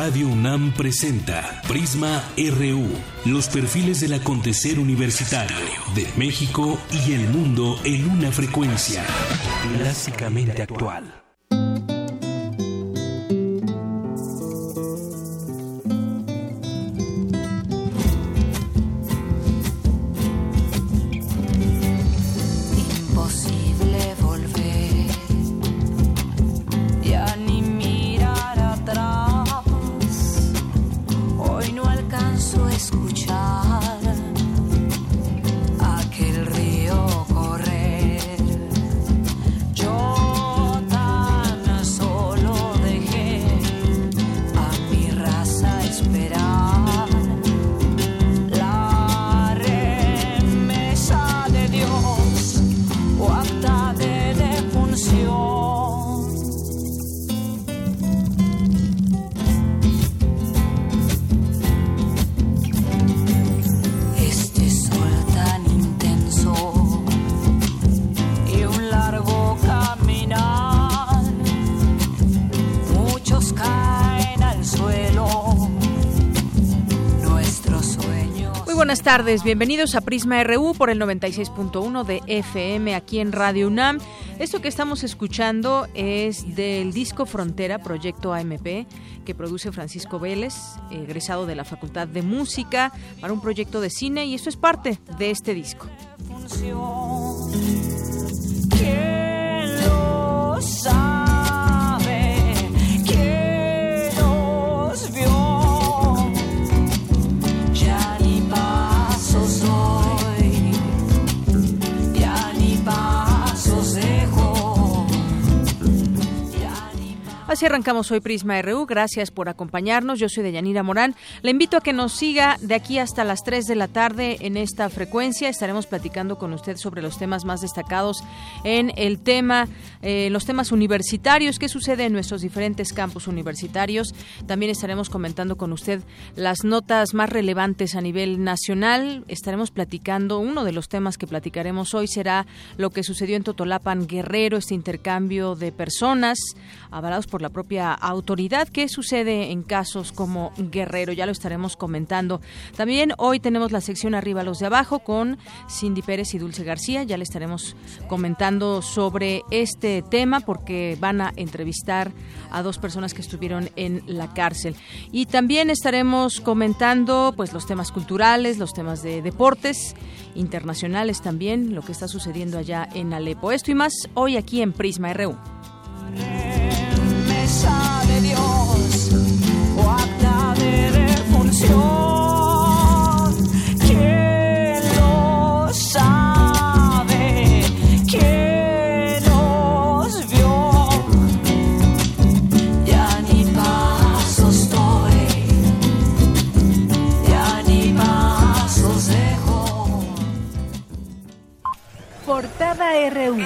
Radio UNAM presenta Prisma RU, los perfiles del acontecer universitario de México y el mundo en una frecuencia clásicamente actual. Buenas tardes, bienvenidos a Prisma RU por el 96.1 de FM aquí en Radio UNAM. Esto que estamos escuchando es del disco Frontera, proyecto AMP, que produce Francisco Vélez, egresado de la Facultad de Música, para un proyecto de cine, y esto es parte de este disco. ¿Quién lo sabe? ¿Quién nos vio? Así arrancamos hoy Prisma RU, gracias por acompañarnos, yo soy Deyanira Morán, le invito a que nos siga de aquí hasta las 3 de la tarde en esta frecuencia, estaremos platicando con usted sobre los temas más destacados en el tema, los temas universitarios, qué sucede en nuestros diferentes campus universitarios, también estaremos comentando con usted las notas más relevantes a nivel nacional, estaremos platicando, uno de los temas que platicaremos hoy será lo que sucedió en Totolapan, Guerrero, este intercambio de personas avalados por la propia autoridad. ¿Qué sucede en casos como Guerrero? Ya lo estaremos comentando. También hoy tenemos la sección Arriba los de Abajo con Cindy Pérez y Dulce García. Ya le estaremos comentando sobre este tema porque van a entrevistar a dos personas que estuvieron en la cárcel. Y también estaremos comentando pues los temas culturales, los temas de deportes internacionales también, lo que está sucediendo allá en Alepo. Esto y más hoy aquí en Prisma RU. De Dios o acta de defunción, ¿quién lo sabe? ¿Quién nos vio? Ya ni pasos doy, ya ni pasos dejo. Portada RU.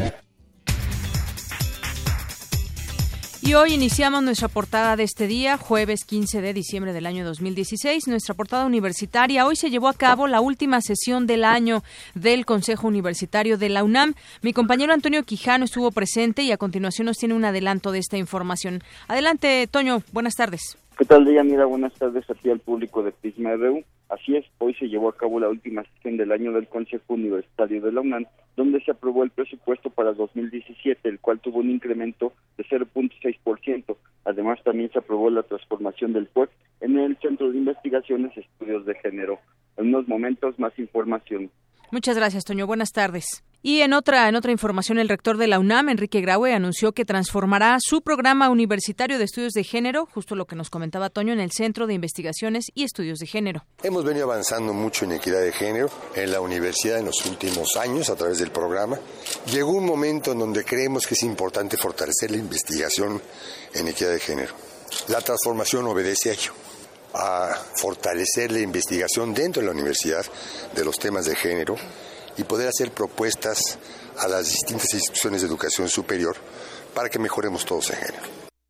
Y hoy iniciamos nuestra portada de este día, jueves 15 de diciembre del año 2016, nuestra portada universitaria. Hoy se llevó a cabo la última sesión del año del Consejo Universitario de la UNAM. Mi compañero Antonio Quijano estuvo presente y a continuación nos tiene un adelanto de esta información. Adelante, Toño, buenas tardes. ¿Qué tal, Deyanira? Buenas tardes a ti, al público de Prisma RU. Así es, hoy se llevó a cabo la última sesión del año del Consejo Universitario de la UNAM, donde se aprobó el presupuesto para 2017, el cual tuvo un incremento de 0.6%. Además, también se aprobó la transformación del CUEC en el Centro de Investigaciones y Estudios de Género. En unos momentos, más información. Muchas gracias, Toño. Buenas tardes. Y en otra información, el rector de la UNAM, Enrique Graue, anunció que transformará su programa universitario de estudios de género, justo lo que nos comentaba Toño, en el Centro de Investigaciones y Estudios de Género. Hemos venido avanzando mucho en equidad de género en la universidad en los últimos años a través del programa. Llegó un momento en donde creemos que es importante fortalecer la investigación en equidad de género. La transformación obedece a ello, a fortalecer la investigación dentro de la universidad de los temas de género y poder hacer propuestas a las distintas instituciones de educación superior para que mejoremos todos en género.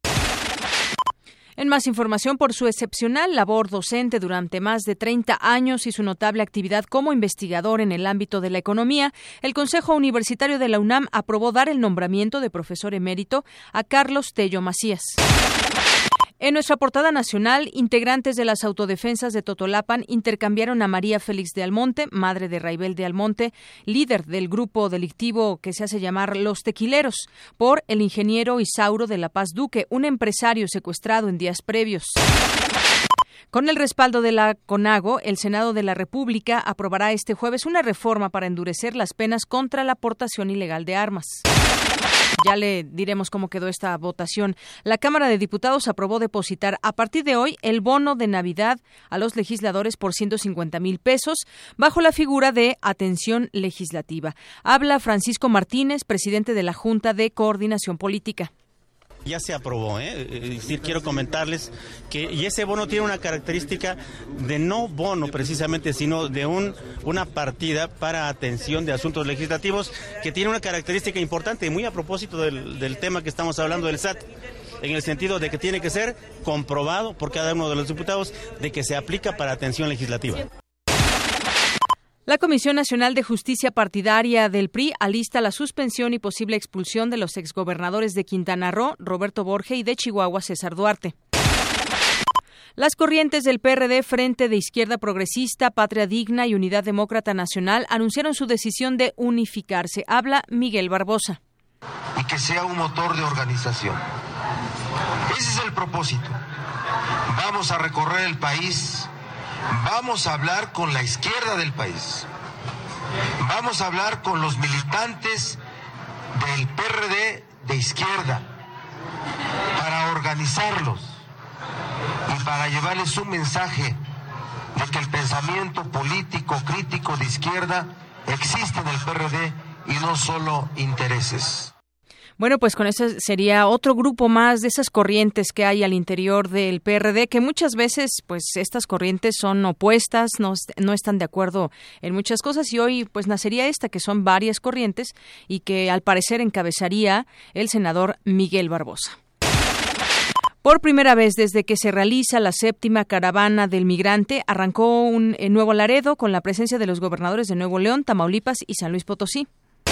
En más información, por su excepcional labor docente durante más de 30 años y su notable actividad como investigador en el ámbito de la economía, el Consejo Universitario de la UNAM aprobó dar el nombramiento de profesor emérito a Carlos Tello Macías. En nuestra portada nacional, integrantes de las autodefensas de Totolapan intercambiaron a María Félix de Almonte, madre de Raibel de Almonte, líder del grupo delictivo que se hace llamar Los Tequileros, por el ingeniero Isauro de la Paz Duque, un empresario secuestrado en días previos. Con el respaldo de la CONAGO, el Senado de la República aprobará este jueves una reforma para endurecer las penas contra la aportación ilegal de armas. Ya le diremos cómo quedó esta votación. La Cámara de Diputados aprobó depositar a partir de hoy el bono de Navidad a los legisladores por 150,000 pesos bajo la figura de atención legislativa. Habla Francisco Martínez, presidente de la Junta de Coordinación Política. Ya se aprobó, quiero comentarles que y ese bono tiene una característica de no bono precisamente, sino de una partida para atención de asuntos legislativos que tiene una característica importante, muy a propósito del tema que estamos hablando del SAT, en el sentido de que tiene que ser comprobado por cada uno de los diputados de que se aplica para atención legislativa. La Comisión Nacional de Justicia Partidaria del PRI alista la suspensión y posible expulsión de los exgobernadores de Quintana Roo, Roberto Borge, y de Chihuahua, César Duarte. Las corrientes del PRD, Frente de Izquierda Progresista, Patria Digna y Unidad Demócrata Nacional anunciaron su decisión de unificarse. Habla Miguel Barbosa. Y que sea un motor de organización. Ese es el propósito. Vamos a recorrer el país. Vamos a hablar con la izquierda del país. Vamos a hablar con los militantes del PRD de izquierda para organizarlos y para llevarles un mensaje de que el pensamiento político crítico de izquierda existe en el PRD y no solo intereses. Bueno, pues con eso sería otro grupo más de esas corrientes que hay al interior del PRD, que muchas veces, pues estas corrientes son opuestas, no están de acuerdo en muchas cosas, y hoy pues nacería esta, que son varias corrientes y que al parecer encabezaría el senador Miguel Barbosa. Por primera vez desde que se realiza la 7ª Caravana del Migrante, arrancó en Nuevo Laredo con la presencia de los gobernadores de Nuevo León, Tamaulipas y San Luis Potosí.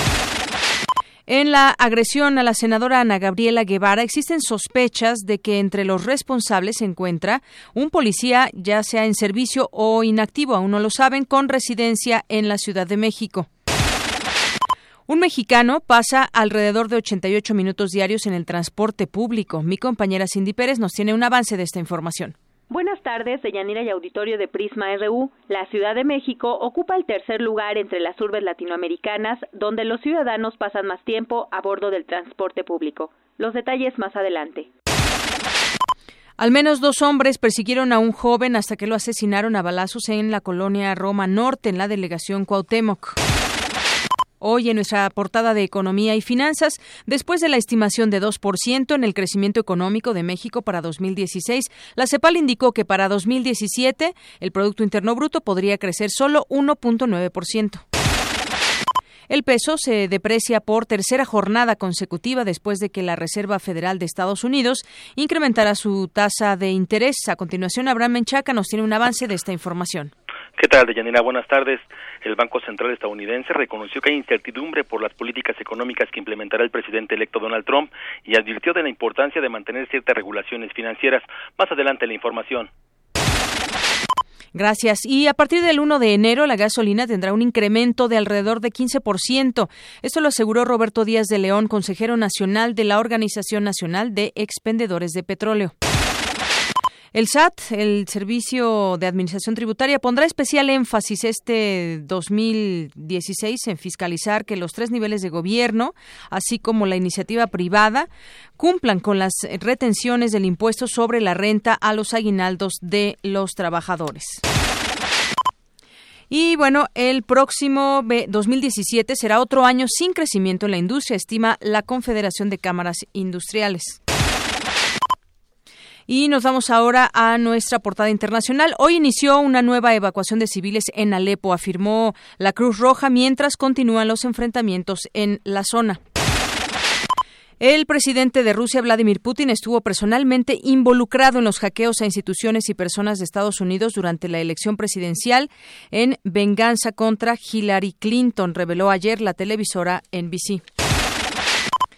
En la agresión a la senadora Ana Gabriela Guevara existen sospechas de que entre los responsables se encuentra un policía, ya sea en servicio o inactivo, aún no lo saben, con residencia en la Ciudad de México. Un mexicano pasa alrededor de 88 minutos diarios en el transporte público. Mi compañera Cindy Pérez nos tiene un avance de esta información. Buenas tardes, Deyanira y auditorio de Prisma RU. La Ciudad de México ocupa el tercer lugar entre las urbes latinoamericanas, donde los ciudadanos pasan más tiempo a bordo del transporte público. Los detalles más adelante. Al menos 2 hombres persiguieron a un joven hasta que lo asesinaron a balazos en la colonia Roma Norte, en la delegación Cuauhtémoc. Hoy en nuestra portada de Economía y Finanzas, después de la estimación de 2% en el crecimiento económico de México para 2016, la CEPAL indicó que para 2017 el Producto Interno Bruto podría crecer solo 1.9%. El peso se deprecia por tercera jornada consecutiva después de que la Reserva Federal de Estados Unidos incrementara su tasa de interés. A continuación, Abraham Menchaca nos tiene un avance de esta información. ¿Qué tal, Deyanira? Buenas tardes. El Banco Central estadounidense reconoció que hay incertidumbre por las políticas económicas que implementará el presidente electo Donald Trump y advirtió de la importancia de mantener ciertas regulaciones financieras. Más adelante la información. Gracias. Y a partir del 1 de enero, la gasolina tendrá un incremento de alrededor de 15%. Esto lo aseguró Roberto Díaz de León, consejero nacional de la Organización Nacional de Expendedores de Petróleo. El SAT, el Servicio de Administración Tributaria, pondrá especial énfasis este 2016 en fiscalizar que los 3 niveles de gobierno, así como la iniciativa privada, cumplan con las retenciones del impuesto sobre la renta a los aguinaldos de los trabajadores. Y bueno, el próximo 2017 será otro año sin crecimiento en la industria, estima la Confederación de Cámaras Industriales. Y nos vamos ahora a nuestra portada internacional. Hoy inició una nueva evacuación de civiles en Alepo, afirmó la Cruz Roja, mientras continúan los enfrentamientos en la zona. El presidente de Rusia, Vladimir Putin, estuvo personalmente involucrado en los hackeos a instituciones y personas de Estados Unidos durante la elección presidencial en venganza contra Hillary Clinton, reveló ayer la televisora NBC.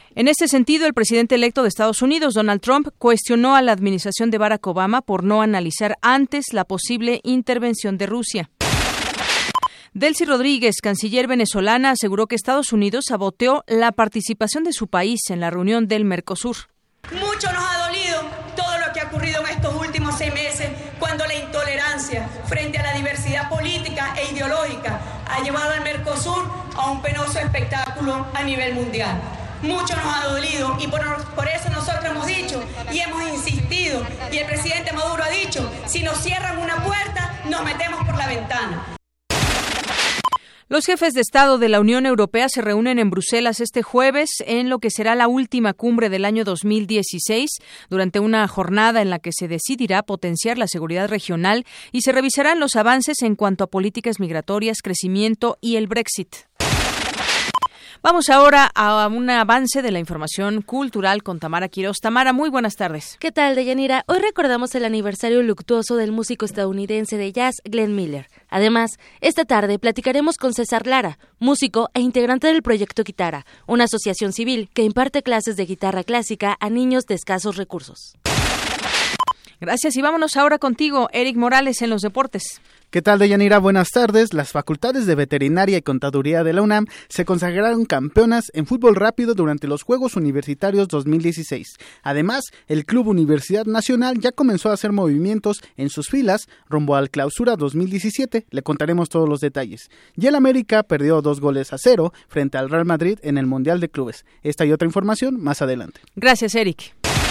En este sentido, el presidente electo de Estados Unidos, Donald Trump, cuestionó a la administración de Barack Obama por no analizar antes la posible intervención de Rusia. Delcy Rodríguez, canciller venezolana, aseguró que Estados Unidos saboteó la participación de su país en la reunión del Mercosur. Mucho nos ha dolido todo lo que ha ocurrido en estos últimos 6 meses, cuando la intolerancia frente a la diversidad política e ideológica ha llevado al Mercosur a un penoso espectáculo a nivel mundial. Mucho nos ha dolido y por eso nosotros hemos dicho y hemos insistido, y el presidente Maduro ha dicho, si nos cierran una puerta, nos metemos por la ventana. Los jefes de Estado de la Unión Europea se reúnen en Bruselas este jueves en lo que será la última cumbre del año 2016, durante una jornada en la que se decidirá potenciar la seguridad regional y se revisarán los avances en cuanto a políticas migratorias, crecimiento y el Brexit. Vamos ahora a un avance de la información cultural con Tamara Quiroz. Tamara, muy buenas tardes. ¿Qué tal, Deyanira? Hoy recordamos el aniversario luctuoso del músico estadounidense de jazz, Glenn Miller. Además, esta tarde platicaremos con César Lara, músico e integrante del Proyecto Guitarra, una asociación civil que imparte clases de guitarra clásica a niños de escasos recursos. Gracias, y vámonos ahora contigo, Eric Morales, en los deportes. ¿Qué tal, Deyanira? Buenas tardes. Las facultades de Veterinaria y Contaduría de la UNAM se consagraron campeonas en fútbol rápido durante los Juegos Universitarios 2016. Además, el Club Universidad Nacional ya comenzó a hacer movimientos en sus filas rumbo al Clausura 2017. Le contaremos todos los detalles. Y el América perdió 2-0 frente al Real Madrid en el Mundial de Clubes. Esta y otra información más adelante. Gracias, Eric.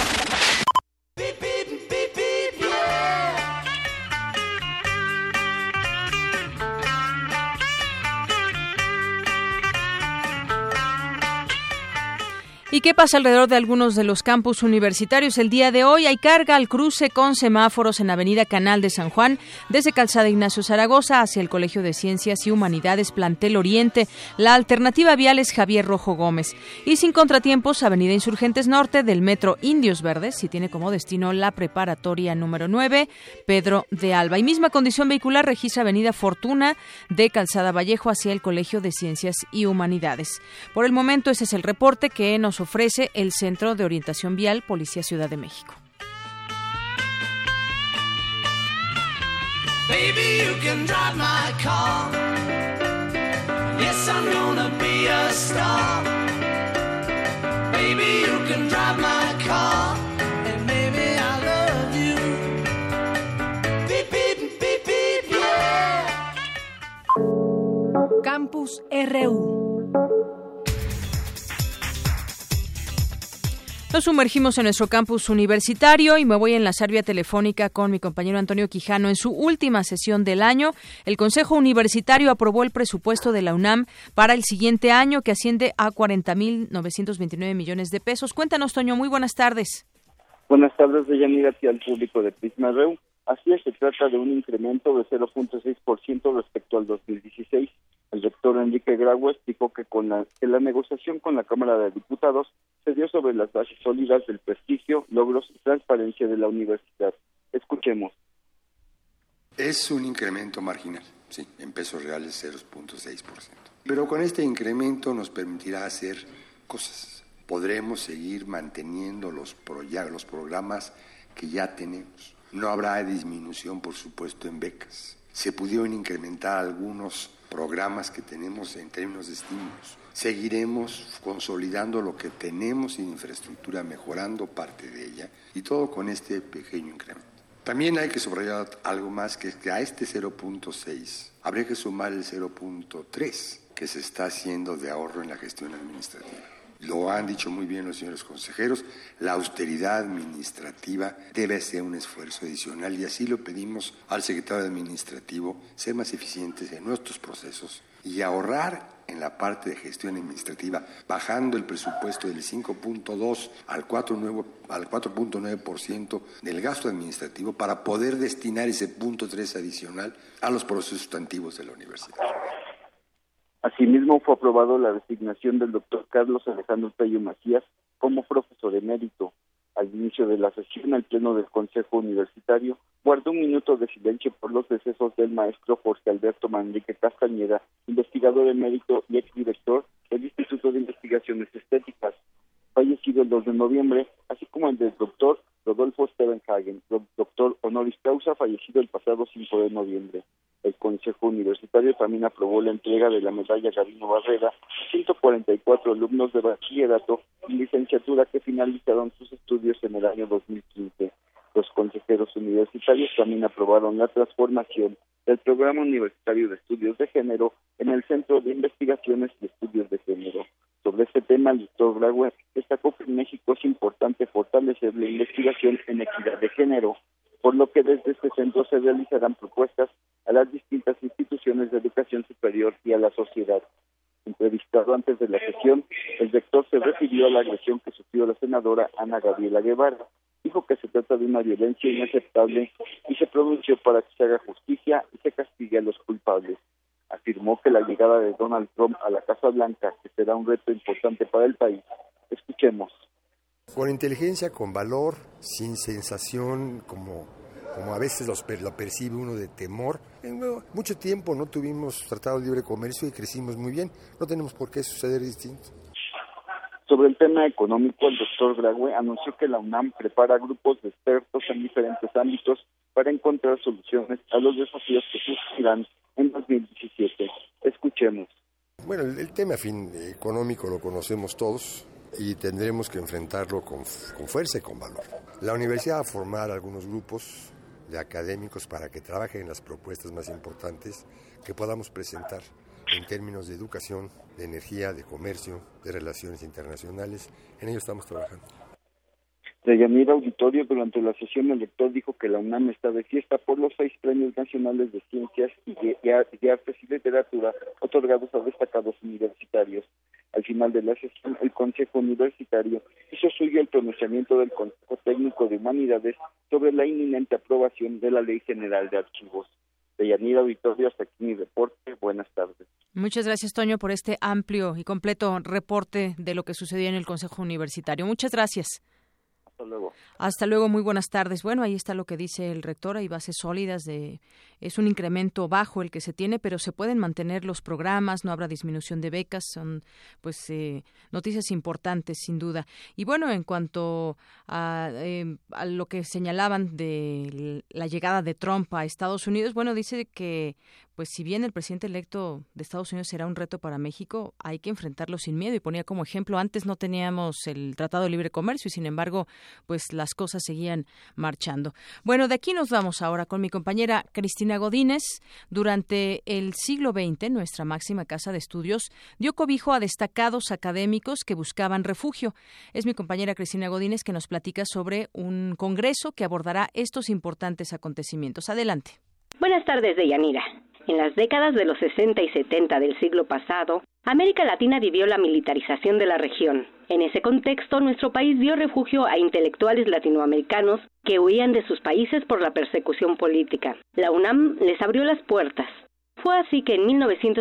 ¿Y qué pasa alrededor de algunos de los campus universitarios? El día de hoy hay carga al cruce con semáforos en Avenida Canal de San Juan, desde Calzada Ignacio Zaragoza hacia el Colegio de Ciencias y Humanidades Plantel Oriente. La alternativa vial es Javier Rojo Gómez. Y sin contratiempos, Avenida Insurgentes Norte del Metro Indios Verdes, y tiene como destino la preparatoria número 9, Pedro de Alba. Y misma condición vehicular registra Avenida Fortuna de Calzada Vallejo hacia el Colegio de Ciencias y Humanidades. Por el momento, ese es el reporte que nos ofrece el Centro de Orientación Vial Policía Ciudad de México. Baby, you can drive my car. Yes, I'm gonna be a star. Baby, you can drive my car. And baby, I love you. Beep, beep, beep, beep, yeah. Campus RU. Nos sumergimos en nuestro campus universitario y me voy a enlazar vía telefónica con mi compañero Antonio Quijano. En su última sesión del año, el Consejo Universitario aprobó el presupuesto de la UNAM para el siguiente año, que asciende a 40,929 millones de pesos. Cuéntanos, Toño, muy buenas tardes. Buenas tardes, Deyanira, y al público de Prisma RU. Así es, se trata de un incremento de 0.6% respecto al 2016. El rector Enrique Graue explicó que la negociación con la Cámara de Diputados se dio sobre las bases sólidas del prestigio, logros y transparencia de la universidad. Escuchemos. Es un incremento marginal, sí, en pesos reales 0.6%. Pero con este incremento nos permitirá hacer cosas. Podremos seguir manteniendo los programas que ya tenemos. No habrá disminución, por supuesto, en becas. Se pudieron incrementar algunos programas que tenemos en términos de estímulos. Seguiremos consolidando lo que tenemos en infraestructura, mejorando parte de ella, y todo con este pequeño incremento. También hay que subrayar algo más, que es que a este 0.6 habría que sumar el 0.3 que se está haciendo de ahorro en la gestión administrativa. Lo han dicho muy bien los señores consejeros, la austeridad administrativa debe ser un esfuerzo adicional, y así lo pedimos al secretario administrativo, ser más eficientes en nuestros procesos y ahorrar en la parte de gestión administrativa, bajando el presupuesto del 5.2 al 4.9% del gasto administrativo, para poder destinar ese 0.3 adicional a los procesos sustantivos de la universidad. Asimismo, fue aprobado la designación del doctor Carlos Alejandro Tello Macías como profesor emérito. Al inicio de la sesión, el Pleno del Consejo Universitario guardó un minuto de silencio por los decesos del maestro Jorge Alberto Manrique Castañeda, investigador emérito y exdirector del Instituto de Investigaciones Estéticas. el 2 de noviembre, así como el del doctor Rodolfo Stevenhagen, doctor honoris causa, fallecido el pasado 5 de noviembre. El Consejo Universitario también aprobó la entrega de la medalla Gabino Barrera a 144 alumnos de bachillerato y licenciatura que finalizaron sus estudios en el año 2015. Los consejeros universitarios también aprobaron la transformación del Programa Universitario de Estudios de Género en el Centro de Investigaciones y Estudios de Género. Sobre este tema, el doctor Graue destacó que en México es importante fortalecer la investigación en equidad de género, por lo que desde este centro se realizarán propuestas a las distintas instituciones de educación superior y a la sociedad. Entrevistado antes de la sesión, el rector se refirió a la agresión que sufrió la senadora Ana Gabriela Guevara. Dijo que se trata de una violencia inaceptable y se pronunció para que se haga justicia y se castigue a los culpables. Afirmó que la llegada de Donald Trump a la Casa Blanca, que será un reto importante para el país. Escuchemos. Con inteligencia, con valor, sin sensación como a veces lo percibe uno de temor. En mucho tiempo no tuvimos tratado de libre comercio y crecimos muy bien. No tenemos por qué suceder distinto. Sobre el tema económico, el doctor Graue anunció que la UNAM prepara grupos de expertos en diferentes ámbitos para encontrar soluciones a los desafíos que surgirán en 2017. Escuchemos. Bueno, el tema económico lo conocemos todos y tendremos que enfrentarlo con fuerza y con valor. La universidad va a formar algunos grupos de académicos para que trabajen en las propuestas más importantes que podamos presentar en términos de educación, de energía, de comercio, de relaciones internacionales. En ello estamos trabajando. Deyanira Auditorio, durante la sesión el rector dijo que la UNAM está de fiesta por los 6 premios nacionales de ciencias y de artes y literatura otorgados a destacados universitarios. Al final de la sesión, el Consejo Universitario hizo suyo el pronunciamiento del Consejo Técnico de Humanidades sobre la inminente aprobación de la Ley General de Archivos. Deyanira Auditorio, hasta aquí mi reporte. Buenas tardes. Muchas gracias, Toño, por este amplio y completo reporte de lo que sucedió en el Consejo Universitario. Muchas gracias. Hasta luego. Hasta luego, muy buenas tardes. Bueno, ahí está lo que dice el rector, hay bases sólidas, es un incremento bajo el que se tiene, pero se pueden mantener los programas, no habrá disminución de becas, son pues noticias importantes sin duda. Y bueno, en cuanto a lo que señalaban de la llegada de Trump a Estados Unidos, bueno, dice que pues si bien el presidente electo de Estados Unidos será un reto para México, hay que enfrentarlo sin miedo, y ponía como ejemplo, antes no teníamos el Tratado de Libre Comercio y sin embargo pues las cosas seguían marchando. Bueno, de aquí nos vamos ahora con mi compañera Cristina Godínez. Durante el siglo XX, nuestra máxima casa de estudios dio cobijo a destacados académicos que buscaban refugio. Es mi compañera Cristina Godínez que nos platica sobre un congreso que abordará estos importantes acontecimientos. Adelante. Buenas tardes, Deyanira. En las décadas de los 60 y 70 del siglo pasado, América Latina vivió la militarización de la región. En ese contexto, nuestro país dio refugio a intelectuales latinoamericanos que huían de sus países por la persecución política. La UNAM les abrió las puertas. Fue así que en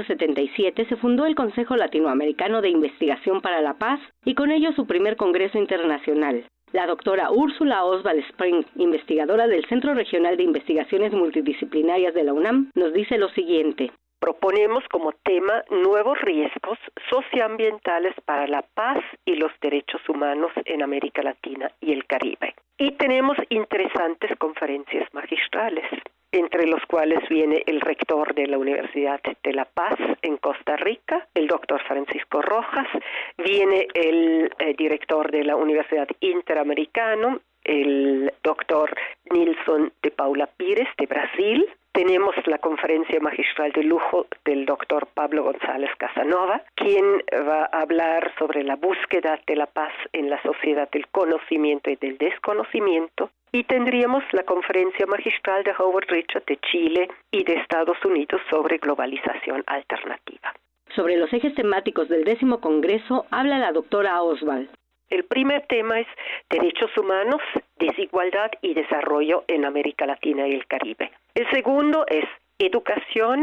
1977 se fundó el Consejo Latinoamericano de Investigación para la Paz y con ello su primer Congreso Internacional. La doctora Úrsula Oswald Spring, investigadora del Centro Regional de Investigaciones Multidisciplinarias de la UNAM, nos dice lo siguiente. Proponemos como tema nuevos riesgos socioambientales para la paz y los derechos humanos en América Latina y el Caribe. Y tenemos interesantes conferencias magistrales, entre los cuales viene el rector de la Universidad de La Paz en Costa Rica, el doctor Francisco Rojas, viene el director de la Universidad Interamericana, el doctor Nilson de Paula Pires de Brasil. Tenemos la conferencia magistral de lujo del doctor Pablo González Casanova, quien va a hablar sobre la búsqueda de la paz en la sociedad del conocimiento y del desconocimiento. Y tendríamos la conferencia magistral de Howard Richard de Chile y de Estados Unidos sobre globalización alternativa. Sobre los ejes temáticos del 10º Congreso habla la doctora Oswald. El primer tema es derechos humanos, desigualdad y desarrollo en América Latina y el Caribe. El segundo es educación,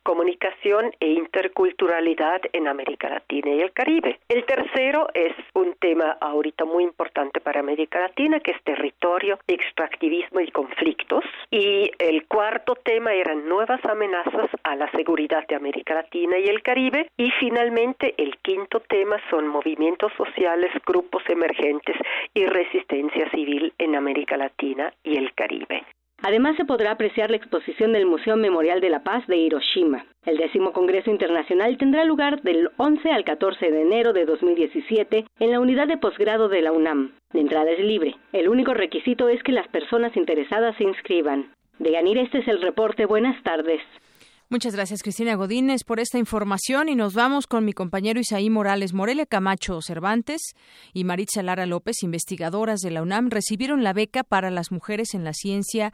comunicación e interculturalidad en América Latina y el Caribe. El tercero es un tema ahorita muy importante para América Latina, que es territorio, extractivismo y conflictos. Y el cuarto tema eran nuevas amenazas a la seguridad de América Latina y el Caribe. Y finalmente el quinto tema son movimientos sociales, grupos emergentes y resistencia civil en América Latina y el Caribe. Además, se podrá apreciar la exposición del Museo Memorial de la Paz de Hiroshima. El 10º Congreso Internacional tendrá lugar del 11 al 14 de enero de 2017 en la unidad de posgrado de la UNAM. La entrada es libre. El único requisito es que las personas interesadas se inscriban. Deyanira, este es el reporte. Buenas tardes. Muchas gracias, Cristina Godínez, por esta información, y nos vamos con mi compañero Isaí Morales. Morelia Camacho Cervantes y Maritza Lara López, investigadoras de la UNAM, recibieron la beca para las mujeres en la ciencia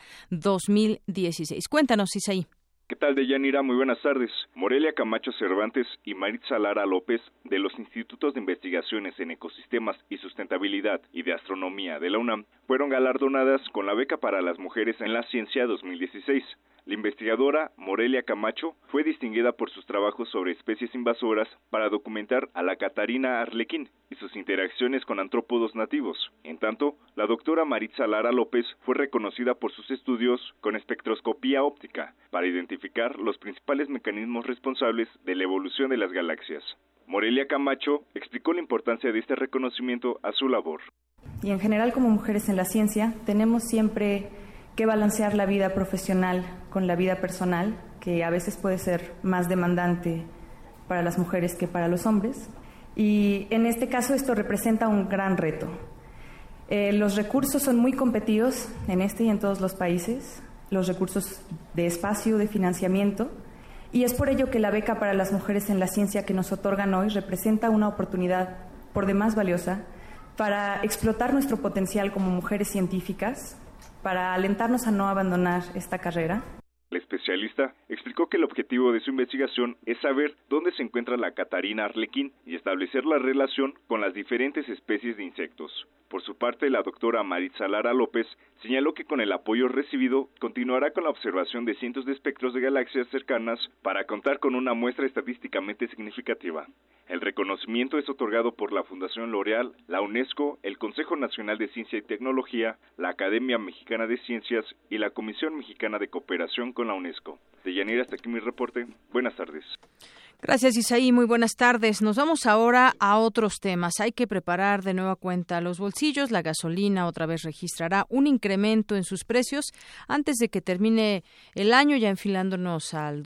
2016. Cuéntanos, Isaí. ¿Qué tal, Deyanira? Muy buenas tardes. Morelia Camacho Cervantes y Maritza Lara López, de los Institutos de Investigaciones en Ecosistemas y Sustentabilidad y de Astronomía de la UNAM, fueron galardonadas con la beca para las mujeres en la ciencia 2016. La investigadora Morelia Camacho fue distinguida por sus trabajos sobre especies invasoras para documentar a la catarina arlequín y sus interacciones con antrópodos nativos. En tanto, la doctora Maritza Lara López fue reconocida por sus estudios con espectroscopía óptica para identificar los principales mecanismos responsables de la evolución de las galaxias. Morelia Camacho explicó la importancia de este reconocimiento a su labor. Y en general, como mujeres en la ciencia, tenemos siempre que balancear la vida profesional con la vida personal, que a veces puede ser más demandante para las mujeres que para los hombres. Y en este caso esto representa un gran reto. Los recursos son muy competidos en este y en todos los países, los recursos de espacio, de financiamiento, y es por ello que la beca para las mujeres en la ciencia que nos otorgan hoy representa una oportunidad por demás valiosa para explotar nuestro potencial como mujeres científicas, para alentarnos a no abandonar esta carrera. La especialista explicó que el objetivo de su investigación es saber dónde se encuentra la catarina arlequín y establecer la relación con las diferentes especies de insectos. Por su parte, la doctora Maritza Lara López señaló que con el apoyo recibido continuará con la observación de cientos de espectros de galaxias cercanas para contar con una muestra estadísticamente significativa. El reconocimiento es otorgado por la Fundación L'Oréal, la UNESCO, el Consejo Nacional de Ciencia y Tecnología, la Academia Mexicana de Ciencias y la Comisión Mexicana de Cooperación con la UNESCO. Deyanira, hasta aquí mi reporte. Buenas tardes. Gracias, Isaí. Muy buenas tardes. Nos vamos ahora a otros temas. Hay que preparar de nueva cuenta los bolsillos. La gasolina otra vez registrará un incremento en sus precios antes de que termine el año, ya enfilándonos al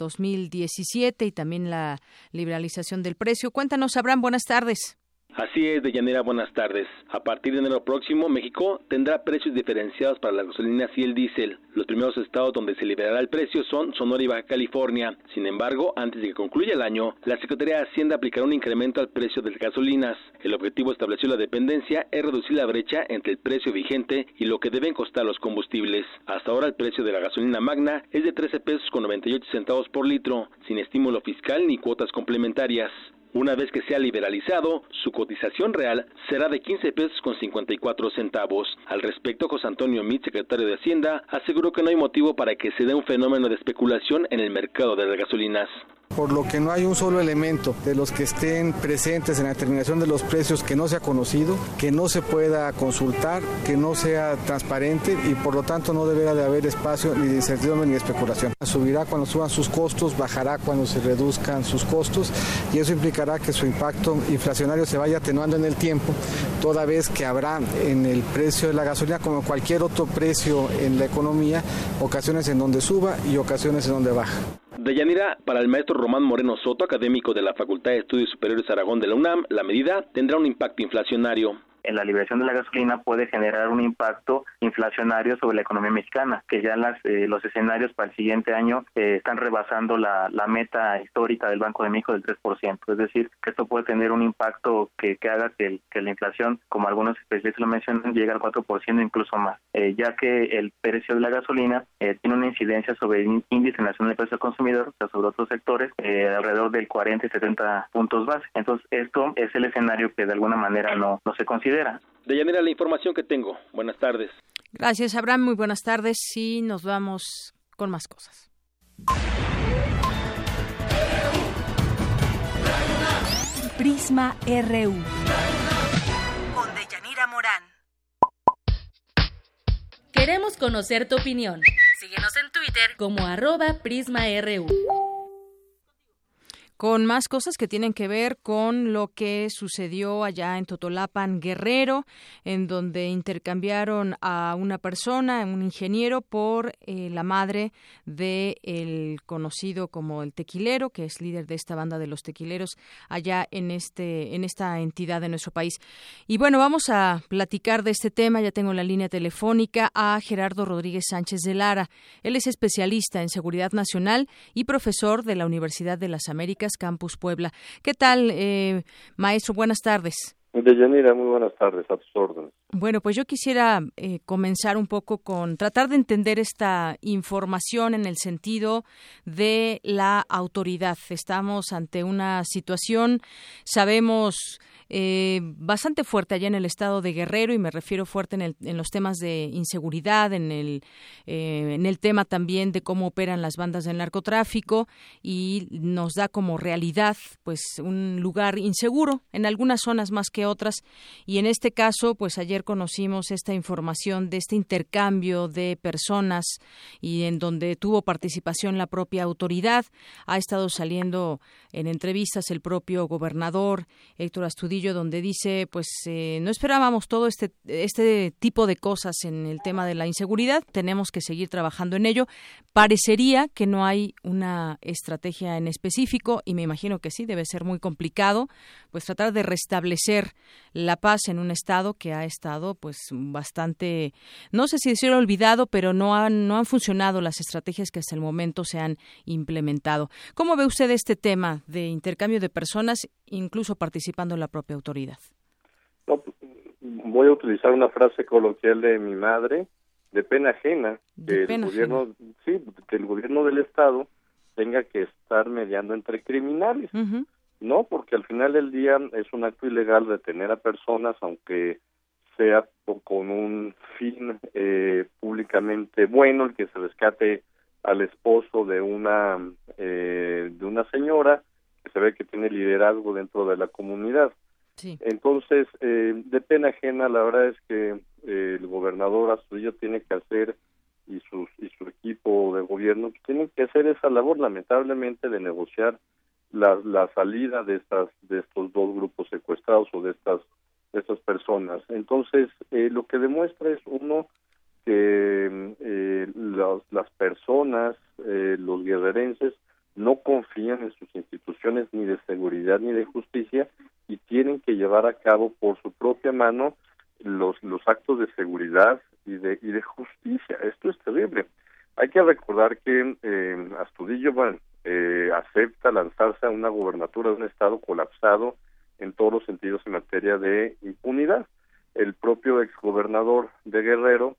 2017 y también la liberalización del precio. Cuéntanos, Abraham. Buenas tardes. Así es, Deyanira, buenas tardes. A partir de enero próximo, México tendrá precios diferenciados para las gasolinas y el diésel. Los primeros estados donde se liberará el precio son Sonora y Baja California. Sin embargo, antes de que concluya el año, la Secretaría de Hacienda aplicará un incremento al precio de las gasolinas. El objetivo establecido la dependencia es reducir la brecha entre el precio vigente y lo que deben costar los combustibles. Hasta ahora el precio de la gasolina magna es de 13 pesos con 98 centavos por litro, sin estímulo fiscal ni cuotas complementarias. Una vez que sea liberalizado, su cotización real será de 15 pesos con 54 centavos. Al respecto, José Antonio Mit, secretario de Hacienda, aseguró que no hay motivo para que se dé un fenómeno de especulación en el mercado de las gasolinas. Por lo que no hay un solo elemento de los que estén presentes en la determinación de los precios que no sea conocido, que no se pueda consultar, que no sea transparente y por lo tanto no deberá de haber espacio ni de incertidumbre ni de especulación. Subirá cuando suban sus costos, bajará cuando se reduzcan sus costos y eso implicará que su impacto inflacionario se vaya atenuando en el tiempo, toda vez que habrá en el precio de la gasolina, como en cualquier otro precio en la economía, ocasiones en donde suba y ocasiones en donde baja. Deyanira, para el maestro Román Moreno Soto, académico de la Facultad de Estudios Superiores Aragón de la UNAM, la medida tendrá un impacto inflacionario. En la liberación de la gasolina puede generar un impacto inflacionario sobre la economía mexicana, que ya los escenarios para el siguiente año están rebasando la meta histórica del Banco de México del 3%. Es decir, que esto puede tener un impacto que haga que la inflación, como algunos especialistas lo mencionan, llegue al 4%, incluso más, ya que el precio de la gasolina tiene una incidencia sobre el índice nacional de precios al consumidor, o sea, sobre otros sectores, alrededor del 40 y 70 puntos base. Entonces, esto es el escenario que de alguna manera no se considera. Deyanira, la información que tengo. Buenas tardes. Gracias, Abraham. Muy buenas tardes y nos vamos con más cosas. Prisma RU. Con Deyanira Morán. Queremos conocer tu opinión. Síguenos en Twitter como @PrismaRU. Con más cosas que tienen que ver con lo que sucedió allá en Totolapan, Guerrero, en donde intercambiaron a una persona, un ingeniero, por la madre del conocido como el Tequilero, que es líder de esta banda de los tequileros allá en esta entidad de nuestro país. Y bueno, vamos a platicar de este tema. Ya tengo en la línea telefónica a Gerardo Rodríguez Sánchez de Lara. Él es especialista en seguridad nacional y profesor de la Universidad de las Américas, Campus Puebla. ¿Qué tal, maestro? Buenas tardes. Deyanira, muy buenas tardes, a tus órdenes. Bueno, pues yo quisiera comenzar un poco con tratar de entender esta información en el sentido de la autoridad. Estamos ante una situación, sabemos, bastante fuerte allá en el estado de Guerrero, y me refiero fuerte en los temas de inseguridad, en el tema también de cómo operan las bandas del narcotráfico, y nos da como realidad pues un lugar inseguro en algunas zonas más que otras. Y en este caso, pues ayer conocimos esta información de este intercambio de personas, y en donde tuvo participación la propia autoridad. Ha estado saliendo en entrevistas el propio gobernador Héctor Astudillo, donde dice pues no esperábamos todo este tipo de cosas en el tema de la inseguridad, tenemos que seguir trabajando en ello. Parecería que no hay una estrategia en específico, y me imagino que sí, debe ser muy complicado pues tratar de restablecer la paz en un estado que ha estado pues bastante, no sé si decirlo olvidado, pero no han funcionado las estrategias que hasta el momento se han implementado. ¿Cómo ve usted este tema de intercambio de personas, incluso participando en la propia autoridad? No, voy a utilizar una frase coloquial de mi madre, de pena ajena, que el gobierno del estado tenga que estar mediando entre criminales. Uh-huh. No, porque al final del día es un acto ilegal detener a personas, aunque sea con un fin públicamente bueno, el que se rescate al esposo de una señora que se ve que tiene liderazgo dentro de la comunidad. Sí. Entonces, de pena ajena, la verdad es que el gobernador Astudillo tiene que hacer, y su equipo de gobierno tienen que hacer esa labor, lamentablemente, de negociar la salida de estos dos grupos secuestrados o de estas personas. Entonces, lo que demuestra es, uno, que las personas, los guerrerenses, no confían en sus instituciones ni de seguridad ni de justicia, y tienen que llevar a cabo por su propia mano los actos de seguridad y de justicia. Esto es terrible. Hay que recordar que Astudillo, acepta lanzarse a una gobernatura de un estado colapsado en todos los sentidos en materia de impunidad. El propio exgobernador de Guerrero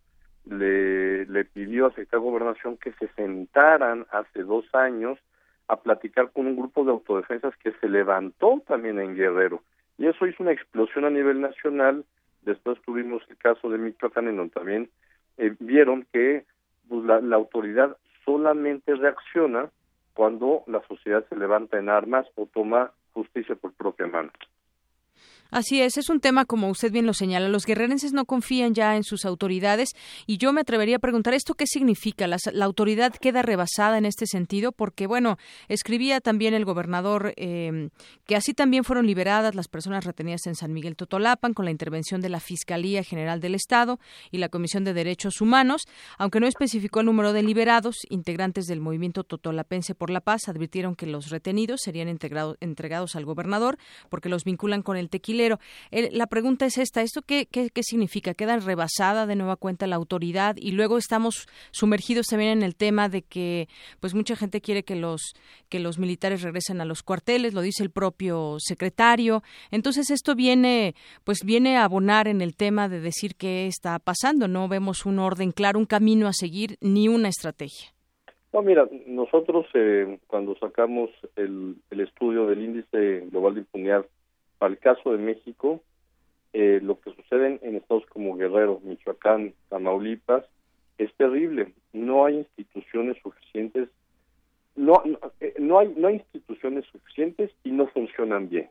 le pidió a Secretaría de Gobernación que se sentaran hace 2 años a platicar con un grupo de autodefensas que se levantó también en Guerrero, y eso hizo una explosión a nivel nacional. Después tuvimos el caso de Michoacán, en donde también vieron que pues, la autoridad solamente reacciona cuando la sociedad se levanta en armas o toma justicia por propia mano. Así es un tema, como usted bien lo señala, los guerrerenses no confían ya en sus autoridades, y yo me atrevería a preguntar, ¿esto qué significa? ¿La autoridad queda rebasada en este sentido? Porque, bueno, escribía también el gobernador que así también fueron liberadas las personas retenidas en San Miguel Totolapan con la intervención de la Fiscalía General del Estado y la Comisión de Derechos Humanos. Aunque no especificó el número de liberados, integrantes del movimiento totolapense por la paz advirtieron que los retenidos serían entregados al gobernador porque los vinculan con el tequilero. La pregunta es esta, ¿esto qué significa? ¿Queda rebasada de nueva cuenta la autoridad? Y luego estamos sumergidos también en el tema de que pues mucha gente quiere que los militares regresen a los cuarteles, lo dice el propio secretario. Entonces esto viene a abonar en el tema de decir qué está pasando. No vemos un orden claro, un camino a seguir, ni una estrategia. No, mira, nosotros cuando sacamos el estudio del índice global de impunidad para el caso de México, lo que sucede en estados como Guerrero, Michoacán, Tamaulipas, es terrible. No hay instituciones suficientes, no hay instituciones suficientes y no funcionan bien.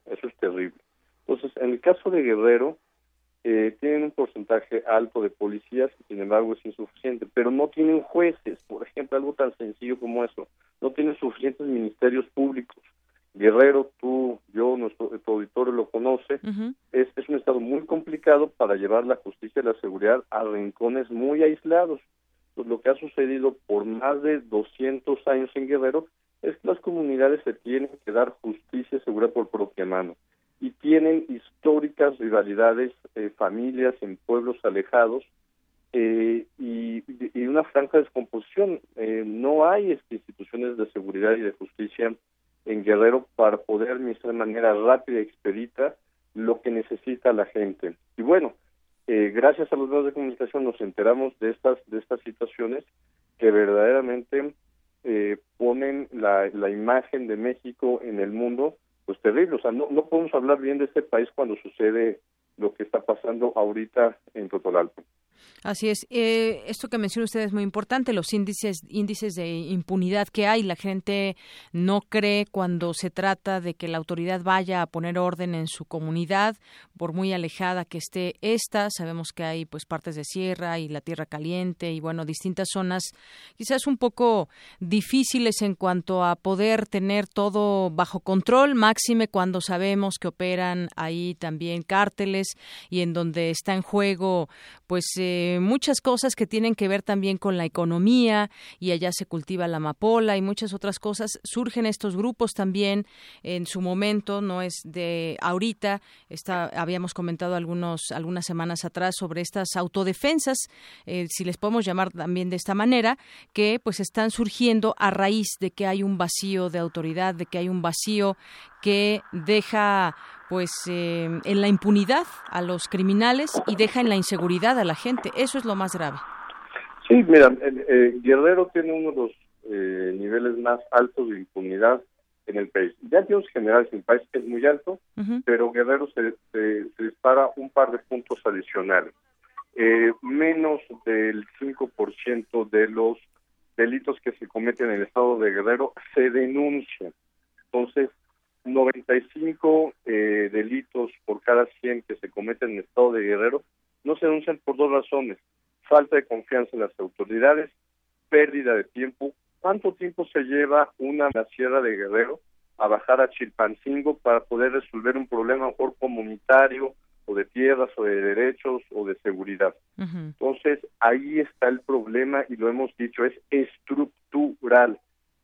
Eso es terrible. Entonces, en el caso de Guerrero, tienen un porcentaje alto de policías, sin embargo es insuficiente, pero no tienen jueces, por ejemplo, algo tan sencillo como eso, no tienen suficientes ministerios públicos. Guerrero, tú, yo, tu auditorio lo conoce, es un estado muy complicado para llevar la justicia y la seguridad a rincones muy aislados. Pues lo que ha sucedido por más de 200 años en Guerrero es que las comunidades se tienen que dar justicia y seguridad por propia mano. Y tienen históricas rivalidades, familias en pueblos alejados y una franca descomposición. No hay instituciones de seguridad y de justicia en Guerrero para poder administrar de manera rápida y expedita lo que necesita la gente. Y bueno, gracias a los medios de comunicación nos enteramos de estas situaciones que verdaderamente ponen la imagen de México en el mundo pues terrible. O sea, no podemos hablar bien de este país cuando sucede lo que está pasando ahorita en Totolalco. Así es. Esto que menciona usted es muy importante, los índices de impunidad que hay. La gente no cree cuando se trata de que la autoridad vaya a poner orden en su comunidad, por muy alejada que esté esta. Sabemos que hay pues partes de sierra y la tierra caliente y bueno, distintas zonas quizás un poco difíciles en cuanto a poder tener todo bajo control, máxime cuando sabemos que operan ahí también cárteles y en donde está en juego pues muchas cosas que tienen que ver también con la economía y allá se cultiva la amapola y muchas otras cosas. Surgen estos grupos también en su momento, no es de ahorita. Habíamos comentado algunas semanas atrás sobre estas autodefensas, si les podemos llamar también de esta manera, que pues están surgiendo a raíz de que hay un vacío de autoridad, de que hay un vacío que deja pues en la impunidad a los criminales y deja en la inseguridad a la gente. Eso es lo más grave. Sí, mira, Guerrero tiene uno de los niveles más altos de impunidad en el país. Ya en términos generales el país es muy alto, pero Guerrero se dispara un par de puntos adicionales. Menos del 5% de los delitos que se cometen en el estado de Guerrero se denuncian. Entonces, 95 delitos por cada 100 que se cometen en el estado de Guerrero no se denuncian por dos razones: falta de confianza en las autoridades, pérdida de tiempo. ¿Cuánto tiempo se lleva una sierra de Guerrero a bajar a Chilpancingo para poder resolver un problema mejor comunitario o de tierras o de derechos o de seguridad? Entonces ahí está el problema y lo hemos dicho, es estructural.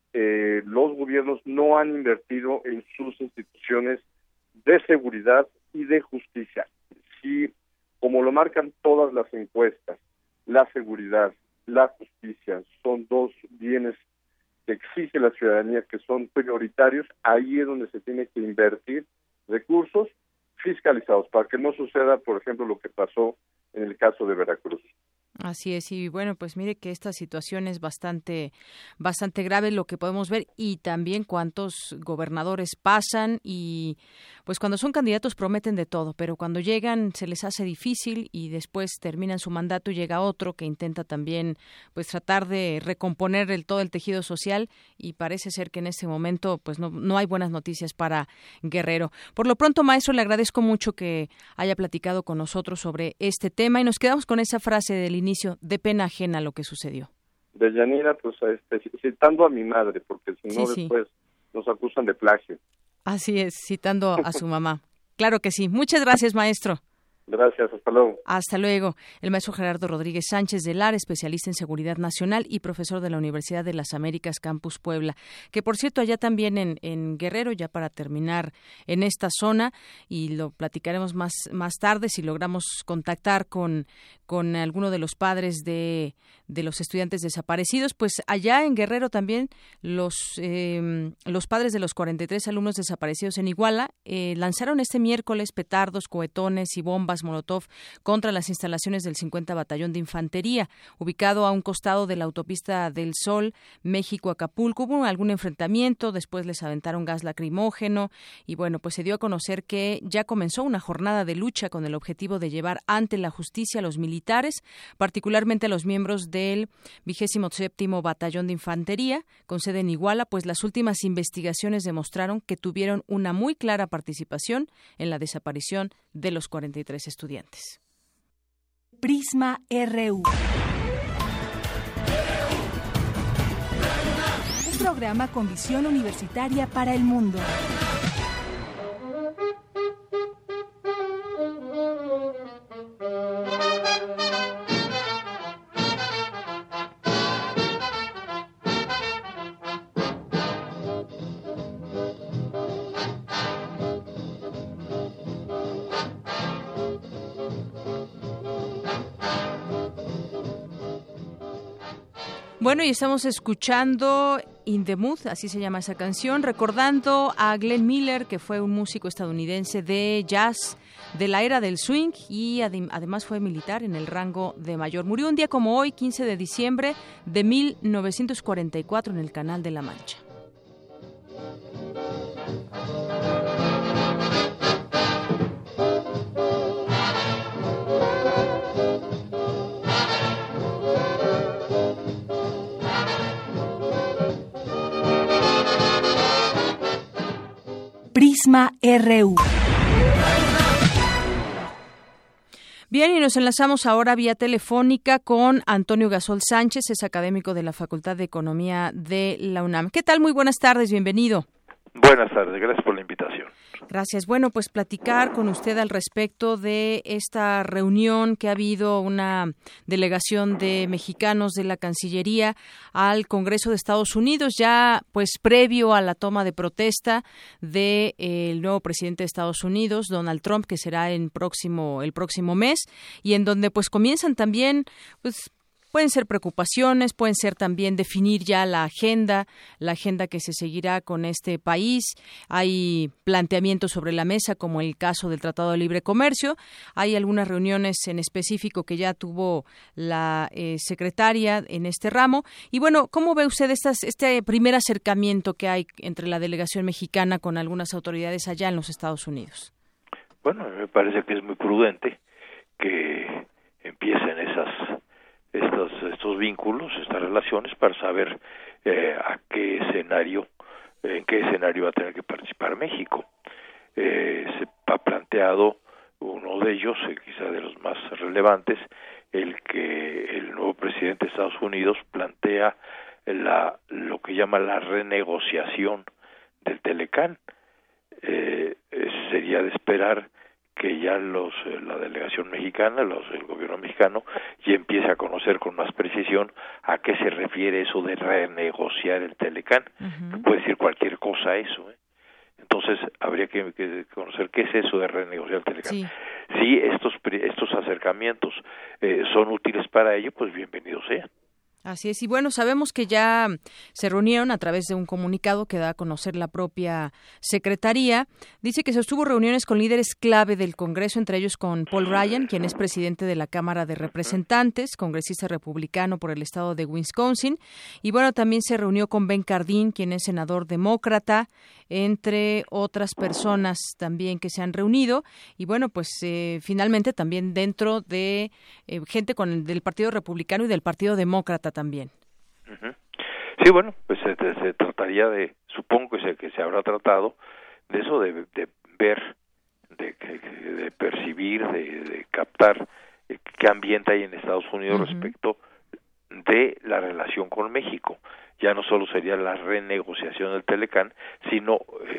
Los gobiernos no han invertido en sus instituciones de seguridad y de justicia. Si, como lo marcan todas las encuestas, la seguridad, la justicia son dos bienes que exige la ciudadanía, que son prioritarios, ahí es donde se tiene que invertir recursos fiscalizados para que no suceda, por ejemplo, lo que pasó en el caso de Veracruz. Así es, y bueno, pues mire que esta situación es bastante grave lo que podemos ver y también cuántos gobernadores pasan y pues cuando son candidatos prometen de todo, pero cuando llegan se les hace difícil y después terminan su mandato y llega otro que intenta también pues tratar de recomponer todo el tejido social y parece ser que en este momento pues no hay buenas noticias para Guerrero. Por lo pronto, maestro, le agradezco mucho que haya platicado con nosotros sobre este tema y nos quedamos con esa frase del inicio, de pena ajena lo que sucedió. De Yanira, pues citando a mi madre, porque si no después nos acusan de plagio. Así es, citando a su mamá. Claro que sí. Muchas gracias, maestro. Gracias, hasta luego. Hasta luego. El maestro Gerardo Rodríguez Sánchez de Lara, especialista en seguridad nacional y profesor de la Universidad de las Américas Campus Puebla, que por cierto allá también en Guerrero, ya para terminar en esta zona, y lo platicaremos más tarde si logramos contactar con alguno de los padres de los estudiantes desaparecidos, pues allá en Guerrero también los padres de los 43 alumnos desaparecidos en Iguala lanzaron este miércoles petardos, cohetones y bombas cócteles Molotov contra las instalaciones del 50 Batallón de Infantería, ubicado a un costado de la autopista del Sol, México-Acapulco. Hubo algún enfrentamiento, después les aventaron gas lacrimógeno y bueno, pues se dio a conocer que ya comenzó una jornada de lucha con el objetivo de llevar ante la justicia a los militares, particularmente a los miembros del 27º Batallón de Infantería, con sede en Iguala, pues las últimas investigaciones demostraron que tuvieron una muy clara participación en la desaparición de los 43 estudiantes. Prisma RU. Un programa con visión universitaria para el mundo. Bueno, y estamos escuchando In the Mood, así se llama esa canción, recordando a Glenn Miller, que fue un músico estadounidense de jazz de la era del swing y además fue militar en el rango de mayor. Murió un día como hoy, 15 de diciembre de 1944, en el Canal de la Mancha. Prisma RU. Bien, y nos enlazamos ahora vía telefónica con Antonio Gasol Sánchez, es académico de la Facultad de Economía de la UNAM. ¿Qué tal? Muy buenas tardes, bienvenido. Buenas tardes, gracias por la invitación. Gracias. Bueno, pues platicar con usted al respecto de esta reunión que ha habido, una delegación de mexicanos de la Cancillería al Congreso de Estados Unidos, ya pues previo a la toma de protesta del nuevo presidente de Estados Unidos, Donald Trump, que será el próximo mes, y en donde pues comienzan también pues pueden ser preocupaciones, pueden ser también definir ya la agenda que se seguirá con este país. Hay planteamientos sobre la mesa, como el caso del Tratado de Libre Comercio. Hay algunas reuniones en específico que ya tuvo la secretaria en este ramo. Y bueno, ¿cómo ve usted este primer acercamiento que hay entre la delegación mexicana con algunas autoridades allá en los Estados Unidos? Bueno, me parece que es muy prudente que empiecen estos vínculos, estas relaciones, para saber en qué escenario va a tener que participar México. Se ha planteado uno de ellos, quizá de los más relevantes, el que el nuevo presidente de Estados Unidos plantea lo que llama la renegociación del Telecán. Sería de esperar que ya la delegación mexicana, el gobierno mexicano, ya empiece a conocer con más precisión a qué se refiere eso de renegociar el Telecán. Uh-huh. Puede decir cualquier cosa eso, ¿eh? Entonces habría que conocer qué es eso de renegociar el Telecán. Sí. Si estos acercamientos son útiles para ello, pues bienvenidos sean. Así es, y bueno, sabemos que ya se reunieron a través de un comunicado que da a conocer la propia Secretaría. Dice que sostuvo reuniones con líderes clave del Congreso, entre ellos con Paul Ryan, quien es presidente de la Cámara de Representantes, congresista republicano por el estado de Wisconsin. Y bueno, también se reunió con Ben Cardin, quien es senador demócrata, entre otras personas también que se han reunido. Y bueno, pues finalmente también dentro de gente del Partido Republicano y del Partido Demócrata también. Uh-huh. Sí, bueno, pues se trataría supongo que se habrá tratado de eso, de ver, de percibir, de captar qué ambiente hay en Estados Unidos uh-huh. respecto de la relación con México. Ya no solo sería la renegociación del Telecán, sino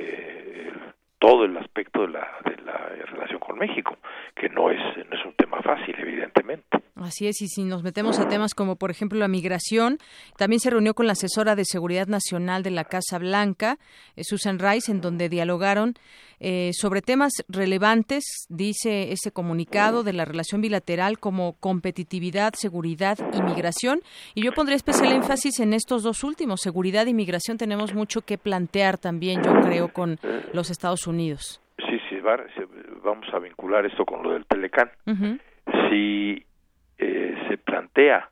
todo el aspecto de la relación con México, que no es un tema fácil, evidentemente. Así es, y si nos metemos a temas como, por ejemplo, la migración, también se reunió con la asesora de Seguridad Nacional de la Casa Blanca, Susan Rice, en donde dialogaron sobre temas relevantes, dice ese comunicado, de la relación bilateral como competitividad, seguridad y migración. Y yo pondré especial énfasis en estos dos últimos, seguridad y migración. Tenemos mucho que plantear también, yo creo, con los Estados Unidos. Sí, vamos a vincular esto con lo del Telecán. Uh-huh. Si se plantea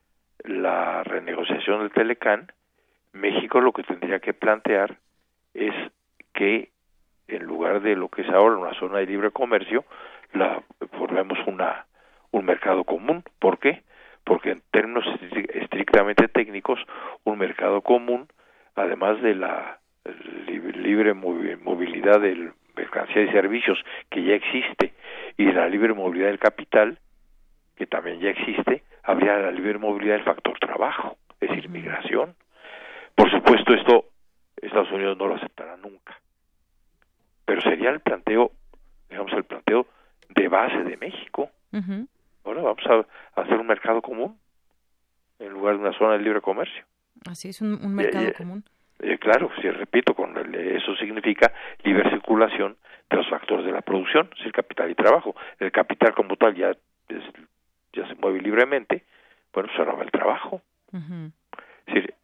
la renegociación del Telecán, México lo que tendría que plantear es que en lugar de lo que es ahora una zona de libre comercio, formemos un mercado común. ¿Por qué? Porque en términos estrictamente técnicos, un mercado común, además de la libre movilidad de mercancía y servicios que ya existe, y de la libre movilidad del capital, que también ya existe, habría la libre movilidad del factor trabajo, es decir, migración. Por supuesto, esto Estados Unidos no lo aceptará nunca, pero sería el planteo, digamos, el planteo de base de México. Uh-huh. Ahora vamos a hacer un mercado común en lugar de una zona de libre comercio. Así es, un mercado común. Claro, si repito, eso significa libre circulación de los factores de la producción, es el capital y trabajo. El capital como tal ya se mueve libremente, bueno, pues ahora va el trabajo. Uh-huh. Es decir,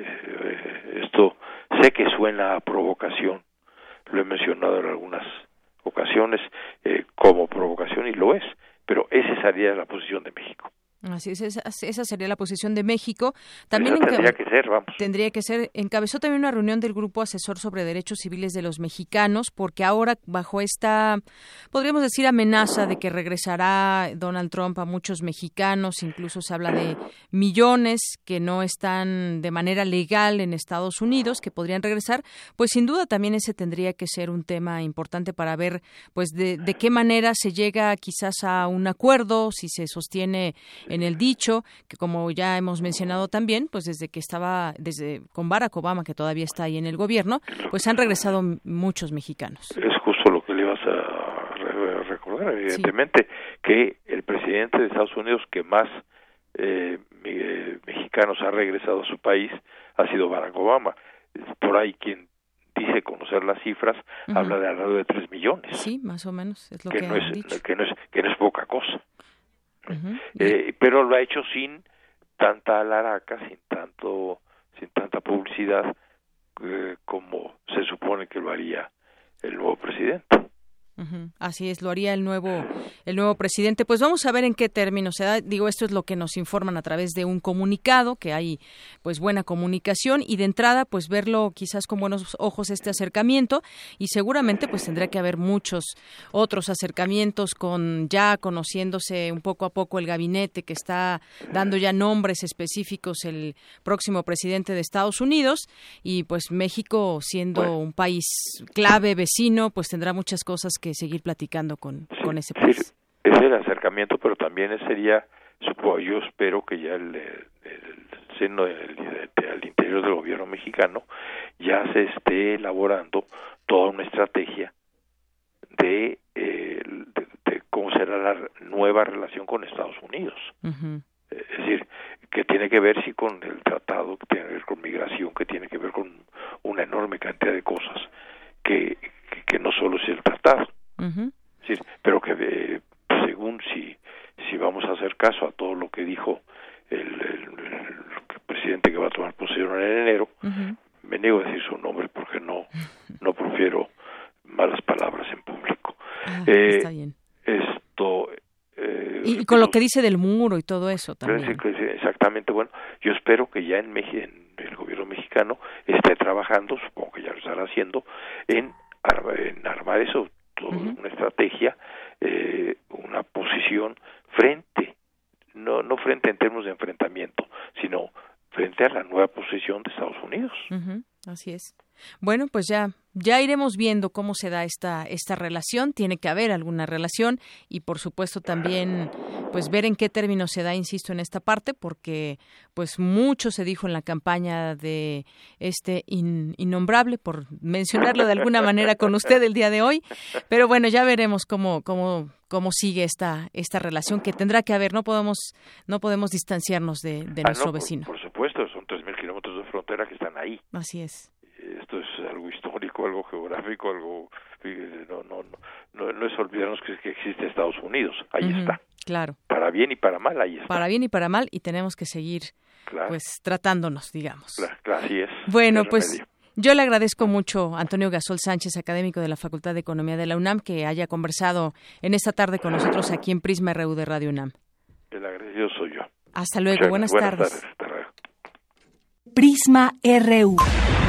esto sé que suena a provocación, lo he mencionado en algunas ocasiones como provocación y lo es, pero esa sería la posición de México. Así es, esa sería la posición de México. También tendría que ser, encabezó también una reunión del Grupo Asesor sobre Derechos Civiles de los Mexicanos, porque ahora bajo esta, podríamos decir, amenaza de que regresará Donald Trump a muchos mexicanos, incluso se habla de millones que no están de manera legal en Estados Unidos, que podrían regresar, pues sin duda también ese tendría que ser un tema importante para ver pues de qué manera se llega quizás a un acuerdo, si se sostiene en el dicho, que como ya hemos mencionado también, pues desde con Barack Obama, que todavía está ahí en el gobierno, pues han regresado muchos mexicanos. Es justo lo que le ibas a recordar, evidentemente, que el presidente de Estados Unidos que más mexicanos ha regresado a su país ha sido Barack Obama. Por ahí quien dice conocer las cifras, uh-huh, habla de alrededor de 3 millones. Sí, más o menos, es lo que han dicho. Que no es poca cosa. Uh-huh. Pero lo ha hecho sin tanta alaraca, sin tanta publicidad como se supone que lo haría el nuevo presidente. Uh-huh. Así es, lo haría el nuevo presidente. Pues vamos a ver en qué términos se da. Digo, esto es lo que nos informan a través de un comunicado, que hay pues buena comunicación y de entrada pues verlo quizás con buenos ojos este acercamiento, y seguramente pues tendrá que haber muchos otros acercamientos ya conociéndose un poco a poco el gabinete que está dando ya nombres específicos el próximo presidente de Estados Unidos, y pues México siendo un país clave, vecino, pues tendrá muchas cosas que seguir platicando con ese país. Sí, es el acercamiento, pero también sería, yo espero que ya el seno al interior del gobierno mexicano ya se esté elaborando toda una estrategia de cómo será la nueva relación con Estados Unidos. Uh-huh. Es decir, que tiene que ver con el tratado, que tiene que ver con migración, que tiene que ver con una enorme cantidad de cosas que no solo es el tratado. Uh-huh. Sí, pero que según si vamos a hacer caso a todo lo que dijo el presidente que va a tomar posesión en enero, uh-huh, me niego a decir su nombre porque no profiero malas palabras en público. Está bien. Esto y con lo que dice del muro y todo eso también. Sí, exactamente. Bueno, yo espero que ya en el gobierno mexicano esté trabajando, supongo que ya lo estará haciendo, en armar eso, uh-huh, una estrategia, una posición frente, no frente en términos de enfrentamiento, sino frente a la nueva posición de Estados Unidos. Uh-huh, así es. Bueno, pues ya iremos viendo cómo se da esta relación. Tiene que haber alguna relación y, por supuesto, también pues ver en qué términos se da, insisto, en esta parte, porque pues mucho se dijo en la campaña de este innombrable, por mencionarlo de alguna manera con usted el día de hoy. Pero bueno, ya veremos cómo sigue esta relación que tendrá que haber. No podemos distanciarnos de nuestro vecino. Por supuesto, son 3,000 kilómetros de frontera que están ahí. Así es. Esto es algo histórico, algo geográfico, algo no es olvidarnos que existe Estados Unidos. Ahí uh-huh, está. Claro. Para bien y para mal, ahí está. Para bien y para mal, y tenemos que seguir pues tratándonos, digamos. Claro, así es. Bueno, pues Yo le agradezco mucho a Antonio Gasol Sánchez, académico de la Facultad de Economía de la UNAM, que haya conversado en esta tarde con nosotros aquí en Prisma RU de Radio UNAM. El agradecido soy yo. Hasta luego, buenas tardes. Hasta luego. Prisma RU.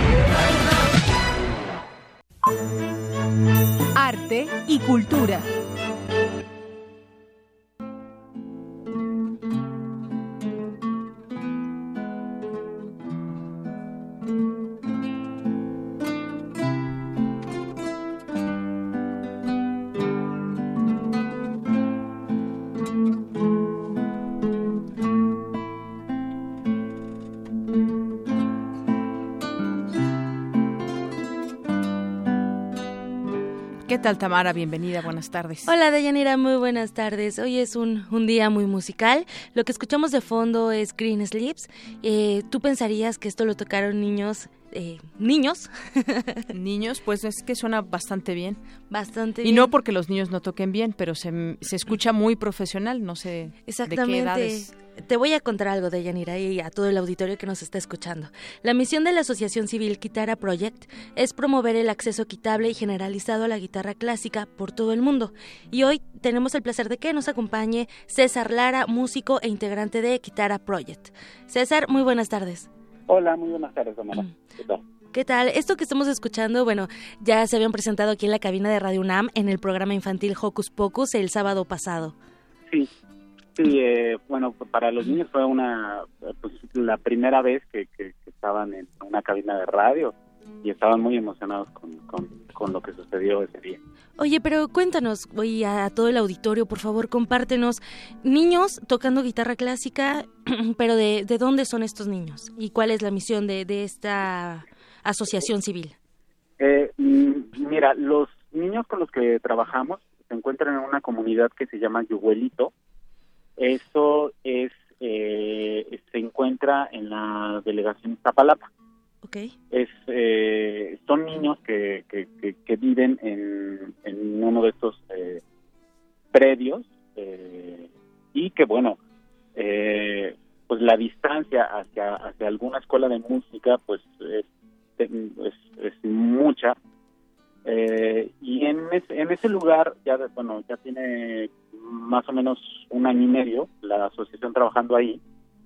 Arte y cultura. ¿Qué tal, Tamara? Bienvenida, buenas tardes. Hola, Deyanira, muy buenas tardes. Hoy es un día muy musical. Lo que escuchamos de fondo es Green Sleeves. ¿Tú pensarías que esto lo tocaron niños? ¿Niños? Niños, pues es que suena bastante bien. Bastante bien. Y no porque los niños no toquen bien, pero se escucha muy profesional, no sé de qué edades. Te voy a contar algo, Deyanira, y a todo el auditorio que nos está escuchando. La misión de la Asociación Civil Guitarra Project es promover el acceso equitable y generalizado a la guitarra clásica por todo el mundo. Y hoy tenemos el placer de que nos acompañe César Lara, músico e integrante de Guitarra Project. César, muy buenas tardes. Hola, muy buenas tardes, Tamara. ¿Qué tal? ¿Qué tal? Esto que estamos escuchando, bueno, ya se habían presentado aquí en la cabina de Radio UNAM en el programa infantil Hocus Pocus el sábado pasado. Sí, bueno, para los niños fue la primera vez que estaban en una cabina de radio y estaban muy emocionados con lo que sucedió ese día. Oye, pero cuéntanos, a todo el auditorio, por favor, compártenos, niños tocando guitarra clásica, pero ¿de dónde son estos niños? ¿Y cuál es la misión de esta asociación civil? Mira, los niños con los que trabajamos se encuentran en una comunidad que se llama Yuguelito. Eso se encuentra en la delegación Iztapalapa. Okay. Son niños que viven en uno de estos predios y que, bueno, pues la distancia hacia alguna escuela de música pues es mucha. Y en ese lugar ya tiene más o menos 1 año y medio la asociación trabajando ahí,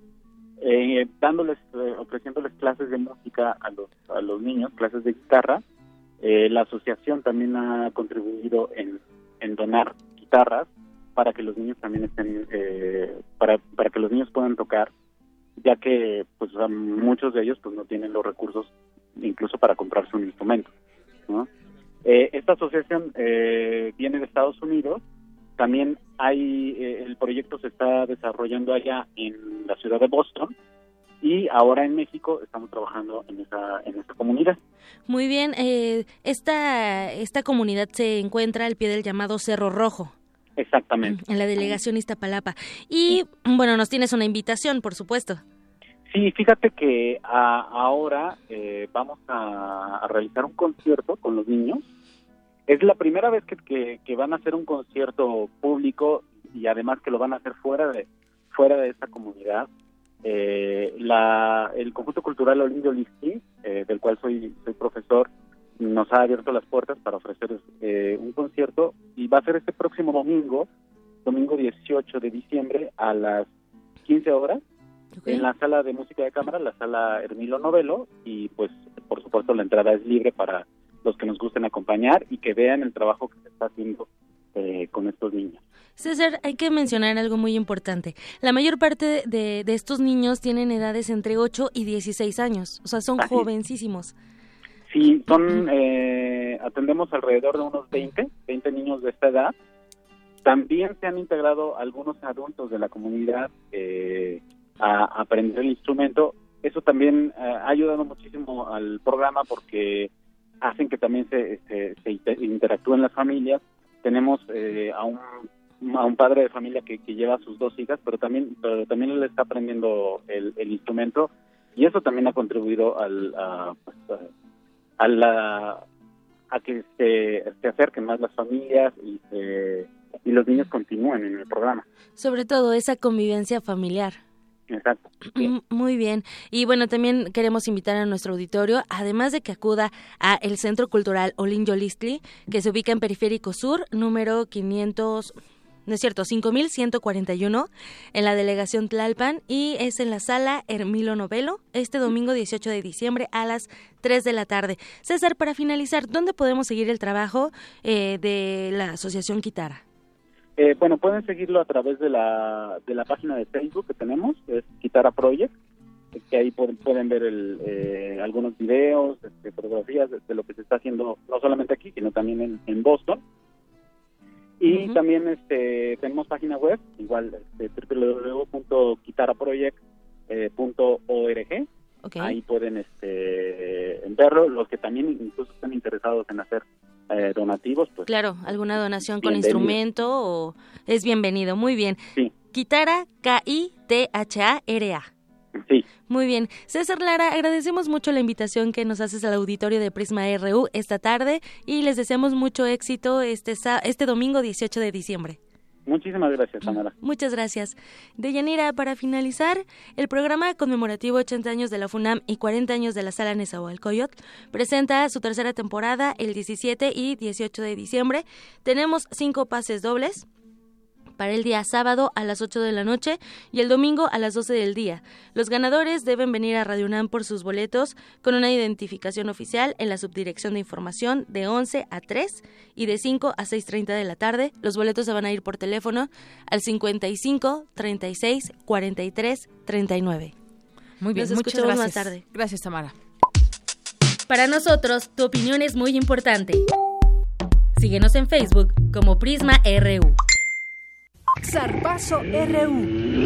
ofreciéndoles clases de música a los niños, clases de guitarra. La asociación también ha contribuido en donar guitarras para que los niños también estén, para que los niños puedan tocar, ya que pues muchos de ellos pues no tienen los recursos incluso para comprarse un instrumento, ¿no? Esta asociación viene de Estados Unidos. También el proyecto se está desarrollando allá en la ciudad de Boston y ahora en México estamos trabajando en esa comunidad. Muy bien, esta comunidad se encuentra al pie del llamado Cerro Rojo. Exactamente. En la delegación Iztapalapa. Y bueno, nos tienes una invitación, por supuesto. Sí, fíjate que ahora vamos a realizar un concierto con los niños. Es la primera vez que van a hacer un concierto público y además que lo van a hacer fuera de esta comunidad. El Conjunto Cultural Olimpio Listí, del cual soy profesor, nos ha abierto las puertas para ofrecer un concierto y va a ser este próximo domingo 18 de diciembre a las 15 horas. Okay. En la sala de música de cámara, la sala Hermilo Novelo, y pues por supuesto la entrada es libre para los que nos gusten acompañar y que vean el trabajo que se está haciendo con estos niños. César, hay que mencionar algo muy importante. La mayor parte de estos niños tienen edades entre 8 y 16 años, o sea, son jovencísimos. Sí, atendemos alrededor de unos 20 niños de esta edad. También se han integrado algunos adultos de la comunidad a aprender el instrumento. Eso también ha ayudado muchísimo al programa porque hacen que también se interactúen las familias. Tenemos a un padre de familia que lleva a sus 2 hijas, pero también él está aprendiendo el instrumento y eso también ha contribuido a que se acerquen más las familias y los niños continúen en el programa. Sobre todo esa convivencia familiar. Exacto. Muy bien. Y bueno, también queremos invitar a nuestro auditorio, además de que acuda a el Centro Cultural Olin Yolistli, que se ubica en Periférico Sur, número 5141, en la delegación Tlalpan, y es en la sala Hermilo Novelo, este domingo 18 de diciembre a las 3 de la tarde. César, para finalizar, ¿dónde podemos seguir el trabajo de la Asociación Kitara? Bueno, pueden seguirlo a través de la página de Facebook que tenemos, es Kitara Project, que ahí pueden ver algunos videos, fotografías de lo que se está haciendo, no solamente aquí, sino también en Boston. Y también tenemos página web, igual, www.kitaraproject.org. Okay. Ahí pueden verlo, los que también incluso están interesados en hacer donativos, pues. Claro, alguna donación con instrumento o es bienvenido. Muy bien. Sí. Kitara, K-I-T-H-A-R-A. Sí. Muy bien. César Lara, agradecemos mucho la invitación que nos haces al auditorio de Prisma RU esta tarde y les deseamos mucho éxito este domingo 18 de diciembre. Muchísimas gracias, Tamara. Muchas gracias. Deyanira, para finalizar, el programa conmemorativo 80 años de la FUNAM y 40 años de la Sala Nezahualcóyotl presenta su tercera temporada el 17 y 18 de diciembre. Tenemos 5 pases dobles para el día sábado a las 8 de la noche y el domingo a las 12 del día. Los ganadores deben venir a Radio UNAM por sus boletos con una identificación oficial en la Subdirección de Información de 11 a 3 y de 5 a 6:30 de la tarde. Los boletos se van a ir por teléfono al 55 36 43 39. Muy bien, nos escuchamos muchas más tarde. Gracias, Tamara. Para nosotros, tu opinión es muy importante. Síguenos en Facebook como Prisma RU. Zarpazo RU.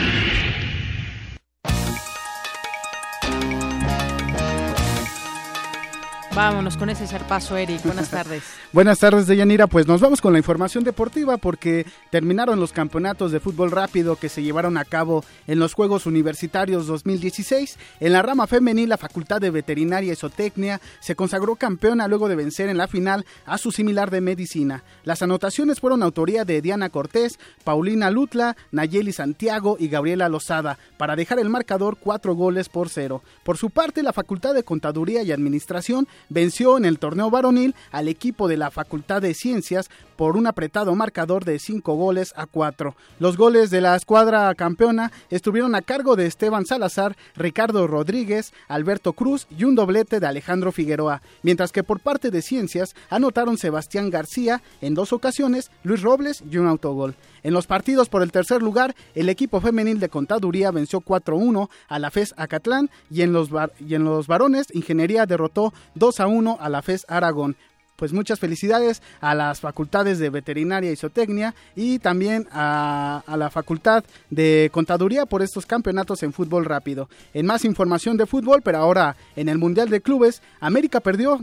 Vámonos con ese zarpazo, Eric. Buenas tardes. Buenas tardes, Deyanira. Pues nos vamos con la información deportiva porque terminaron los campeonatos de fútbol rápido que se llevaron a cabo en los Juegos Universitarios 2016. En la rama femenil, la Facultad de Veterinaria y Zootecnia se consagró campeona luego de vencer en la final a su similar de Medicina. Las anotaciones fueron autoría de Diana Cortés, Paulina Lutla, Nayeli Santiago y Gabriela Lozada para dejar el marcador 4-0. Por su parte, la Facultad de Contaduría y Administración venció en el torneo varonil al equipo de la Facultad de Ciencias por un apretado marcador de 5-4. Los goles de la escuadra campeona estuvieron a cargo de Esteban Salazar, Ricardo Rodríguez, Alberto Cruz y un doblete de Alejandro Figueroa, mientras que por parte de Ciencias anotaron Sebastián García en 2 ocasiones, Luis Robles y un autogol. En los partidos por el tercer lugar, el equipo femenil de Contaduría venció 4-1 a la FES Acatlán y en los varones, Ingeniería derrotó 2-1 a la FES Aragón. Pues muchas felicidades a las facultades de Veterinaria y Zootecnia y también a la Facultad de Contaduría por estos campeonatos en fútbol rápido. En más información de fútbol, pero ahora en el Mundial de Clubes, América perdió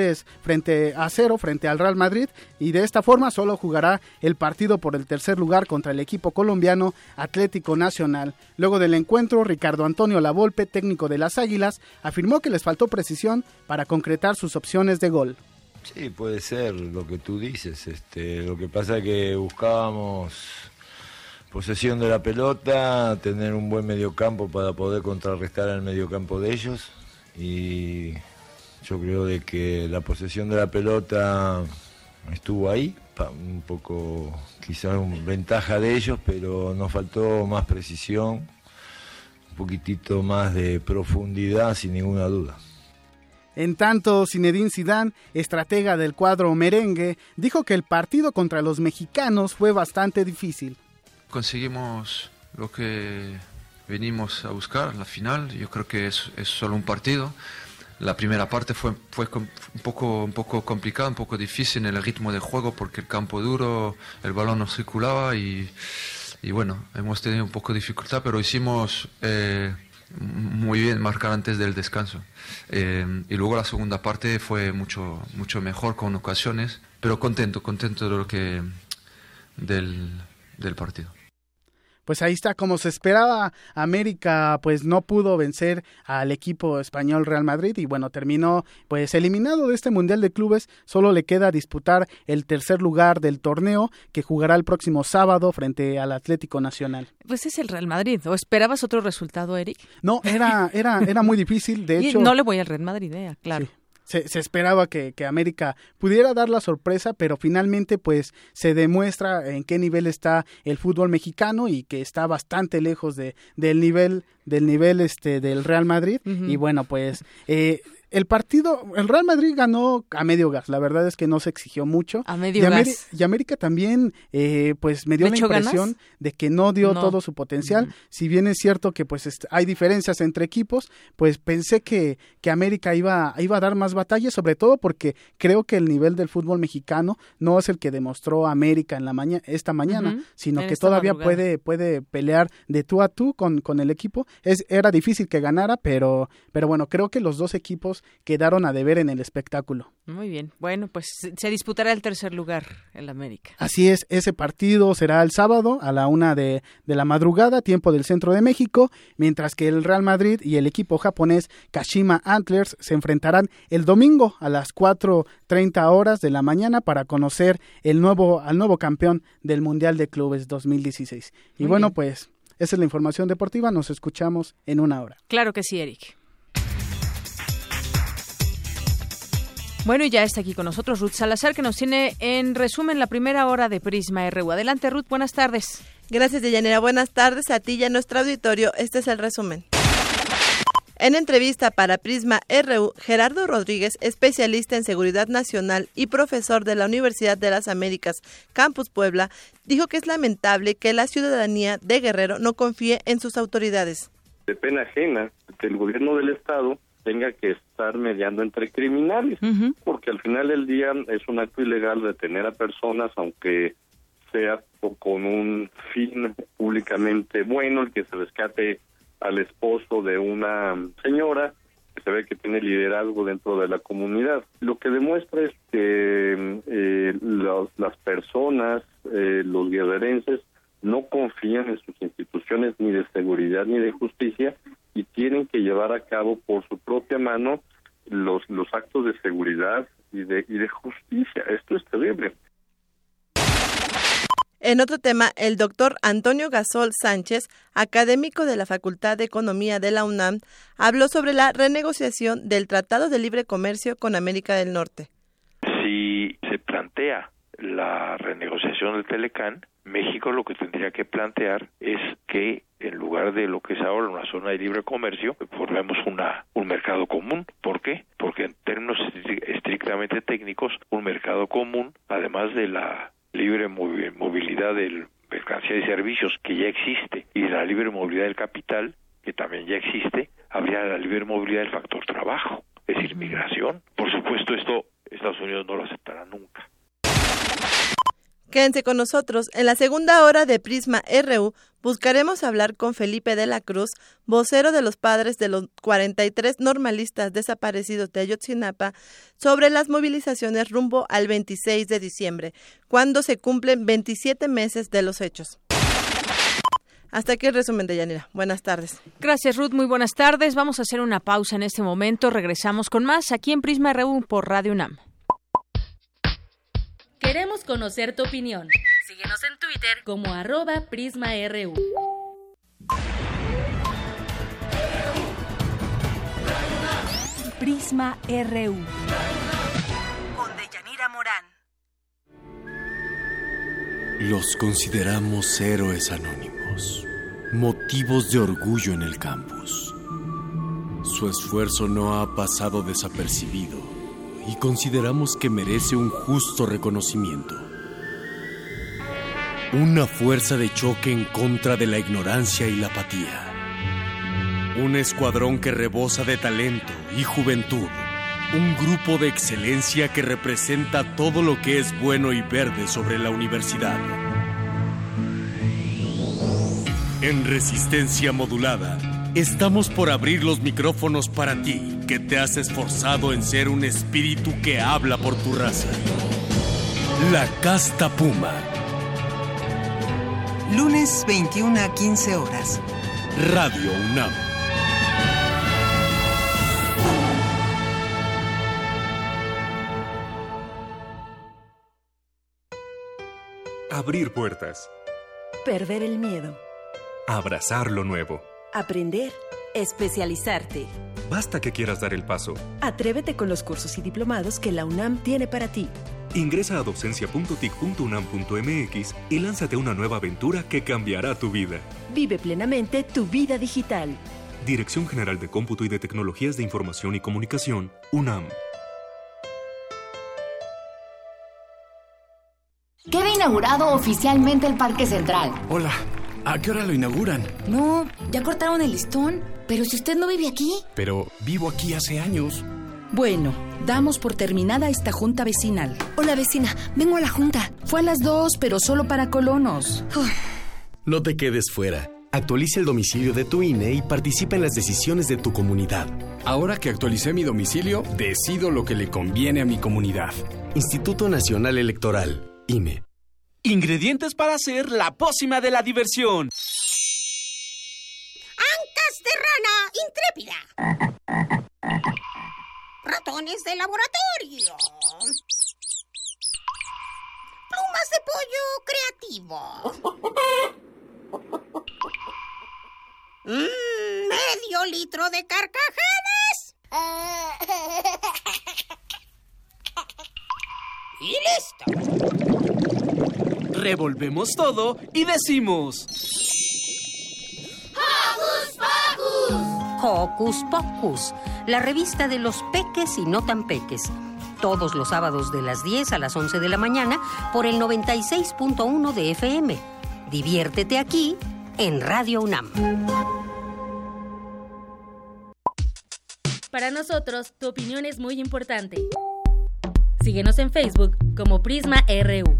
2-0 frente al Real Madrid y de esta forma solo jugará el partido por el tercer lugar contra el equipo colombiano Atlético Nacional. Luego del encuentro, Ricardo Antonio Lavolpe, técnico de las Águilas, afirmó que les faltó precisión para concretar sus opciones de gol. Sí, puede ser lo que tú dices. Lo que pasa es que buscábamos posesión de la pelota, tener un buen mediocampo para poder contrarrestar al mediocampo de ellos y yo creo de que la posesión de la pelota estuvo ahí, un poco quizás ventaja de ellos, pero nos faltó más precisión, un poquitito más de profundidad sin ninguna duda. En tanto, Zinedine Zidane, estratega del cuadro merengue, dijo que el partido contra los mexicanos fue bastante difícil. Conseguimos lo que venimos a buscar, la final. Yo creo que es solo un partido. La primera parte fue un poco complicada, un poco difícil en el ritmo de juego porque el campo duro, el balón no circulaba y bueno, hemos tenido un poco de dificultad, pero hicimos muy bien marcar antes del descanso. Y luego la segunda parte fue mucho mejor con ocasiones, pero contento de lo que del partido. Pues ahí está, como se esperaba, América pues no pudo vencer al equipo español Real Madrid y bueno, terminó pues eliminado de este Mundial de Clubes. Solo le queda disputar el tercer lugar del torneo, que jugará el próximo sábado frente al Atlético Nacional. Pues es el Real Madrid. ¿O esperabas otro resultado, Eric? No, era muy difícil, de hecho. No le voy al Real Madrid, claro. Sí. Se esperaba que América pudiera dar la sorpresa, pero finalmente pues se demuestra en qué nivel está el fútbol mexicano y que está bastante lejos del nivel del Real Madrid. Uh-huh. Y bueno, pues el Real Madrid ganó a medio gas, la verdad es que no se exigió mucho. A medio gas. Y América también, pues me dio la impresión de que no dio todo su potencial. Si bien es cierto que pues hay diferencias entre equipos, pues pensé que América iba a dar más batalla, sobre todo porque creo que el nivel del fútbol mexicano no es el que demostró América en esta mañana, uh-huh, sino que todavía puede pelear de tú a tú con el equipo. Era difícil que ganara, pero bueno, creo que los dos equipos quedaron a deber en el espectáculo. Muy bien. Bueno, pues se disputará el tercer lugar en América. Así es, ese partido será el sábado a la 1 de la madrugada, tiempo del centro de México, mientras que el Real Madrid y el equipo japonés Kashima Antlers se enfrentarán el domingo a las 4:30 horas de la mañana para conocer al nuevo campeón del Mundial de Clubes 2016. Y muy bueno, bien. Pues esa es la información deportiva, nos escuchamos en una hora. Claro que sí, Eric. Bueno, y ya está aquí con nosotros Ruth Salazar, que nos tiene en resumen la primera hora de Prisma RU. Adelante, Ruth, buenas tardes. Gracias, Deyanira. Buenas tardes a ti y a nuestro auditorio. Este es el resumen. En entrevista para Prisma RU, Gerardo Rodríguez, especialista en seguridad nacional y profesor de la Universidad de las Américas, Campus Puebla, dijo que es lamentable que la ciudadanía de Guerrero no confíe en sus autoridades. De pena ajena que el gobierno del estado tenga que estar mediando entre criminales, uh-huh, porque al final del día es un acto ilegal detener a personas, aunque sea con un fin públicamente bueno, el que se rescate al esposo de una señora que se ve que tiene liderazgo dentro de la comunidad. Lo que demuestra es que las personas, los guerrerenses, no confían en sus instituciones ni de seguridad ni de justicia y tienen que llevar a cabo por su propia mano los actos de seguridad y de justicia. Esto es terrible. En otro tema, el doctor Antonio Gasol Sánchez, académico de la Facultad de Economía de la UNAM, habló sobre la renegociación del Tratado de Libre Comercio con América del Norte. Si se plantea la renegociación del Telecán, México lo que tendría que plantear es que en lugar de lo que es ahora una zona de libre comercio, formemos un mercado común. ¿Por qué? Porque en términos estrictamente técnicos, un mercado común, además de la libre movilidad de mercancía y servicios que ya existe y de la libre movilidad del capital, que también ya existe, habría la libre movilidad del factor trabajo, es decir, migración. Por supuesto, esto Estados Unidos no lo aceptará nunca. Quédense con nosotros. En la segunda hora de Prisma RU buscaremos hablar con Felipe de la Cruz, vocero de los padres de los 43 normalistas desaparecidos de Ayotzinapa, sobre las movilizaciones rumbo al 26 de diciembre, cuando se cumplen 27 meses de los hechos. Hasta aquí el resumen de Yanira. Buenas tardes. Gracias, Ruth. Muy buenas tardes. Vamos a hacer una pausa en este momento. Regresamos con más aquí en Prisma RU por Radio UNAM. Queremos conocer tu opinión. Síguenos en Twitter como @PrismaRU. Prisma RU. Con Deyanira Morán. Los consideramos héroes anónimos, motivos de orgullo en el campus. Su esfuerzo no ha pasado desapercibido y consideramos que merece un justo reconocimiento. Una fuerza de choque en contra de la ignorancia y la apatía. Un escuadrón que rebosa de talento y juventud. Un grupo de excelencia que representa todo lo que es bueno y verde sobre la universidad. En Resistencia Modulada, estamos por abrir los micrófonos para ti, que te has esforzado en ser un espíritu que habla por tu raza. La Casta Puma. lunes 21 a 15 horas. Radio UNAM. Abrir puertas. Perder el miedo. Abrazar lo nuevo. Aprender. Especializarte. Basta que quieras dar el paso. Atrévete con los cursos y diplomados que la UNAM tiene para ti. Ingresa a docencia.tic.unam.mx y lánzate a una nueva aventura que cambiará tu vida. Vive plenamente tu vida digital. Dirección General de Cómputo y de Tecnologías de Información y Comunicación, UNAM. Queda inaugurado oficialmente el Parque Central. Hola, ¿a qué hora lo inauguran? No, ya cortaron el listón. Pero si usted no vive aquí. Pero vivo aquí hace años. Bueno, damos por terminada esta junta vecinal. Hola, vecina, vengo a la junta. Fue a las 2, pero solo para colonos. No te quedes fuera. Actualiza el domicilio de tu INE y participa en las decisiones de tu comunidad. Ahora que actualicé mi domicilio, decido lo que le conviene a mi comunidad. Instituto Nacional Electoral, INE. Ingredientes para hacer la pócima de la diversión. Ancas de rana intrépida. Ratones de laboratorio. Plumas de pollo creativo. Medio litro de carcajadas. Y listo. Revolvemos todo y decimos... ¡Hocus Pocus! Hocus Pocus, la revista de los peques y no tan peques. Todos los sábados de las 10 a las 11 de la mañana por el 96.1 de FM. Diviértete aquí en Radio UNAM. Para nosotros, tu opinión es muy importante. Síguenos en Facebook como Prisma RU.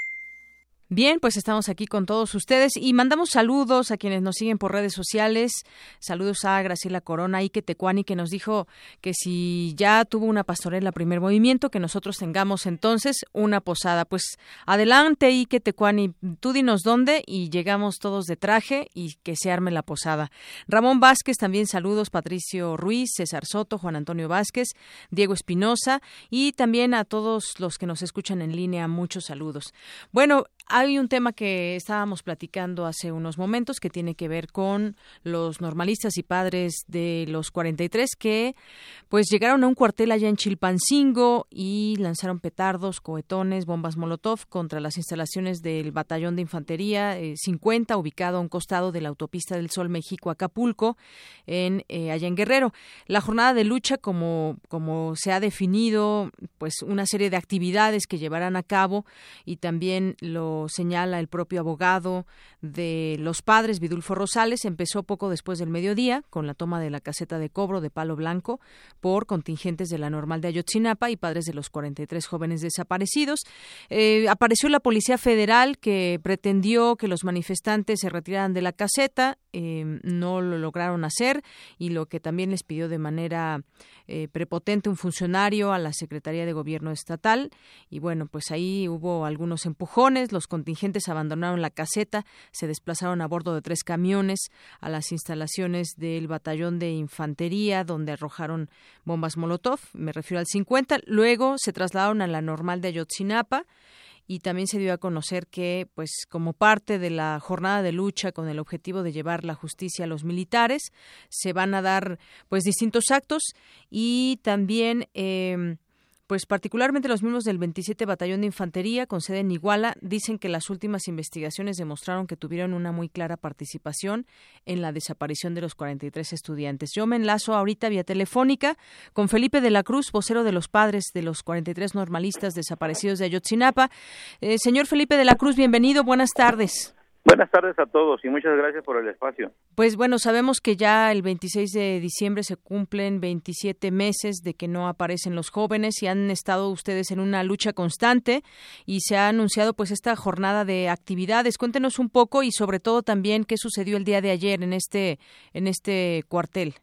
Bien, pues estamos aquí con todos ustedes y mandamos saludos a quienes nos siguen por redes sociales. Saludos a Graciela Corona, Ike Tecuani, que nos dijo que si ya tuvo una pastorela Primer Movimiento, que nosotros tengamos entonces una posada. Pues adelante, Ike Tecuani, tú dinos dónde y llegamos todos de traje y que se arme la posada. Ramón Vázquez, también saludos, Patricio Ruiz, César Soto, Juan Antonio Vázquez, Diego Espinosa y también a todos los que nos escuchan en línea, muchos saludos. Bueno, hay un tema que estábamos platicando hace unos momentos que tiene que ver con los normalistas y padres de los 43 que pues llegaron a un cuartel allá en Chilpancingo y lanzaron petardos, cohetones, bombas molotov contra las instalaciones del Batallón de Infantería 50 ubicado a un costado de la autopista del Sol México-Acapulco allá en Guerrero. La jornada de lucha como se ha definido pues una serie de actividades que llevarán a cabo y también lo señala el propio abogado de los padres, Vidulfo Rosales, empezó poco después del mediodía con la toma de la caseta de cobro de Palo Blanco por contingentes de la Normal de Ayotzinapa y padres de los 43 jóvenes desaparecidos. Apareció la Policía Federal que pretendió que los manifestantes se retiraran de la caseta, no lo lograron hacer y lo que también les pidió de manera prepotente un funcionario a la Secretaría de Gobierno Estatal y bueno, pues ahí hubo algunos empujones, los contingentes abandonaron la caseta, se desplazaron a bordo de 3 camiones a las instalaciones del Batallón de Infantería donde arrojaron bombas molotov, me refiero al 50, luego se trasladaron a la Normal de Ayotzinapa y también se dio a conocer que, pues, como parte de la jornada de lucha con el objetivo de llevar la justicia a los militares, se van a dar, pues, distintos actos y también, pues, particularmente los miembros del 27 Batallón de Infantería con sede en Iguala dicen que las últimas investigaciones demostraron que tuvieron una muy clara participación en la desaparición de los 43 estudiantes. Yo me enlazo ahorita vía telefónica con Felipe de la Cruz, vocero de los padres de los 43 normalistas desaparecidos de Ayotzinapa. Señor Felipe de la Cruz, bienvenido, buenas tardes. Buenas tardes a todos y muchas gracias por el espacio. Pues bueno, sabemos que ya el 26 de diciembre se cumplen 27 meses de que no aparecen los jóvenes y han estado ustedes en una lucha constante y se ha anunciado pues esta jornada de actividades. Cuéntenos un poco y sobre todo también qué sucedió el día de ayer en este cuartel,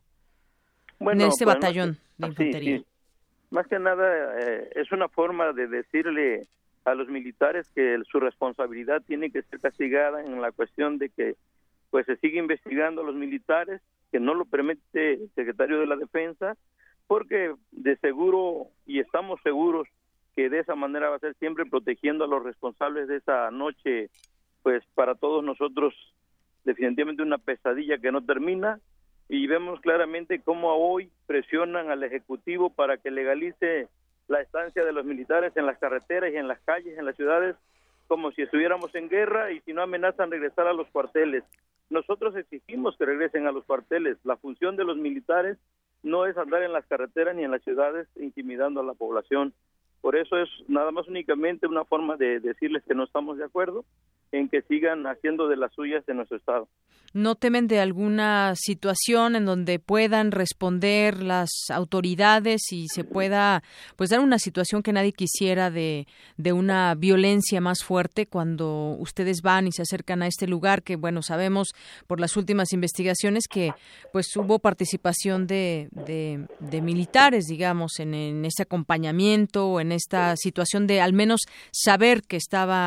bueno, en este batallón de infantería. Sí. Más que nada es una forma de decirle a los militares que su responsabilidad tiene que ser castigada en la cuestión de que pues se sigue investigando a los militares, que no lo permite el secretario de la Defensa, porque de seguro, y estamos seguros, que de esa manera va a ser siempre protegiendo a los responsables de esa noche, pues para todos nosotros definitivamente una pesadilla que no termina, y vemos claramente cómo hoy presionan al Ejecutivo para que legalice la estancia de los militares en las carreteras y en las calles, en las ciudades, como si estuviéramos en guerra, y si no amenazan regresar a los cuarteles. Nosotros exigimos que regresen a los cuarteles. La función de los militares no es andar en las carreteras ni en las ciudades intimidando a la población. Por eso es nada más únicamente una forma de decirles que no estamos de acuerdo en que sigan haciendo de las suyas en nuestro estado. ¿No temen de alguna situación en donde puedan responder las autoridades y se pueda pues dar una situación que nadie quisiera de una violencia más fuerte cuando ustedes van y se acercan a este lugar que, bueno, sabemos por las últimas investigaciones que pues hubo participación de militares, digamos, en ese acompañamiento o en esta situación de al menos saber que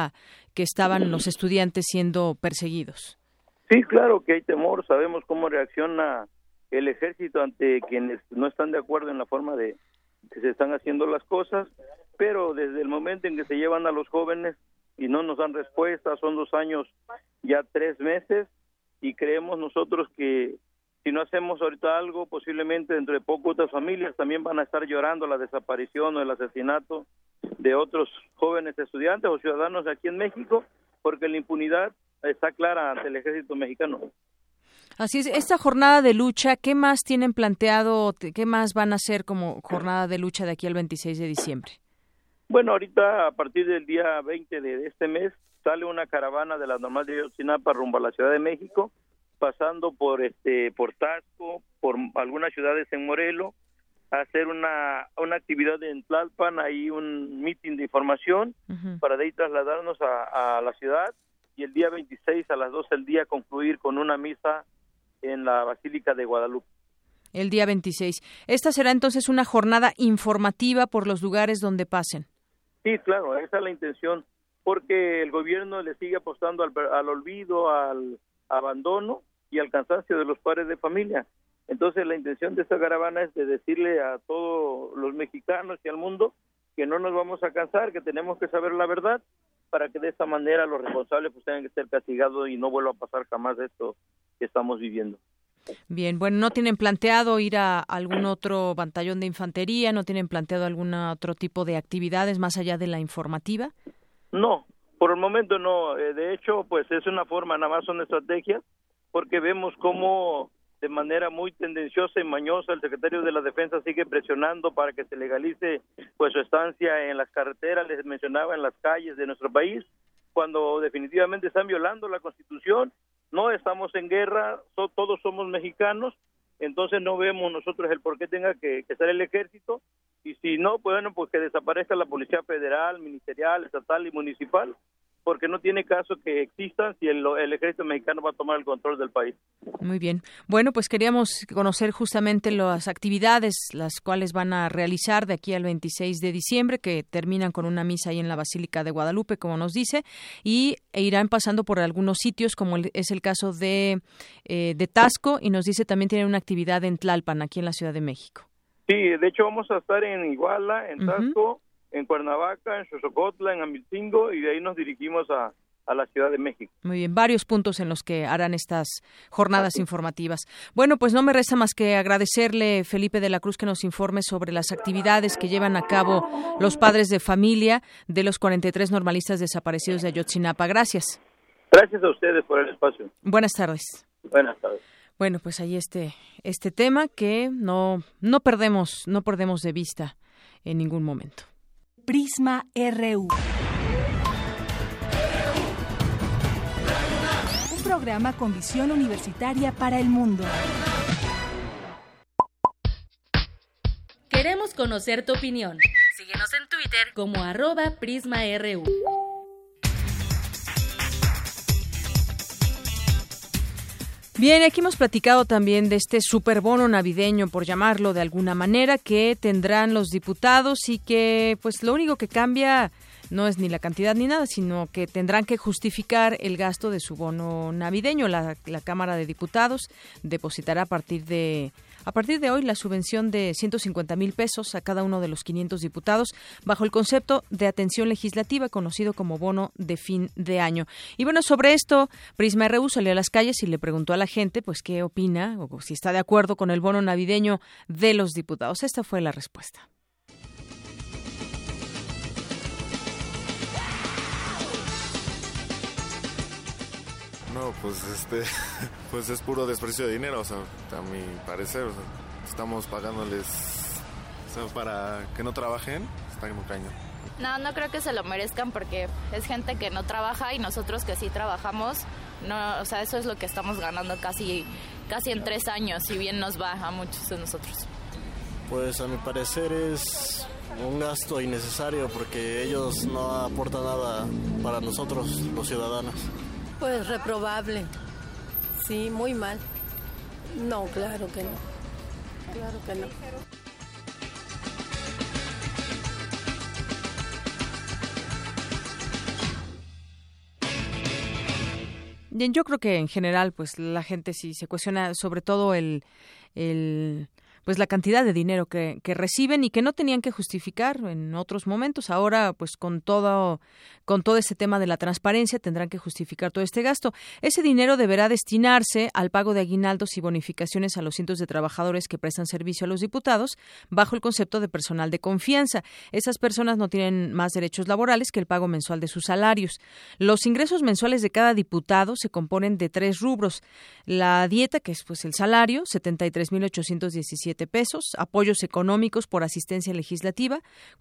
estaban los estudiantes siendo perseguidos? Sí, claro que hay temor. Sabemos cómo reacciona el ejército ante quienes no están de acuerdo en la forma de que se están haciendo las cosas, pero desde el momento en que se llevan a los jóvenes y no nos dan respuesta, son 2 años, ya 3 meses, y creemos nosotros que si no hacemos ahorita algo, posiblemente dentro de poco otras familias también van a estar llorando la desaparición o el asesinato de otros jóvenes estudiantes o ciudadanos aquí en México, porque la impunidad está clara ante el ejército mexicano. Así es, esta jornada de lucha, ¿qué más tienen planteado, qué más van a hacer como jornada de lucha de aquí al 26 de diciembre? Bueno, ahorita a partir del día 20 de este mes sale una caravana de la Normal de Ayotzinapa rumbo a la Ciudad de México, pasando por Tasco, por algunas ciudades en Morelos, a hacer una actividad en Tlalpan, ahí un meeting de información, para de ahí trasladarnos a la ciudad, y el día 26 a las 12 del día concluir con una misa en la Basílica de Guadalupe. El día 26. Esta será entonces una jornada informativa por los lugares donde pasen. Sí, claro, esa es la intención, porque el gobierno le sigue apostando al olvido, al abandono y al cansancio de los padres de familia. Entonces la intención de esta caravana es de decirle a todos los mexicanos y al mundo que no nos vamos a cansar, que tenemos que saber la verdad, para que de esta manera los responsables pues tengan que ser castigados y no vuelva a pasar jamás esto que estamos viviendo. Bien, bueno, ¿no tienen planteado ir a algún otro batallón de infantería? ¿No tienen planteado algún otro tipo de actividades más allá de la informativa? No, por el momento no. De hecho, pues es una forma, nada más son estrategias, porque vemos cómo de manera muy tendenciosa y mañosa el secretario de la Defensa sigue presionando para que se legalice pues su estancia en las carreteras, les mencionaba, en las calles de nuestro país, cuando definitivamente están violando la Constitución. No estamos en guerra, todos somos mexicanos, entonces no vemos nosotros el por qué tenga que estar el ejército, y si no, pues bueno, pues que desaparezca la Policía Federal, Ministerial, Estatal y Municipal, porque no tiene caso que existan si el ejército mexicano va a tomar el control del país. Muy bien. Bueno, pues queríamos conocer justamente las actividades, las cuales van a realizar de aquí al 26 de diciembre, que terminan con una misa ahí en la Basílica de Guadalupe, como nos dice, e irán pasando por algunos sitios, como es el caso de Tasco, y nos dice también tienen una actividad en Tlalpan, aquí en la Ciudad de México. Sí, de hecho vamos a estar en Iguala, en Tasco, en Cuernavaca, en Xochocotla, en Amilcingo, y de ahí nos dirigimos a la Ciudad de México. Muy bien, varios puntos en los que harán estas jornadas informativas. Bueno, pues no me resta más que agradecerle, Felipe de la Cruz, que nos informe sobre las actividades que llevan a cabo los padres de familia de los 43 normalistas desaparecidos de Ayotzinapa. Gracias. Gracias a ustedes por el espacio. Buenas tardes. Buenas tardes. Bueno, pues ahí este tema que no perdemos de vista en ningún momento. Prisma RU. Un programa con visión universitaria para el mundo. Queremos conocer tu opinión. Síguenos en Twitter como @PrismaRU. Bien, aquí hemos platicado también de este superbono navideño, por llamarlo de alguna manera, que tendrán los diputados y que pues lo único que cambia no es ni la cantidad ni nada, sino que tendrán que justificar el gasto de su bono navideño. La Cámara de Diputados depositará a partir de hoy la subvención de 150,000 pesos a cada uno de los 500 diputados bajo el concepto de atención legislativa conocido como bono de fin de año. Y bueno, sobre esto, Prisma RU salió a las calles y le preguntó a la gente pues qué opina o si está de acuerdo con el bono navideño de los diputados. Esta fue la respuesta. No, pues es puro desperdicio de dinero, o sea, a mi parecer, o sea, estamos pagándoles, o sea, para que no trabajen, está muy cañón. No creo que se lo merezcan porque es gente que no trabaja y nosotros que sí trabajamos, no, o sea, eso es lo que estamos ganando casi en 3 años, si bien nos va a muchos de nosotros. Pues a mi parecer es un gasto innecesario porque ellos no aportan nada para nosotros, los ciudadanos. Pues reprobable, sí, muy mal. No, claro que no. Bien, yo creo que en general, pues la gente sí se cuestiona sobre todo pues la cantidad de dinero que reciben y que no tenían que justificar en otros momentos. Ahora, pues con todo este tema de la transparencia tendrán que justificar todo este gasto. Ese dinero deberá destinarse al pago de aguinaldos y bonificaciones a los cientos de trabajadores que prestan servicio a los diputados bajo el concepto de personal de confianza. Esas personas no tienen más derechos laborales que el pago mensual de sus salarios. Los ingresos mensuales de cada diputado se componen de 3 rubros. La dieta, que es pues el salario, 73,817 pesos, apoyos económicos por asistencia legislativa,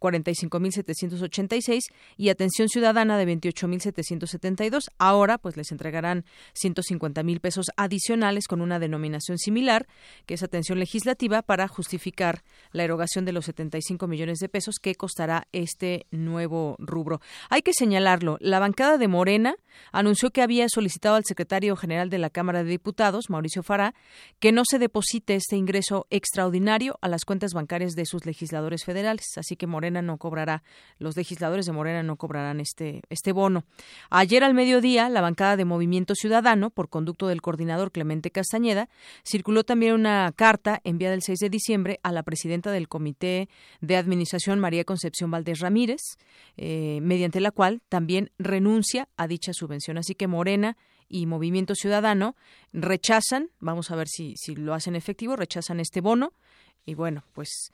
45,786 y atención ciudadana de 28,772. Ahora pues les entregarán 150,000 pesos adicionales con una denominación similar, que es atención legislativa, para justificar la erogación de los 75 millones de pesos que costará este nuevo rubro. Hay que señalarlo, la bancada de Morena anunció que había solicitado al secretario general de la Cámara de Diputados, Mauricio Farah, que no se deposite este ingreso extraordinario a las cuentas bancarias de sus legisladores federales, así que Morena no cobrará, los legisladores de Morena no cobrarán este bono. Ayer al mediodía, la bancada de Movimiento Ciudadano, por conducto del coordinador Clemente Castañeda, circuló también una carta enviada el 6 de diciembre a la presidenta del Comité de Administración, María Concepción Valdés Ramírez, mediante la cual también renuncia a dicha subvención. Así que Morena y Movimiento Ciudadano rechazan, vamos a ver si lo hacen efectivo, rechazan este bono y bueno, pues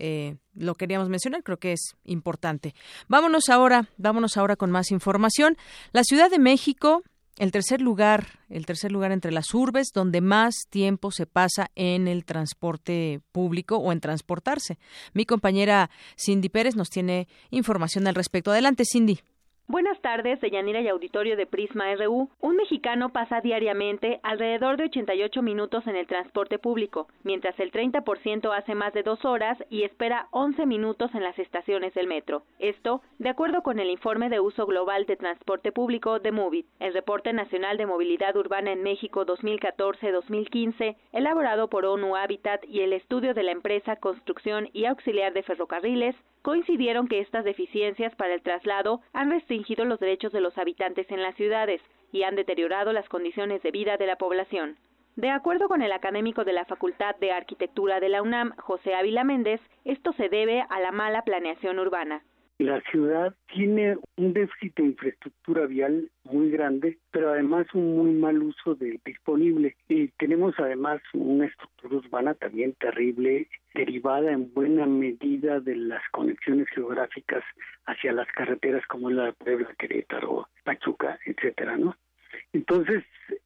lo queríamos mencionar, creo que es importante. Vámonos ahora con más información. La Ciudad de México, el tercer lugar entre las urbes donde más tiempo se pasa en el transporte público o en transportarse. Mi compañera Cindy Pérez nos tiene información al respecto. Adelante, Cindy. Buenas tardes, Deyanira y auditorio de Prisma RU. Un mexicano pasa diariamente alrededor de 88 minutos en el transporte público, mientras el 30% hace más de 2 horas y espera 11 minutos en las estaciones del metro. Esto, de acuerdo con el informe de uso global de transporte público de MOVIT, el Reporte Nacional de Movilidad Urbana en México 2014-2015, elaborado por ONU Habitat y el estudio de la empresa Construcción y Auxiliar de Ferrocarriles, coincidieron que estas deficiencias para el traslado han restringido los derechos de los habitantes en las ciudades y han deteriorado las condiciones de vida de la población. De acuerdo con el académico de la Facultad de Arquitectura de la UNAM, José Ávila Méndez, esto se debe a la mala planeación urbana. La ciudad tiene un déficit de infraestructura vial muy grande, pero además un muy mal uso del disponible. Y tenemos además una estructura urbana también terrible, derivada en buena medida de las conexiones geográficas hacia las carreteras como la de Puebla, Querétaro, Pachuca, etcétera, ¿no? Entonces,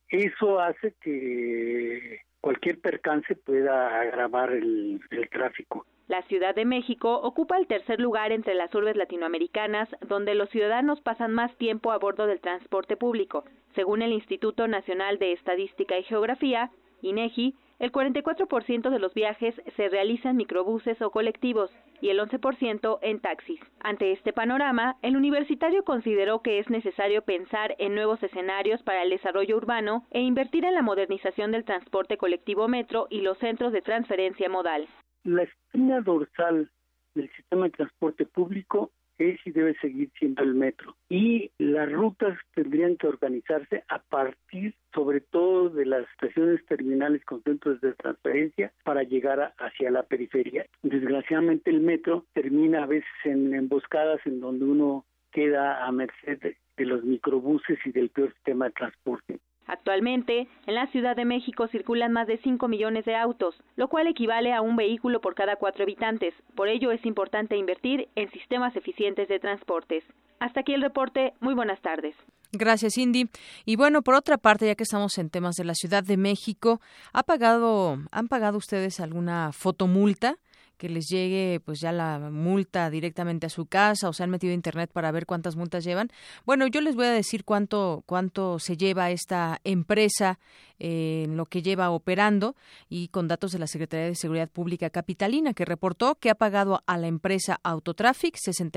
eso hace que cualquier percance pueda agravar el tráfico. La Ciudad de México ocupa el tercer lugar entre las urbes latinoamericanas, donde los ciudadanos pasan más tiempo a bordo del transporte público. Según el Instituto Nacional de Estadística y Geografía, INEGI, el 44% de los viajes se realizan en microbuses o colectivos y el 11% en taxis. Ante este panorama, el universitario consideró que es necesario pensar en nuevos escenarios para el desarrollo urbano e invertir en la modernización del transporte colectivo metro y los centros de transferencia modal. La espina dorsal del sistema de transporte público es y debe seguir siendo el metro. Y las rutas tendrían que organizarse a partir, sobre todo, de las estaciones terminales con centros de transferencia para llegar hacia la periferia. Desgraciadamente el metro termina a veces en emboscadas en donde uno queda a merced de los microbuses y del peor sistema de transporte. Actualmente, en la Ciudad de México circulan más de 5 millones de autos, lo cual equivale a un vehículo por cada 4 habitantes. Por ello es importante invertir en sistemas eficientes de transportes. Hasta aquí el reporte. Muy buenas tardes. Gracias, Cindy. Y bueno, por otra parte, ya que estamos en temas de la Ciudad de México, ¿han pagado ustedes alguna fotomulta? Que les llegue pues ya la multa directamente a su casa, o se han metido a internet para ver cuántas multas llevan. Bueno, yo les voy a decir cuánto se lleva esta empresa en lo que lleva operando, y con datos de la Secretaría de Seguridad Pública capitalina, que reportó que ha pagado a la empresa Autotraffic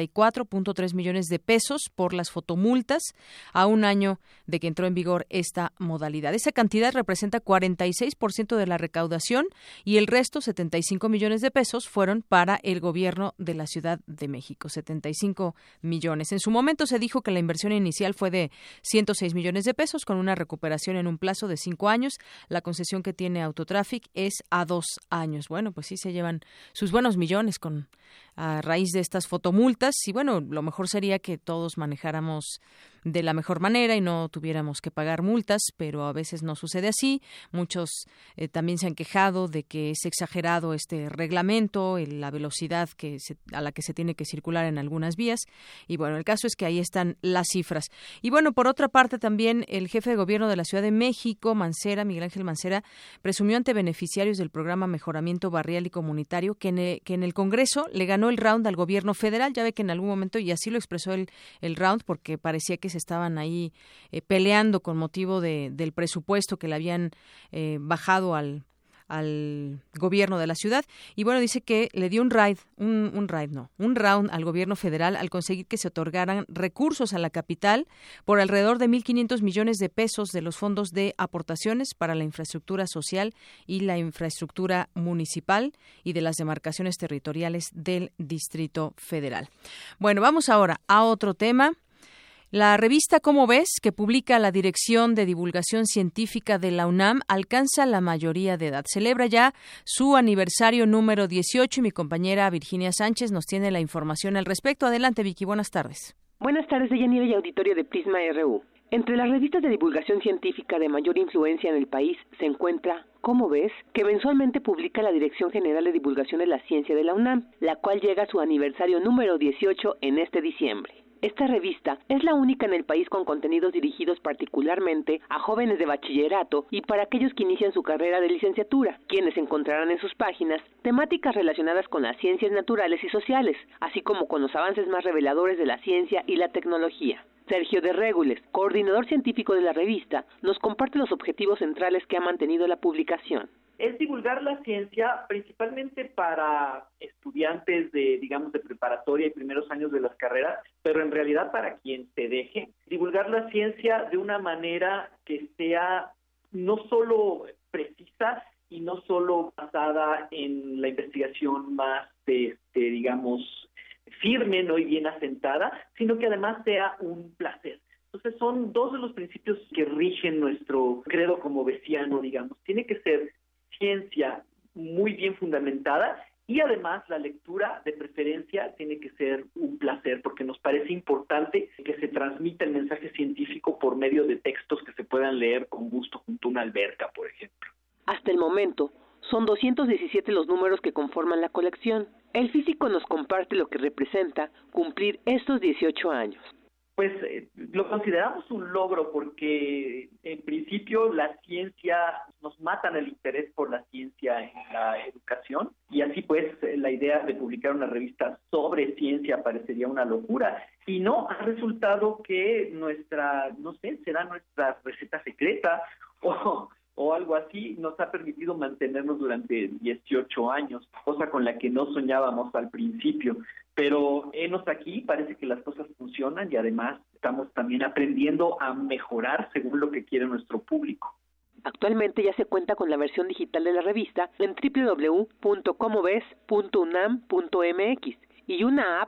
64.3 millones de pesos por las fotomultas a un año de que entró en vigor esta modalidad. Esa cantidad representa 46% de la recaudación, y el resto, 75 millones de pesos, fueron para el gobierno de la Ciudad de México, 75 millones. En su momento se dijo que la inversión inicial fue de 106 millones de pesos, con una recuperación en un plazo de 5 años. La concesión que tiene Autotraffic es a 2 años. Bueno, pues sí se llevan sus buenos millones a raíz de estas fotomultas, y bueno, lo mejor sería que todos manejáramos de la mejor manera y no tuviéramos que pagar multas, pero a veces no sucede así. Muchos también se han quejado de que es exagerado este reglamento, la velocidad a la que se tiene que circular en algunas vías, y bueno, el caso es que ahí están las cifras. Y bueno, por otra parte también el jefe de gobierno de la Ciudad de México, Miguel Ángel Mancera, presumió ante beneficiarios del programa Mejoramiento Barrial y Comunitario que en el Congreso le ganó el round al gobierno federal. Ya ve que en algún momento, y así lo expresó el round, porque parecía que se estaban ahí peleando con motivo del presupuesto que le habían bajado al gobierno de la ciudad, y bueno, dice que le dio un round al gobierno federal al conseguir que se otorgaran recursos a la capital por alrededor de 1.500 millones de pesos de los fondos de aportaciones para la infraestructura social y la infraestructura municipal y de las demarcaciones territoriales del Distrito Federal. Bueno, vamos ahora a otro tema. La revista ¿Cómo ves?, que publica la Dirección de Divulgación Científica de la UNAM, alcanza la mayoría de edad. Celebra ya su aniversario número 18 y mi compañera Virginia Sánchez nos tiene la información al respecto. Adelante, Vicky, buenas tardes. Buenas tardes, Deyanira y auditorio de Prisma RU. Entre las revistas de divulgación científica de mayor influencia en el país se encuentra ¿Cómo ves?, que mensualmente publica la Dirección General de Divulgación de la Ciencia de la UNAM, la cual llega a su aniversario número 18 en este diciembre. Esta revista es la única en el país con contenidos dirigidos particularmente a jóvenes de bachillerato y para aquellos que inician su carrera de licenciatura, quienes encontrarán en sus páginas temáticas relacionadas con las ciencias naturales y sociales, así como con los avances más reveladores de la ciencia y la tecnología. Sergio de Régules, coordinador científico de la revista, nos comparte los objetivos centrales que ha mantenido la publicación. Es divulgar la ciencia principalmente para estudiantes de preparatoria y primeros años de las carreras, pero en realidad para quien se deje. Divulgar la ciencia de una manera que sea no solo precisa y no solo basada en la investigación más, firme, ¿no?, y bien asentada, sino que además sea un placer. Entonces son dos de los principios que rigen nuestro credo como besiano, Tiene que ser ciencia muy bien fundamentada y además la lectura de preferencia tiene que ser un placer, porque nos parece importante que se transmita el mensaje científico por medio de textos que se puedan leer con gusto junto a una alberca, por ejemplo. Hasta el momento son 217 los números que conforman la colección. El físico nos comparte lo que representa cumplir estos 18 años. Pues lo consideramos un logro porque en principio la ciencia, nos matan el interés por la ciencia en la educación, y así pues la idea de publicar una revista sobre ciencia parecería una locura, y no, ha resultado que será nuestra receta secreta o algo así, nos ha permitido mantenernos durante 18 años, cosa con la que no soñábamos al principio. Pero enos aquí, parece que las cosas funcionan y además estamos también aprendiendo a mejorar según lo que quiere nuestro público. Actualmente ya se cuenta con la versión digital de la revista en www.comoves.unam.mx y una app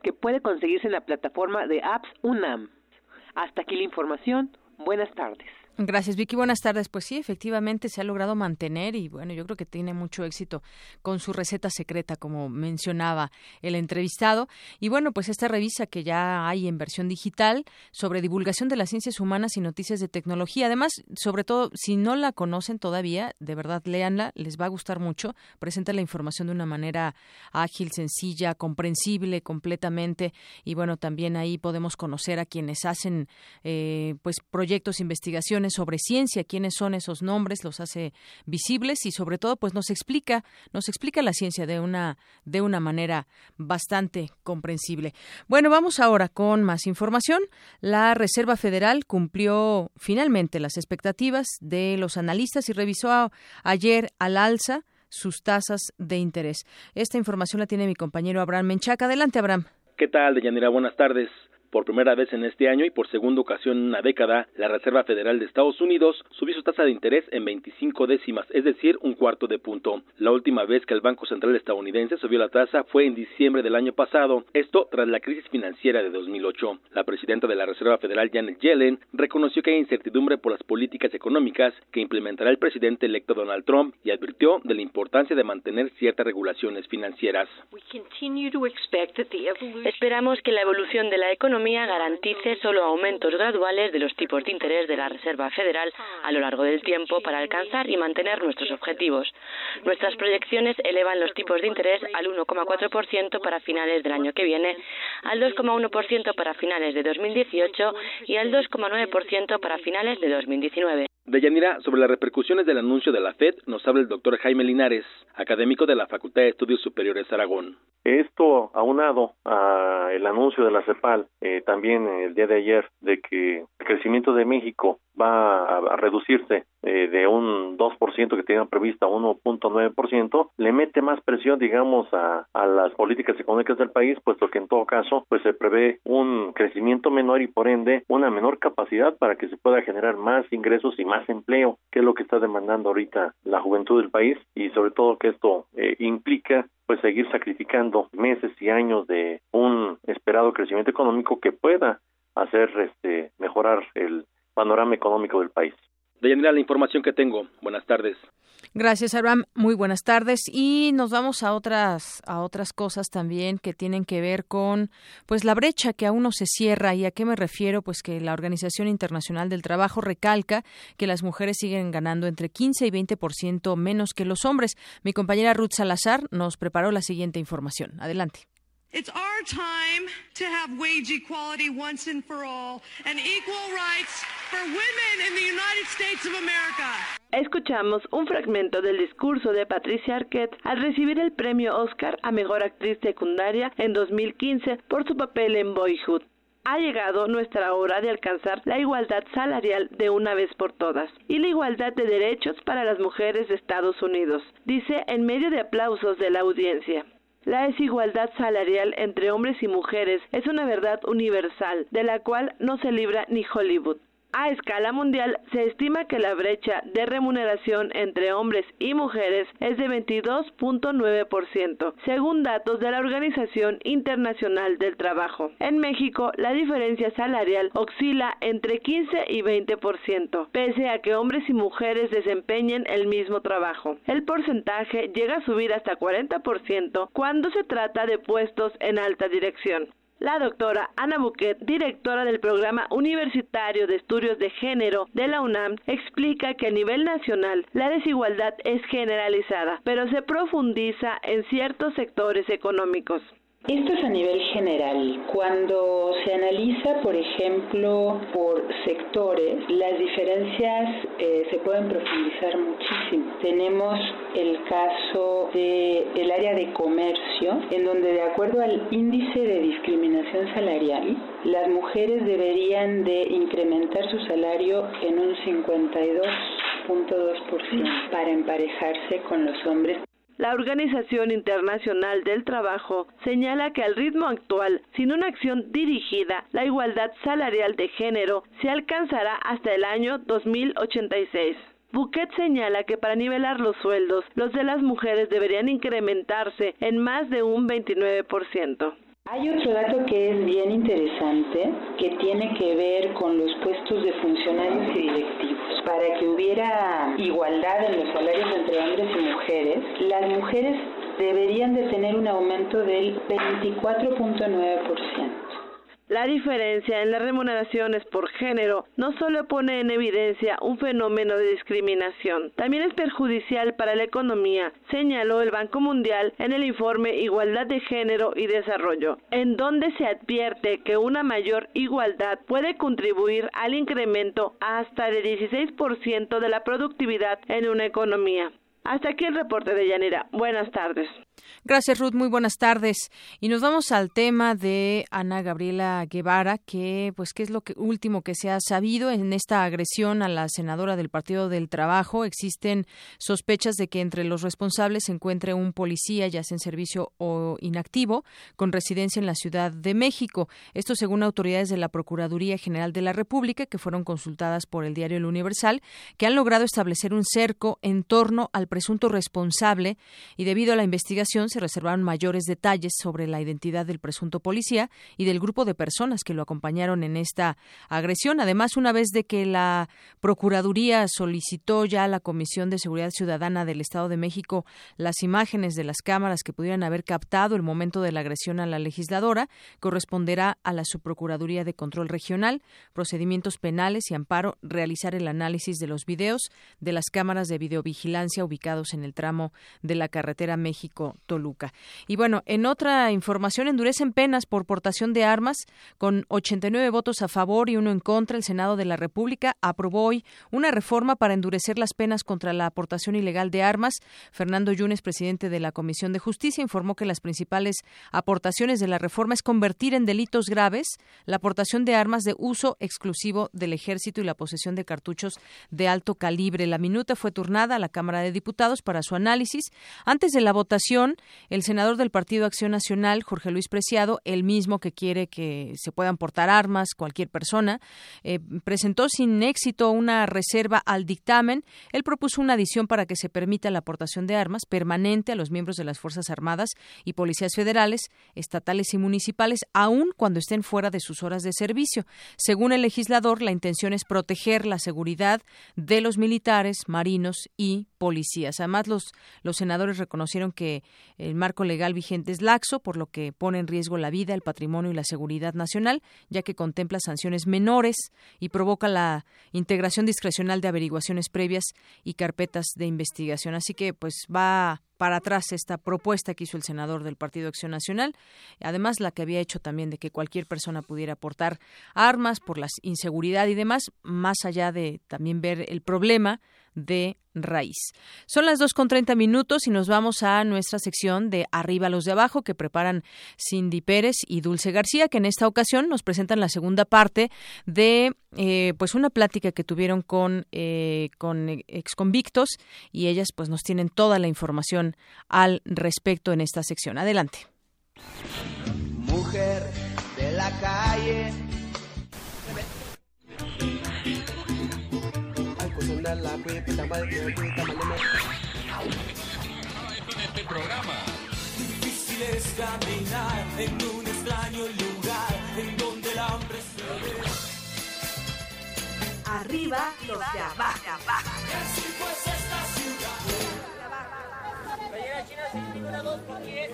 que puede conseguirse en la plataforma de apps UNAM. Hasta aquí la información. Buenas tardes. Gracias, Vicky. Buenas tardes. Pues sí, efectivamente se ha logrado mantener y bueno, yo creo que tiene mucho éxito con su receta secreta, como mencionaba el entrevistado. Y bueno, pues esta revista que ya hay en versión digital sobre divulgación de las ciencias humanas y noticias de tecnología. Además, sobre todo, si no la conocen todavía, de verdad, léanla, les va a gustar mucho. Presenta la información de una manera ágil, sencilla, comprensible completamente. Y bueno, también ahí podemos conocer a quienes hacen pues proyectos, investigaciones sobre ciencia, quiénes son esos nombres, los hace visibles y sobre todo pues nos explica la ciencia de una manera bastante comprensible. Bueno, vamos ahora con más información. La Reserva Federal cumplió finalmente las expectativas de los analistas y revisó ayer al alza sus tasas de interés. Esta información la tiene mi compañero Abraham Menchaca. Adelante, Abraham. ¿Qué tal, Deyanira? Buenas tardes. Por primera vez en este año y por segunda ocasión en una década, la Reserva Federal de Estados Unidos subió su tasa de interés en 25 décimas, es decir, un cuarto de punto. La última vez que el Banco Central estadounidense subió la tasa fue en diciembre del año pasado, esto tras la crisis financiera de 2008. La presidenta de la Reserva Federal, Janet Yellen, reconoció que hay incertidumbre por las políticas económicas que implementará el presidente electo Donald Trump y advirtió de la importancia de mantener ciertas regulaciones financieras. Esperamos que la evolución de la economía garantice solo aumentos graduales de los tipos de interés de la Reserva Federal a lo largo del tiempo para alcanzar y mantener nuestros objetivos. Nuestras proyecciones elevan los tipos de interés al 1,4% para finales del año que viene, al 2,1% para finales de 2018 y al 2,9% para finales de 2019. Deyanira, sobre las repercusiones del anuncio de la FED, nos habla el doctor Jaime Linares, académico de la Facultad de Estudios Superiores Aragón. Esto aunado al anuncio de la CEPAL, también el día de ayer, de que el crecimiento de México va a reducirse de un 2% que tenían prevista a 1.9%, le mete más presión, digamos, a las políticas económicas del país, puesto que en todo caso pues se prevé un crecimiento menor y por ende una menor capacidad para que se pueda generar más ingresos y más empleo, que es lo que está demandando ahorita la juventud del país, y sobre todo que esto implica pues seguir sacrificando meses y años de un esperado crecimiento económico que pueda hacer mejorar el panorama económico del país. Deyanira, la información que tengo. Buenas tardes. Gracias, Abraham. Muy buenas tardes. Y nos vamos a otras cosas también que tienen que ver con pues la brecha que aún no se cierra. ¿Y a qué me refiero? Pues que la Organización Internacional del Trabajo recalca que las mujeres siguen ganando entre 15 y 20% menos que los hombres. Mi compañera Ruth Salazar nos preparó la siguiente información. Adelante. It's our time to have wage equality once and for all and equal rights for women in the United States of America. Escuchamos un fragmento del discurso de Patricia Arquette al recibir el premio Oscar a Mejor Actriz Secundaria en 2015 por su papel en Boyhood. Ha llegado nuestra hora de alcanzar la igualdad salarial de una vez por todas y la igualdad de derechos para las mujeres de Estados Unidos, dice en medio de aplausos de la audiencia. La desigualdad salarial entre hombres y mujeres es una verdad universal, de la cual no se libra ni Hollywood. A escala mundial, se estima que la brecha de remuneración entre hombres y mujeres es de 22.9%, según datos de la Organización Internacional del Trabajo. En México, la diferencia salarial oscila entre 15 y 20%, pese a que hombres y mujeres desempeñen el mismo trabajo. El porcentaje llega a subir hasta 40% cuando se trata de puestos en alta dirección. La doctora Ana Buquet, directora del Programa Universitario de Estudios de Género de la UNAM, explica que a nivel nacional la desigualdad es generalizada, pero se profundiza en ciertos sectores económicos. Esto es a nivel general. Cuando se analiza, por ejemplo, por sectores, las diferencias se pueden profundizar muchísimo. Tenemos el caso del área de comercio, en donde de acuerdo al índice de discriminación salarial, las mujeres deberían de incrementar su salario en un 52.2% para emparejarse con los hombres. La Organización Internacional del Trabajo señala que al ritmo actual, sin una acción dirigida, la igualdad salarial de género se alcanzará hasta el año 2086. Buquet señala que para nivelar los sueldos, los de las mujeres deberían incrementarse en más de un 29%. Hay otro dato que es bien interesante, que tiene que ver con los puestos de funcionarios y directivos. Para que hubiera igualdad en los salarios entre hombres y mujeres, las mujeres deberían de tener un aumento del 24.9%. La diferencia en las remuneraciones por género no solo pone en evidencia un fenómeno de discriminación, también es perjudicial para la economía, señaló el Banco Mundial en el informe Igualdad de Género y Desarrollo, en donde se advierte que una mayor igualdad puede contribuir al incremento hasta del 16% de la productividad en una economía. Hasta aquí el reporte de Yanira. Buenas tardes. Gracias, Ruth. Muy buenas tardes. Y nos vamos al tema de Ana Gabriela Guevara, que qué es lo último que se ha sabido en esta agresión a la senadora del Partido del Trabajo. Existen sospechas de que entre los responsables se encuentre un policía, ya sea en servicio o inactivo, con residencia en la Ciudad de México. Esto según autoridades de la Procuraduría General de la República, que fueron consultadas por el diario El Universal, que han logrado establecer un cerco en torno al presunto responsable, y debido a la investigación se reservaron mayores detalles sobre la identidad del presunto policía y del grupo de personas que lo acompañaron en esta agresión. Además, una vez de que la Procuraduría solicitó ya a la Comisión de Seguridad Ciudadana del Estado de México las imágenes de las cámaras que pudieran haber captado el momento de la agresión a la legisladora, corresponderá a la Subprocuraduría de Control Regional, Procedimientos Penales y Amparo realizar el análisis de los videos de las cámaras de videovigilancia ubicados en el tramo de la carretera México-Toluca. Y bueno, en otra información, endurecen penas por portación de armas. Con 89 votos a favor y 1 en contra, el Senado de la República aprobó hoy una reforma para endurecer las penas contra la aportación ilegal de armas. Fernando Yunes, presidente de la Comisión de Justicia, informó que las principales aportaciones de la reforma es convertir en delitos graves la aportación de armas de uso exclusivo del Ejército y la posesión de cartuchos de alto calibre. La minuta fue turnada a la Cámara de Diputados para su análisis. Antes de la votación, el senador del Partido Acción Nacional, Jorge Luis Preciado, el mismo que quiere que se puedan portar armas cualquier persona, presentó sin éxito una reserva al dictamen. Él propuso una adición para que se permita la aportación de armas permanente a los miembros de las Fuerzas Armadas y policías federales, estatales y municipales, aun cuando estén fuera de sus horas de servicio. Según el legislador, la intención es proteger la seguridad de los militares, marinos y policías. Además, los senadores reconocieron que el marco legal vigente es laxo, por lo que pone en riesgo la vida, el patrimonio y la seguridad nacional, ya que contempla sanciones menores y provoca la integración discrecional de averiguaciones previas y carpetas de investigación. Así que va para atrás esta propuesta que hizo el senador del Partido Acción Nacional, además la que había hecho también de que cualquier persona pudiera portar armas por la inseguridad y demás, más allá de también ver el problema de raíz. Son las 2:30 y nos vamos a nuestra sección de Arriba los de Abajo, que preparan Cindy Pérez y Dulce García, que en esta ocasión nos presentan la segunda parte de una plática que tuvieron con exconvictos, y ellas nos tienen toda la información al respecto en esta sección. Adelante. Mujer de la calle. Este programa. Difícil es caminar en un extraño lugar en donde el hambre se ve. Arriba los de abajo. Y así pues esta ciudad. China sin ninguna 2x10.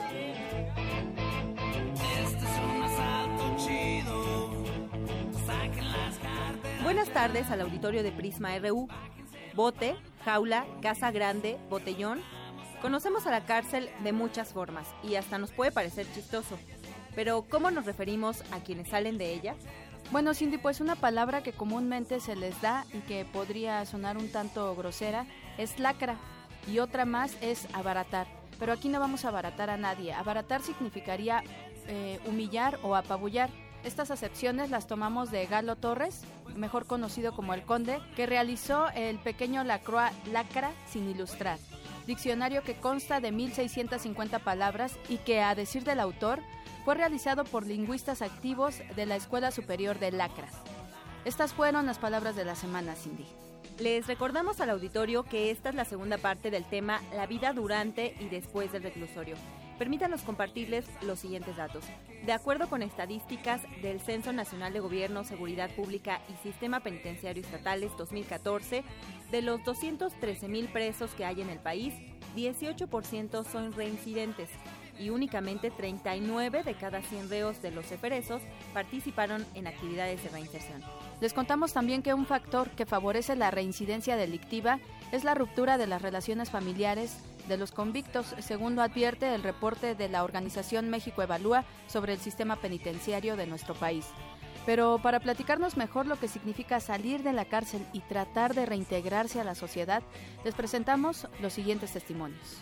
Este es un asalto chido. Saquen las carteras. Buenas tardes al auditorio de Prisma RU. Bote, jaula, casa grande, botellón. Conocemos a la cárcel de muchas formas y hasta nos puede parecer chistoso. Pero, ¿cómo nos referimos a quienes salen de ella? Bueno, Cindy, una palabra que comúnmente se les da y que podría sonar un tanto grosera es lacra, y otra más es abaratar. Pero aquí no vamos a abaratar a nadie. Abaratar significaría humillar o apabullar. Estas acepciones las tomamos de Galo Torres, mejor conocido como El Conde, que realizó el pequeño Lacra sin ilustrar, diccionario que consta de 1,650 palabras y que, a decir del autor, fue realizado por lingüistas activos de la Escuela Superior de Lacras. Estas fueron las palabras de la semana, Cindy. Les recordamos al auditorio que esta es la segunda parte del tema La vida durante y después del reclusorio. Permítanos compartirles los siguientes datos. De acuerdo con estadísticas del Censo Nacional de Gobierno, Seguridad Pública y Sistema Penitenciario Estatales 2014, de los 213,000 presos que hay en el país, 18% son reincidentes y únicamente 39 de cada 100 reos de los presos participaron en actividades de reinserción. Les contamos también que un factor que favorece la reincidencia delictiva es la ruptura de las relaciones familiares de los convictos, según lo advierte el reporte de la organización México Evalúa sobre el sistema penitenciario de nuestro país. Pero para platicarnos mejor lo que significa salir de la cárcel y tratar de reintegrarse a la sociedad, les presentamos los siguientes testimonios.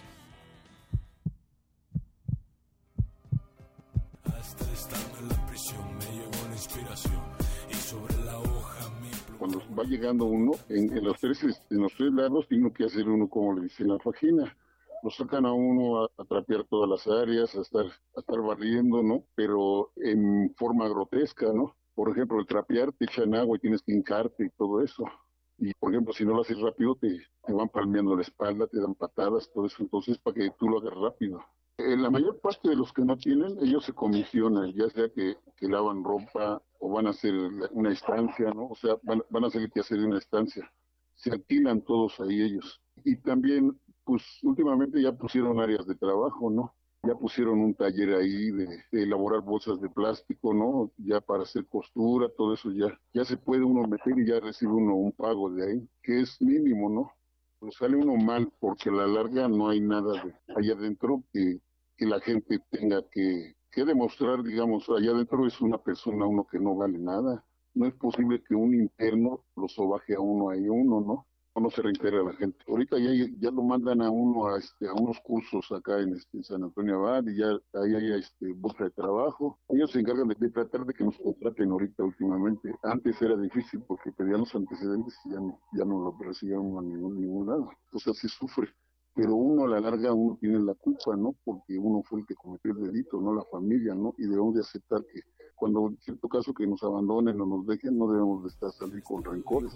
Hasta estando en la prisión me llegó la inspiración y sobre la hoja mi pluma. Cuando va llegando uno, en los tres lados tiene que hacer uno, como le dicen, la faxina. Lo sacan a uno a trapear todas las áreas, a estar barriendo, ¿no? Pero en forma grotesca, ¿no? Por ejemplo, el trapear te echan agua y tienes que hincarte y todo eso. Y, por ejemplo, si no lo haces rápido, te van palmeando la espalda, te dan patadas, todo eso. Entonces, para que tú lo hagas rápido. La mayor parte de los que no tienen, ellos se comisionan, ya sea que lavan ropa o van a hacer una estancia, ¿no? O sea, van a hacer que hacer una estancia. Se alquilan todos ahí ellos. Y también, pues, últimamente ya pusieron áreas de trabajo, ¿no? Ya pusieron un taller ahí de elaborar bolsas de plástico, ¿no? Ya para hacer costura, todo eso ya se puede uno meter y ya recibe uno un pago de ahí, que es mínimo, ¿no? Pues sale uno mal porque a la larga no hay nada de allá adentro que la gente tenga que demostrar, digamos, allá adentro es una persona, uno que no vale nada. No es posible que un interno lo sobaje a uno ahí, ¿no? No se reintegra la gente. Ahorita ya lo mandan a uno a unos cursos acá en San Antonio Abad y ya ahí hay bolsa de trabajo. Ellos se encargan de tratar de que nos contraten ahorita últimamente. Antes era difícil porque pedían los antecedentes y ya no lo recibían a ningún lado. Entonces se sufre. Pero uno a la larga uno tiene la culpa, ¿no? Porque uno fue el que cometió el delito, no la familia, ¿no? Y debemos de aceptar que cuando en cierto caso que nos abandonen o nos dejen, no debemos de salir con rencores.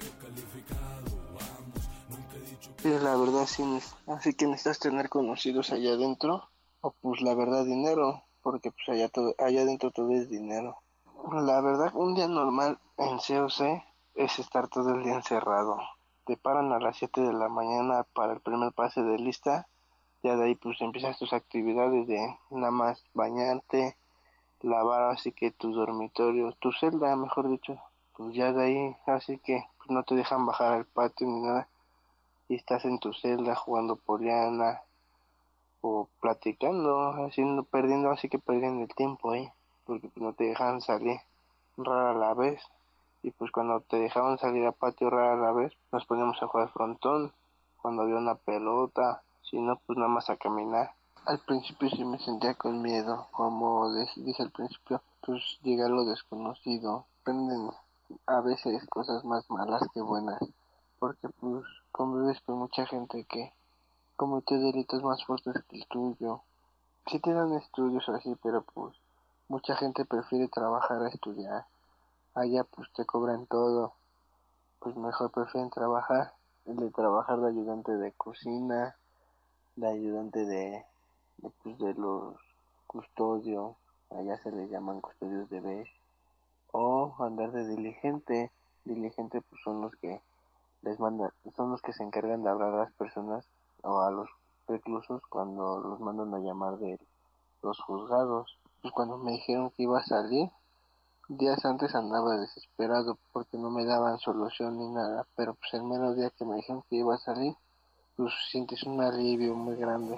Sí, la verdad sí, así que necesitas tener conocidos allá adentro, o pues la verdad dinero, porque pues allá adentro todo es dinero. La verdad, un día normal en COC es estar todo el día encerrado. Te paran a las 7 de la mañana para el primer pase de lista, ya de ahí pues empiezas tus actividades de nada más bañarte, lavar así que tu dormitorio, tu celda mejor dicho, pues ya de ahí así que pues, no te dejan bajar al patio ni nada. Y estás en tu celda jugando poliana o platicando, perdiendo el tiempo ahí, porque pues no te dejan salir rara la vez. Y pues cuando te dejaban salir a patio rara la vez, nos poníamos a jugar frontón, cuando había una pelota, si no pues nada más a caminar. Al principio sí me sentía con miedo, como dije al principio, pues llega lo desconocido, aprenden a veces cosas más malas que buenas, porque pues convives con mucha gente que comete delitos más fuertes que el tuyo. Sí te dan estudios así, pero pues mucha gente prefiere trabajar a estudiar. Allá pues te cobran todo, pues mejor prefieren trabajar de ayudante de cocina, de ayudante de los custodios, allá se les llaman custodios de vez, o andar de diligente pues son los que son los que se encargan de hablar a las personas o a los reclusos cuando los mandan a llamar de los juzgados. Pues cuando me dijeron que iba a salir, días antes andaba desesperado porque no me daban solución ni nada, pero pues el mero día que me dijeron que iba a salir, pues sientes un alivio muy grande.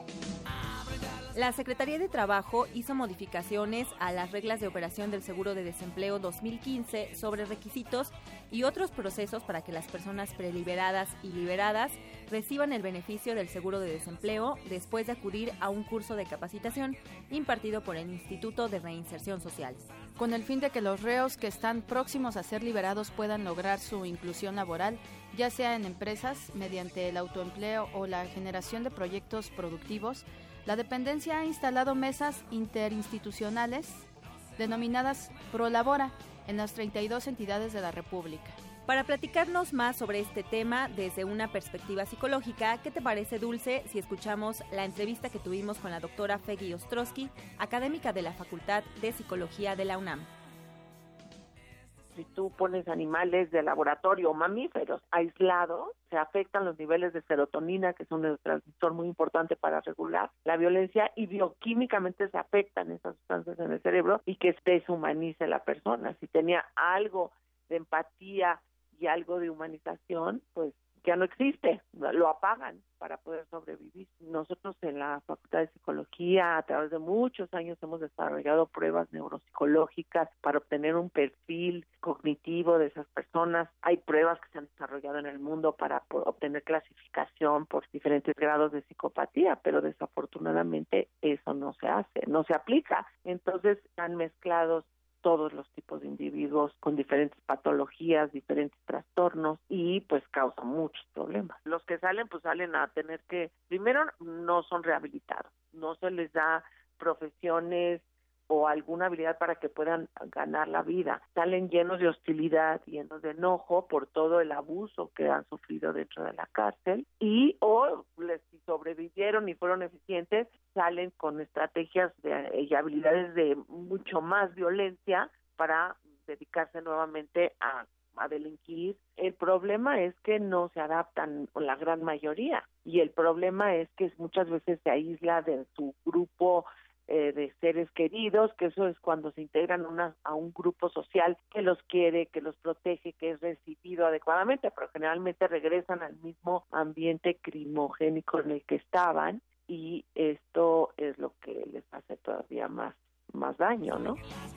La Secretaría de Trabajo hizo modificaciones a las reglas de operación del Seguro de Desempleo 2015 sobre requisitos y otros procesos para que las personas preliberadas y liberadas reciban el beneficio del Seguro de Desempleo después de acudir a un curso de capacitación impartido por el Instituto de Reinserción Social. Con el fin de que los reos que están próximos a ser liberados puedan lograr su inclusión laboral, ya sea en empresas, mediante el autoempleo o la generación de proyectos productivos, la dependencia ha instalado mesas interinstitucionales denominadas ProLabora en las 32 entidades de la República. Para platicarnos más sobre este tema desde una perspectiva psicológica, ¿qué te parece, Dulce, si escuchamos la entrevista que tuvimos con la doctora Fegui Ostrowski, académica de la Facultad de Psicología de la UNAM? Si tú pones animales de laboratorio o mamíferos aislados, se afectan los niveles de serotonina, que es un neurotransmisor muy importante para regular la violencia, y bioquímicamente se afectan esas sustancias en el cerebro y que deshumanice la persona. Si tenía algo de empatía y algo de humanización, pues ya no existe, lo apagan para poder sobrevivir. Nosotros en la Facultad de Psicología, a través de muchos años, hemos desarrollado pruebas neuropsicológicas para obtener un perfil cognitivo de esas personas. Hay pruebas que se han desarrollado en el mundo para obtener clasificación por diferentes grados de psicopatía, pero desafortunadamente eso no se hace, no se aplica. Entonces están mezclados todos los tipos de individuos con diferentes patologías, diferentes trastornos, y pues causa muchos problemas. Los que salen, pues salen a tener que, primero, no son rehabilitados, no se les da profesiones o alguna habilidad para que puedan ganar la vida. Salen llenos de hostilidad, llenos de enojo por todo el abuso que han sufrido dentro de la cárcel, y si sobrevivieron y fueron eficientes, salen con estrategias y habilidades de mucho más violencia para dedicarse nuevamente a delinquir. El problema es que no se adaptan la gran mayoría, y el problema es que muchas veces se aísla de su grupo de seres queridos, que eso es cuando se integran a un grupo social que los quiere, que los protege, que es recibido adecuadamente, pero generalmente regresan al mismo ambiente crimogénico en el que estaban, y esto es lo que les hace todavía más daño, ¿no?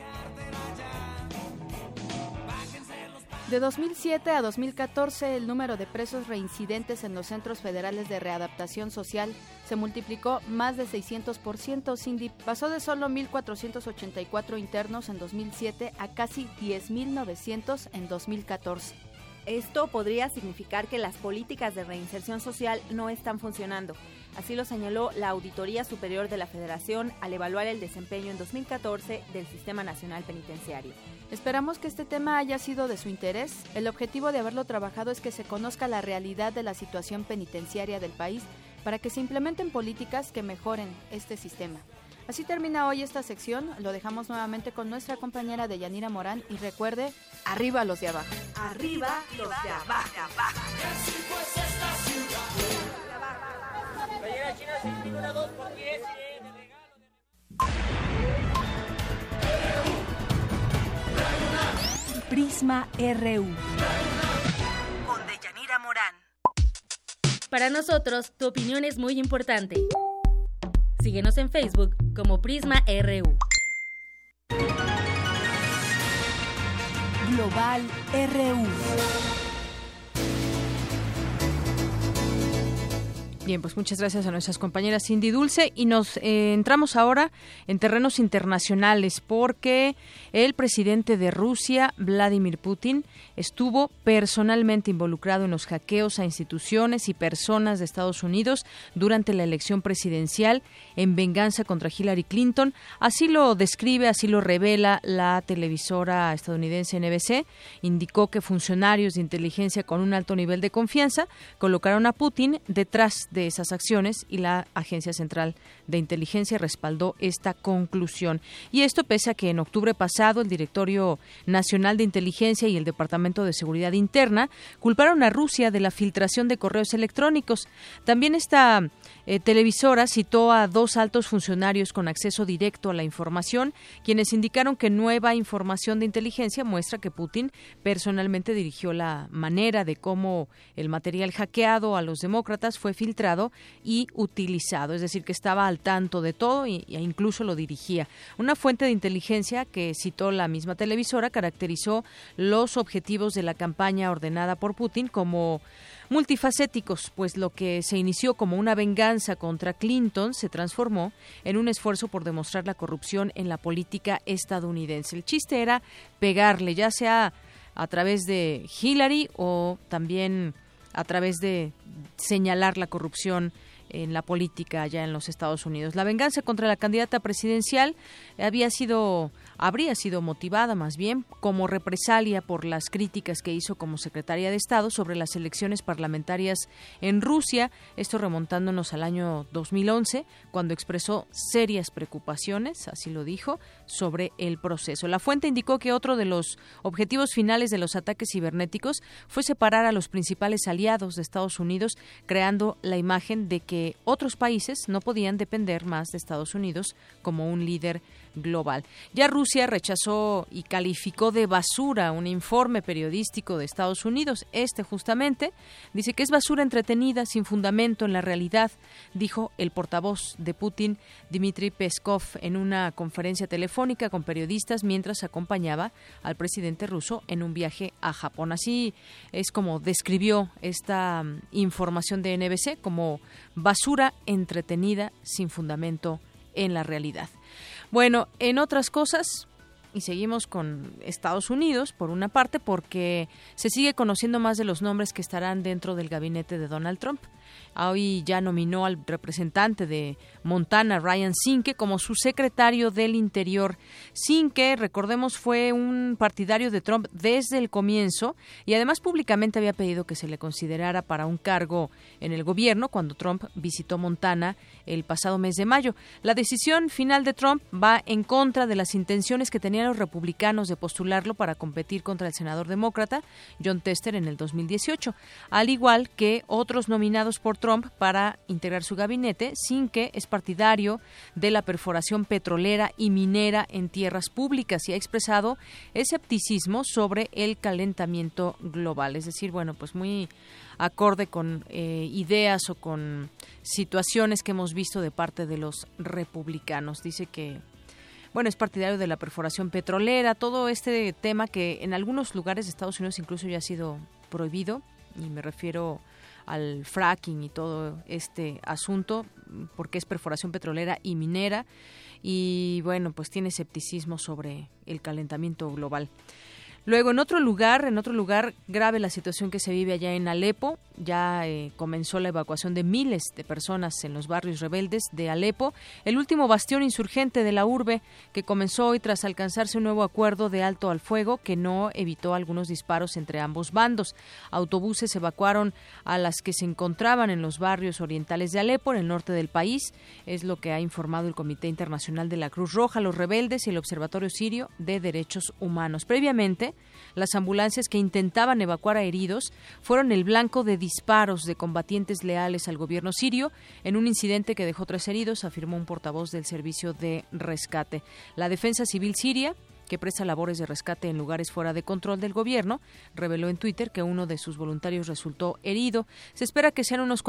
De 2007 a 2014, el número de presos reincidentes en los centros federales de readaptación social se multiplicó más de 600%. Cindy, pasó de solo 1,484 internos en 2007 a casi 10,900 en 2014. Esto podría significar que las políticas de reinserción social no están funcionando. Así lo señaló la Auditoría Superior de la Federación al evaluar el desempeño en 2014 del Sistema Nacional Penitenciario. Esperamos que este tema haya sido de su interés. El objetivo de haberlo trabajado es que se conozca la realidad de la situación penitenciaria del país para que se implementen políticas que mejoren este sistema. Así termina hoy esta sección. Lo dejamos nuevamente con nuestra compañera Deyanira Morán, y recuerde, arriba los de abajo. Arriba los de abajo. Prisma RU. Con Deyanira Morán. Para nosotros, tu opinión es muy importante. Síguenos en Facebook como Prisma RU. Global RU. Bien, pues muchas gracias a nuestras compañeras Cindy y Dulce, y nos entramos ahora en terrenos internacionales porque el presidente de Rusia, Vladimir Putin, estuvo personalmente involucrado en los hackeos a instituciones y personas de Estados Unidos durante la elección presidencial en venganza contra Hillary Clinton. Así lo describe, así lo revela la televisora estadounidense NBC. Indicó que funcionarios de inteligencia con un alto nivel de confianza colocaron a Putin detrás de esas acciones, y la Agencia Central de Inteligencia respaldó esta conclusión. Y esto pese a que en octubre pasado el Directorio Nacional de Inteligencia y el Departamento de Seguridad Interna culparon a Rusia de la filtración de correos electrónicos. También esta televisora citó a 2 altos funcionarios con acceso directo a la información, quienes indicaron que nueva información de inteligencia muestra que Putin personalmente dirigió la manera de cómo el material hackeado a los demócratas fue filtrado y utilizado, es decir, que estaba al tanto de todo e incluso lo dirigía. Una fuente de inteligencia que citó la misma televisora caracterizó los objetivos de la campaña ordenada por Putin como multifacéticos, pues lo que se inició como una venganza contra Clinton se transformó en un esfuerzo por demostrar la corrupción en la política estadounidense. El chiste era pegarle, ya sea a través de Hillary o también a través de señalar la corrupción en la política allá en los Estados Unidos. La venganza contra la candidata presidencial había sido habría sido motivada más bien como represalia por las críticas que hizo como secretaria de Estado sobre las elecciones parlamentarias en Rusia, esto remontándonos al año 2011, cuando expresó serias preocupaciones, así lo dijo, sobre el proceso. La fuente indicó que otro de los objetivos finales de los ataques cibernéticos fue separar a los principales aliados de Estados Unidos, creando la imagen de que otros países no podían depender más de Estados Unidos como un líder global. Ya Rusia rechazó y calificó de basura un informe periodístico de Estados Unidos. Justamente dice que es basura entretenida sin fundamento en la realidad, dijo el portavoz de Putin, Dmitry Peskov, en una conferencia telefónica con periodistas mientras acompañaba al presidente ruso en un viaje a Japón. Así es como describió esta información de NBC, como basura entretenida sin fundamento en la realidad. Bueno, en otras cosas, y seguimos con Estados Unidos, por una parte, porque se sigue conociendo más de los nombres que estarán dentro del gabinete de Donald Trump. Hoy ya nominó al representante de Montana, Ryan Zinke, como su secretario del Interior. Zinke, recordemos, fue un partidario de Trump desde el comienzo y además públicamente había pedido que se le considerara para un cargo en el gobierno cuando Trump visitó Montana el pasado mes de mayo. La decisión final de Trump va en contra de las intenciones que tenían los republicanos de postularlo para competir contra el senador demócrata Jon Tester en el 2018, al igual que otros nominados por Trump para integrar su gabinete. Zinke es partidario de la perforación petrolera y minera en tierras públicas y ha expresado escepticismo sobre el calentamiento global. Es decir, bueno, pues muy acorde con ideas o con situaciones que hemos visto de parte de los republicanos. Dice que, bueno, es partidario de la perforación petrolera, todo este tema que en algunos lugares de Estados Unidos incluso ya ha sido prohibido, y me refiero al fracking y todo este asunto, porque es perforación petrolera y minera, y bueno, pues tiene escepticismo sobre el calentamiento global. Luego, en otro lugar grave la situación que se vive allá en Alepo. Ya comenzó la evacuación de miles de personas en los barrios rebeldes de Alepo, el último bastión insurgente de la urbe, que comenzó hoy tras alcanzarse un nuevo acuerdo de alto al fuego que no evitó algunos disparos entre ambos bandos. Autobuses evacuaron a las que se encontraban en los barrios orientales de Alepo, en el norte del país. Es lo que ha informado el Comité Internacional de la Cruz Roja, los rebeldes y el Observatorio Sirio de Derechos Humanos. Previamente, las ambulancias que intentaban evacuar a heridos fueron el blanco de disparos de combatientes leales al gobierno sirio en un incidente que dejó 3 heridos, afirmó un portavoz del Servicio de Rescate. La Defensa Civil Siria, que presta labores de rescate en lugares fuera de control del gobierno, reveló en Twitter que uno de sus voluntarios resultó herido. Se espera que son unos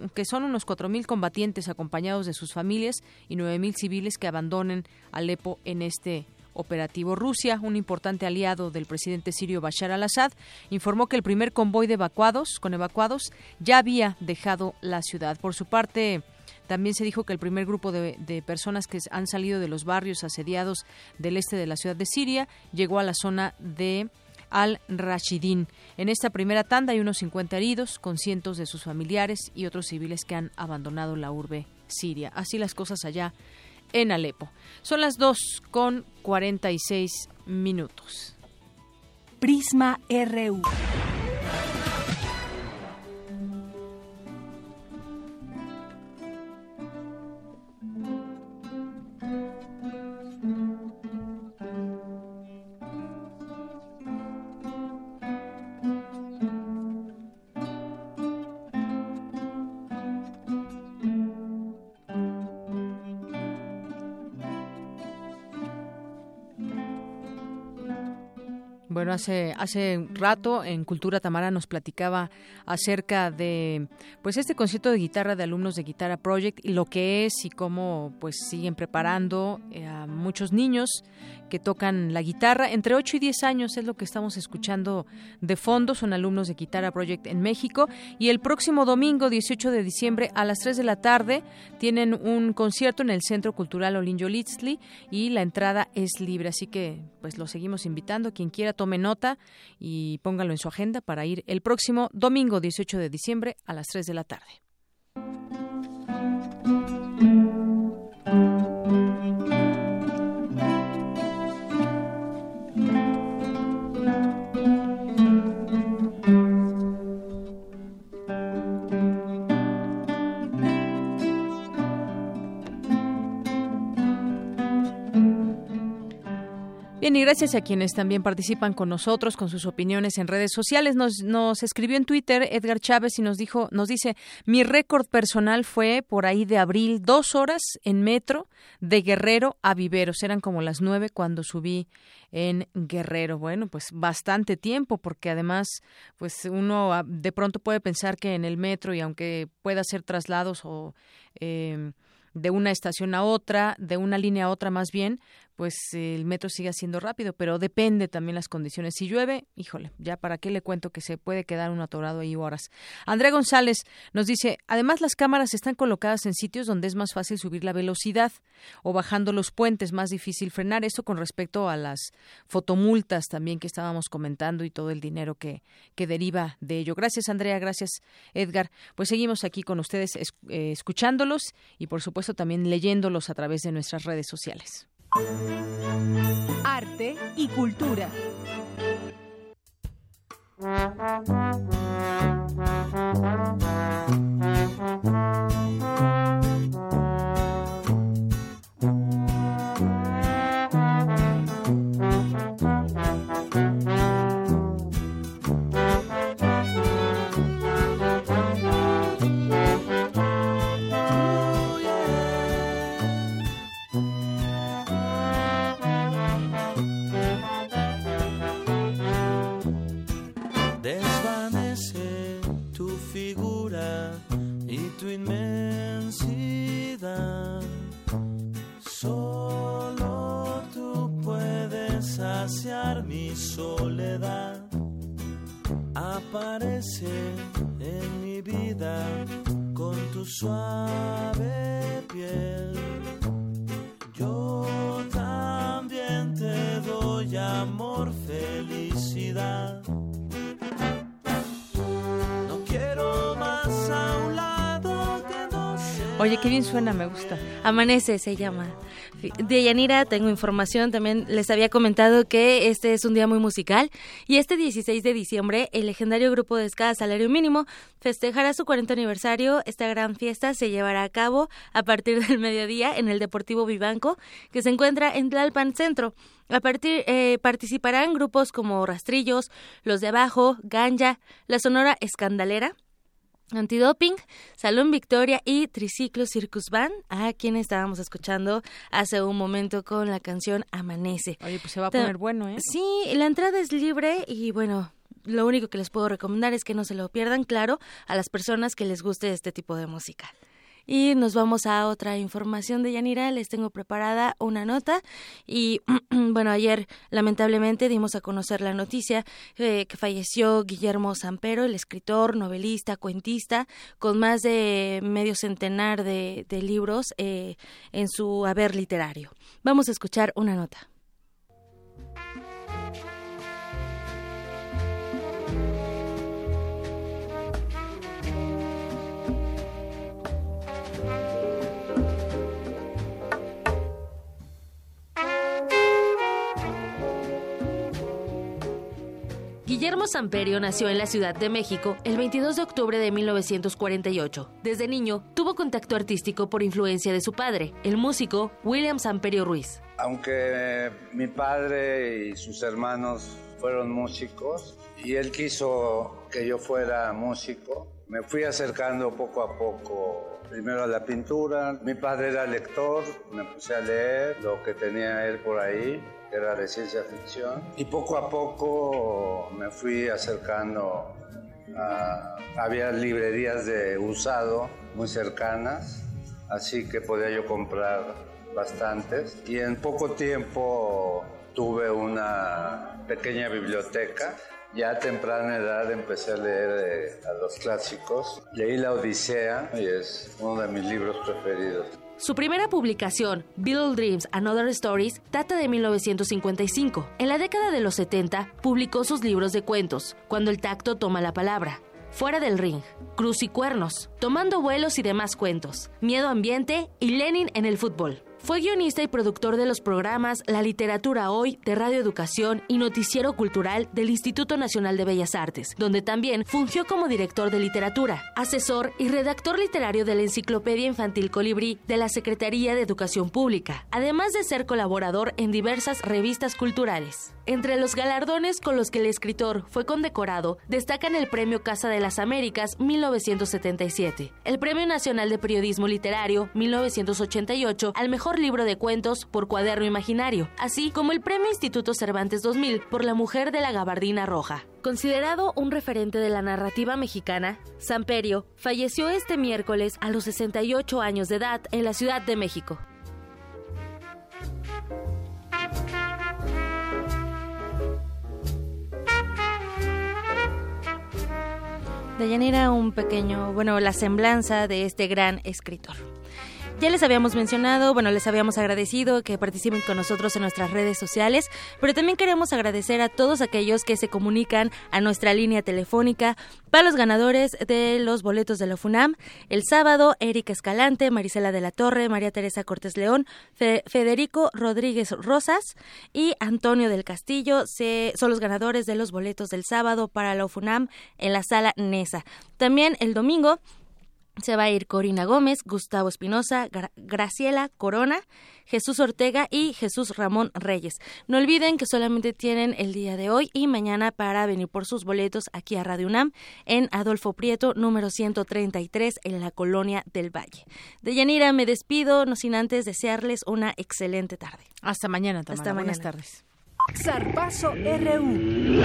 4.000 combatientes acompañados de sus familias y 9.000 civiles que abandonen Alepo en este operativo. Rusia, un importante aliado del presidente sirio Bashar al-Assad, informó que el primer convoy de evacuados ya había dejado la ciudad. Por su parte, también se dijo que el primer grupo de personas que han salido de los barrios asediados del este de la ciudad de Siria llegó a la zona de Al-Rashidin. En esta primera tanda hay unos 50 heridos, con cientos de sus familiares y otros civiles que han abandonado la urbe siria. Así las cosas allá en Alepo. Son las 2:46. Prisma RU. Bueno, hace un rato en Cultura Tamara nos platicaba acerca de pues este concierto de guitarra de alumnos de Guitarra Project y lo que es y cómo pues siguen preparando a muchos niños que tocan la guitarra. Entre 8 y 10 años es lo que estamos escuchando de fondo, son alumnos de Guitarra Project en México, y el próximo domingo 18 de diciembre a las 3 de la tarde tienen un concierto en el Centro Cultural Olin Yolitzli y la entrada es libre, así que pues los seguimos invitando. Quien quiera tome nota y póngalo en su agenda para ir el próximo domingo 18 de diciembre a las 3 de la tarde. Bien, y gracias a quienes también participan con nosotros, con sus opiniones en redes sociales. Nos escribió en Twitter Edgar Chávez y nos dice, mi récord personal fue por ahí de abril, 2 horas en metro de Guerrero a Viveros. Eran como las 9 cuando subí en Guerrero. Bueno, pues bastante tiempo, porque además pues uno de pronto puede pensar que en el metro, y aunque pueda hacer traslados o de una estación a otra, de una línea a otra más bien, pues el metro sigue siendo rápido, pero depende también las condiciones. Si llueve, híjole, ya para qué le cuento que se puede quedar uno atorado ahí horas. Andrea González nos dice, además las cámaras están colocadas en sitios donde es más fácil subir la velocidad, o bajando los puentes, más difícil frenar. Esto con respecto a las fotomultas también que estábamos comentando y todo el dinero que deriva de ello. Gracias, Andrea, gracias, Edgar. Pues seguimos aquí con ustedes escuchándolos y por supuesto también leyéndolos a través de nuestras redes sociales. Arte y cultura. Desvanece tu figura y tu inmensidad. Solo tú puedes saciar mi soledad. Aparece en mi vida con tu suave piel. Yo también te doy amor, felicidad. No quiero más a un lado que no sea. Oye, qué bien suena, me gusta. Amanece se llama. De Yanira tengo información, también les había comentado que este es un día muy musical y este 16 de diciembre el legendario grupo de ska Salario Mínimo festejará su 40 aniversario. Esta gran fiesta se llevará a cabo a partir del mediodía en el Deportivo Vivanco, que se encuentra en Tlalpan Centro. Participarán grupos como Rastrillos, Los de Abajo, Ganja, La Sonora Escandalera, Antidoping, Salón Victoria y Triciclo Circus Band, a quien estábamos escuchando hace un momento con la canción Amanece. Oye, pues se va a poner bueno, ¿eh? Sí, la entrada es libre y bueno, lo único que les puedo recomendar es que no se lo pierdan, claro, a las personas que les guste este tipo de música. Y nos vamos a otra información de Yanira. Les tengo preparada una nota y bueno, ayer lamentablemente dimos a conocer la noticia que falleció Guillermo Sampero, el escritor, novelista, cuentista, con más de medio centenar de libros en su haber literario. Vamos a escuchar una nota. Guillermo Samperio nació en la Ciudad de México el 22 de octubre de 1948. Desde niño tuvo contacto artístico por influencia de su padre, el músico William Samperio Ruiz. Aunque mi padre y sus hermanos fueron músicos y él quiso que yo fuera músico, me fui acercando poco a poco, primero a la pintura. Mi padre era lector, me puse a leer lo que tenía él por ahí, que era de ciencia ficción, y poco a poco me fui acercando había librerías de usado muy cercanas, así que podía yo comprar bastantes, y en poco tiempo tuve una pequeña biblioteca. Ya a temprana edad empecé a leer a los clásicos. Leí La Odisea y es uno de mis libros preferidos. Su primera publicación, Beetle Dreams and Other Stories, data de 1955. En la década de los 70, publicó sus libros de cuentos, Cuando el tacto toma la palabra, Fuera del ring, Cruz y cuernos, Tomando vuelos y demás cuentos, Miedo ambiente y Lenin en el fútbol. Fue guionista y productor de los programas La Literatura Hoy de Radio Educación y Noticiero Cultural del Instituto Nacional de Bellas Artes, donde también fungió como director de literatura, asesor y redactor literario de la Enciclopedia Infantil Colibrí de la Secretaría de Educación Pública, además de ser colaborador en diversas revistas culturales. Entre los galardones con los que el escritor fue condecorado, destacan el Premio Casa de las Américas 1977, el Premio Nacional de Periodismo Literario 1988 al Mejor Libro de Cuentos por Cuaderno Imaginario, así como el Premio Instituto Cervantes 2000 por La Mujer de la Gabardina Roja. Considerado un referente de la narrativa mexicana, Samperio falleció este miércoles a los 68 años de edad en la Ciudad de México. Deyanira, la semblanza de este gran escritor. Ya les habíamos mencionado, les habíamos agradecido que participen con nosotros en nuestras redes sociales, pero también queremos agradecer a todos aquellos que se comunican a nuestra línea telefónica para los ganadores de los boletos de la FUNAM. El sábado, Erika Escalante, Marisela de la Torre, María Teresa Cortés León, Federico Rodríguez Rosas y Antonio del Castillo son los ganadores de los boletos del sábado para la FUNAM en la Sala Nesa. También el domingo se va a ir Corina Gómez, Gustavo Espinosa, Graciela Corona, Jesús Ortega y Jesús Ramón Reyes. No olviden que solamente tienen el día de hoy y mañana para venir por sus boletos aquí a Radio UNAM en Adolfo Prieto, número 133, en la Colonia del Valle. Deyanira, me despido, no sin antes desearles una excelente tarde. Hasta mañana, Tamara. Hasta mañana. Buenas tardes. Zarpazo RU.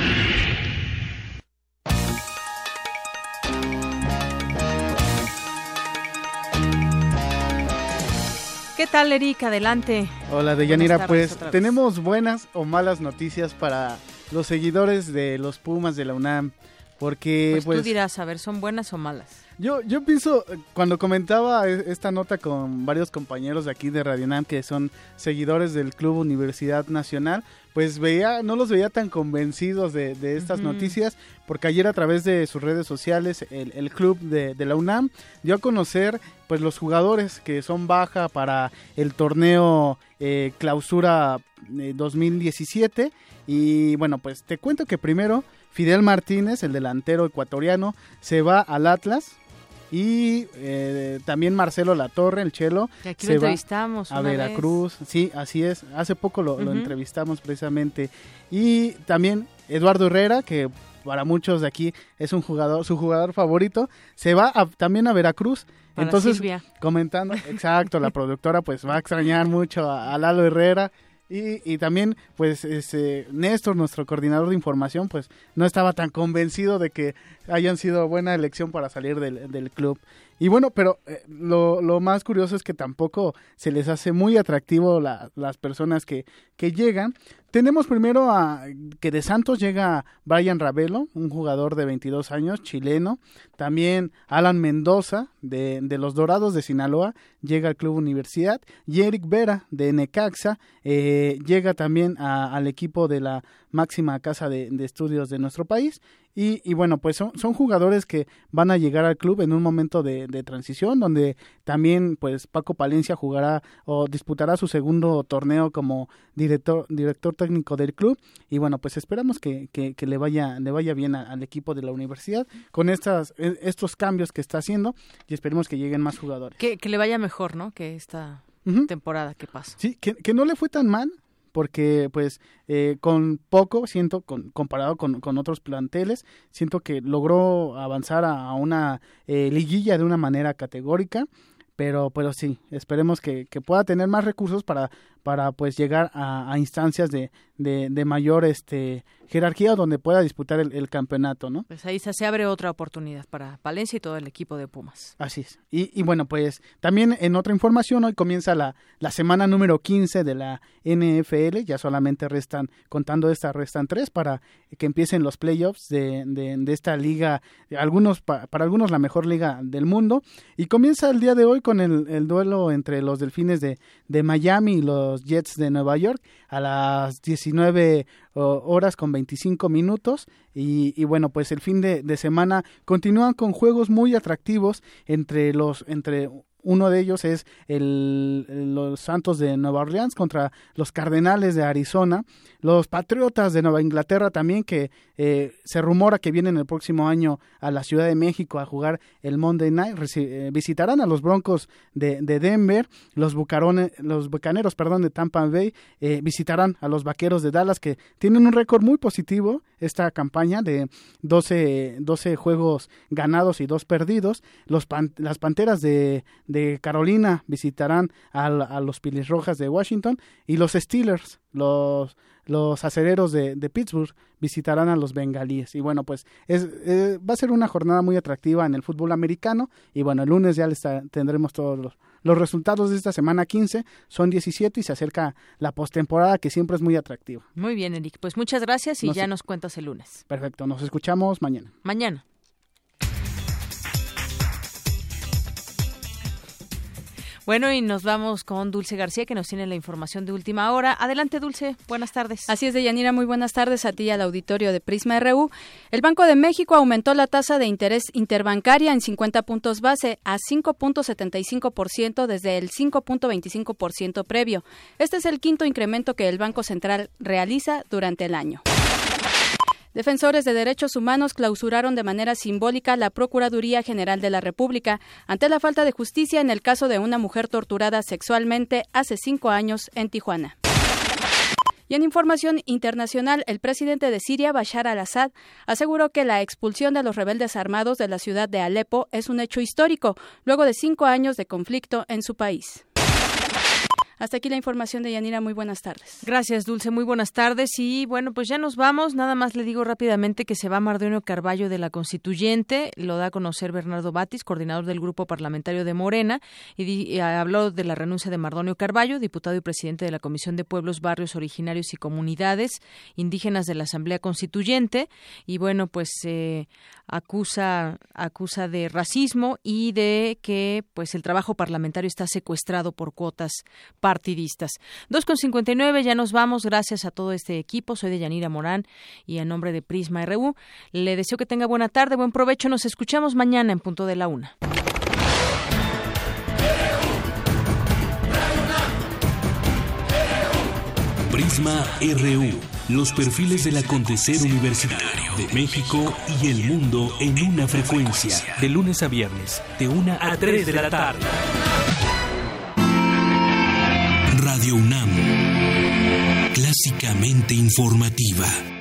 ¿Qué tal, Eric? Adelante. Hola, Deyanira. Pues tenemos buenas o malas noticias para los seguidores de los Pumas de la UNAM, porque tú dirás, a ver, ¿son buenas o malas? Yo pienso, cuando comentaba esta nota con varios compañeros de aquí de Radio UNAM que son seguidores del Club Universidad Nacional, pues no los veía tan convencidos de estas noticias, porque ayer a través de sus redes sociales el club de la UNAM dio a conocer pues los jugadores que son baja para el torneo Clausura 2017. Y bueno, pues te cuento que primero Fidel Martínez, el delantero ecuatoriano, se va al Atlas. Y también Marcelo Latorre, el Chelo, aquí lo entrevistamos a Veracruz. Sí, así es. Hace poco lo entrevistamos precisamente. Y también Eduardo Herrera, que para muchos de aquí es su jugador favorito, se va también a Veracruz. Para entonces, Silvia. Comentando, exacto, la productora pues va a extrañar mucho a Lalo Herrera. Y también, pues, Néstor, nuestro coordinador de información, pues, no estaba tan convencido de que hayan sido buena elección para salir del club. Y bueno, pero lo más curioso es que tampoco se les hace muy atractivo las personas que llegan. Tenemos primero que de Santos llega Brian Ravelo, un jugador de 22 años, chileno. También Alan Mendoza, de los Dorados de Sinaloa, llega al Club Universidad. Y Eric Vera, de Necaxa, llega también al equipo de la máxima casa de estudios de nuestro país. Y bueno, pues son jugadores que van a llegar al club en un momento de transición, donde también pues Paco Palencia jugará o disputará su segundo torneo como director técnico del club. Y bueno, pues esperamos que le vaya bien al equipo de la universidad con estos cambios que está haciendo, y esperemos que lleguen más jugadores. Que le vaya mejor, ¿no? Que esta temporada que pasa. Sí, que no le fue tan mal, porque pues con poco, siento, comparado con otros planteles, siento que logró avanzar a una liguilla de una manera categórica, pero sí, esperemos que pueda tener más recursos para pues llegar a instancias de mayor jerarquía, donde pueda disputar el campeonato, ¿no? Pues ahí se abre otra oportunidad para Palencia y todo el equipo de Pumas. Así es. Y bueno, pues también en otra información, hoy comienza la semana número 15 de la NFL, ya solamente restan 3 para que empiecen los playoffs de esta liga, para algunos la mejor liga del mundo, y comienza el día de hoy con el duelo entre los Delfines de Miami y los Jets de Nueva York a las 19 horas con 25 minutos. Y bueno, pues el fin de semana continúan con juegos muy atractivos entre uno de ellos es los Santos de Nueva Orleans contra los Cardenales de Arizona, los Patriotas de Nueva Inglaterra también, que se rumora que vienen el próximo año a la Ciudad de México a jugar el Monday Night, visitarán a los Broncos de Denver, los Bucaneros de Tampa Bay visitarán a los Vaqueros de Dallas, que tienen un récord muy positivo esta campaña de 12 juegos ganados y 2 perdidos. Las Panteras de Carolina visitarán a los Pilirrojas de Washington, y los Steelers, los Acereros de Pittsburgh visitarán a los Bengalíes. Y bueno, pues va a ser una jornada muy atractiva en el fútbol americano, y bueno, el lunes ya tendremos todos los resultados de esta semana 15, son 17 y se acerca la postemporada, que siempre es muy atractiva. Muy bien, Eric, pues muchas gracias y ya nos cuentas el lunes. Perfecto, nos escuchamos mañana. Bueno, y nos vamos con Dulce García, que nos tiene la información de última hora. Adelante, Dulce, buenas tardes. Así es, Deyanira, muy buenas tardes a ti y al auditorio de Prisma RU. El Banco de México aumentó la tasa de interés interbancaria en 50 puntos base a 5.75% desde el 5.25% previo. Este es el quinto incremento que el Banco Central realiza durante el año. Defensores de derechos humanos clausuraron de manera simbólica la Procuraduría General de la República ante la falta de justicia en el caso de una mujer torturada sexualmente hace 5 años en Tijuana. Y en información internacional, el presidente de Siria, Bashar al-Assad, aseguró que la expulsión de los rebeldes armados de la ciudad de Alepo es un hecho histórico, luego de 5 años de conflicto en su país. Hasta aquí la información de Yanira, muy buenas tardes. Gracias, Dulce, muy buenas tardes. Y bueno, pues ya nos vamos. Nada más le digo rápidamente que se va Mardonio Carballo de la Constituyente, lo da a conocer Bernardo Batis, coordinador del Grupo Parlamentario de Morena, y habló de la renuncia de Mardonio Carballo, diputado y presidente de la Comisión de Pueblos, Barrios Originarios y Comunidades Indígenas de la Asamblea Constituyente. Y bueno, pues acusa de racismo y de que pues el trabajo parlamentario está secuestrado por cuotas partidistas. 2:59, ya nos vamos. Gracias a todo este equipo. Soy Deyanira Morán y en nombre de Prisma RU le deseo que tenga buena tarde, buen provecho. Nos escuchamos mañana en punto de la 1. Prisma RU, los perfiles del acontecer universitario de México y el mundo en una frecuencia. De lunes a viernes, de 1 a 3 de la tarde. Radio UNAM, clásicamente informativa.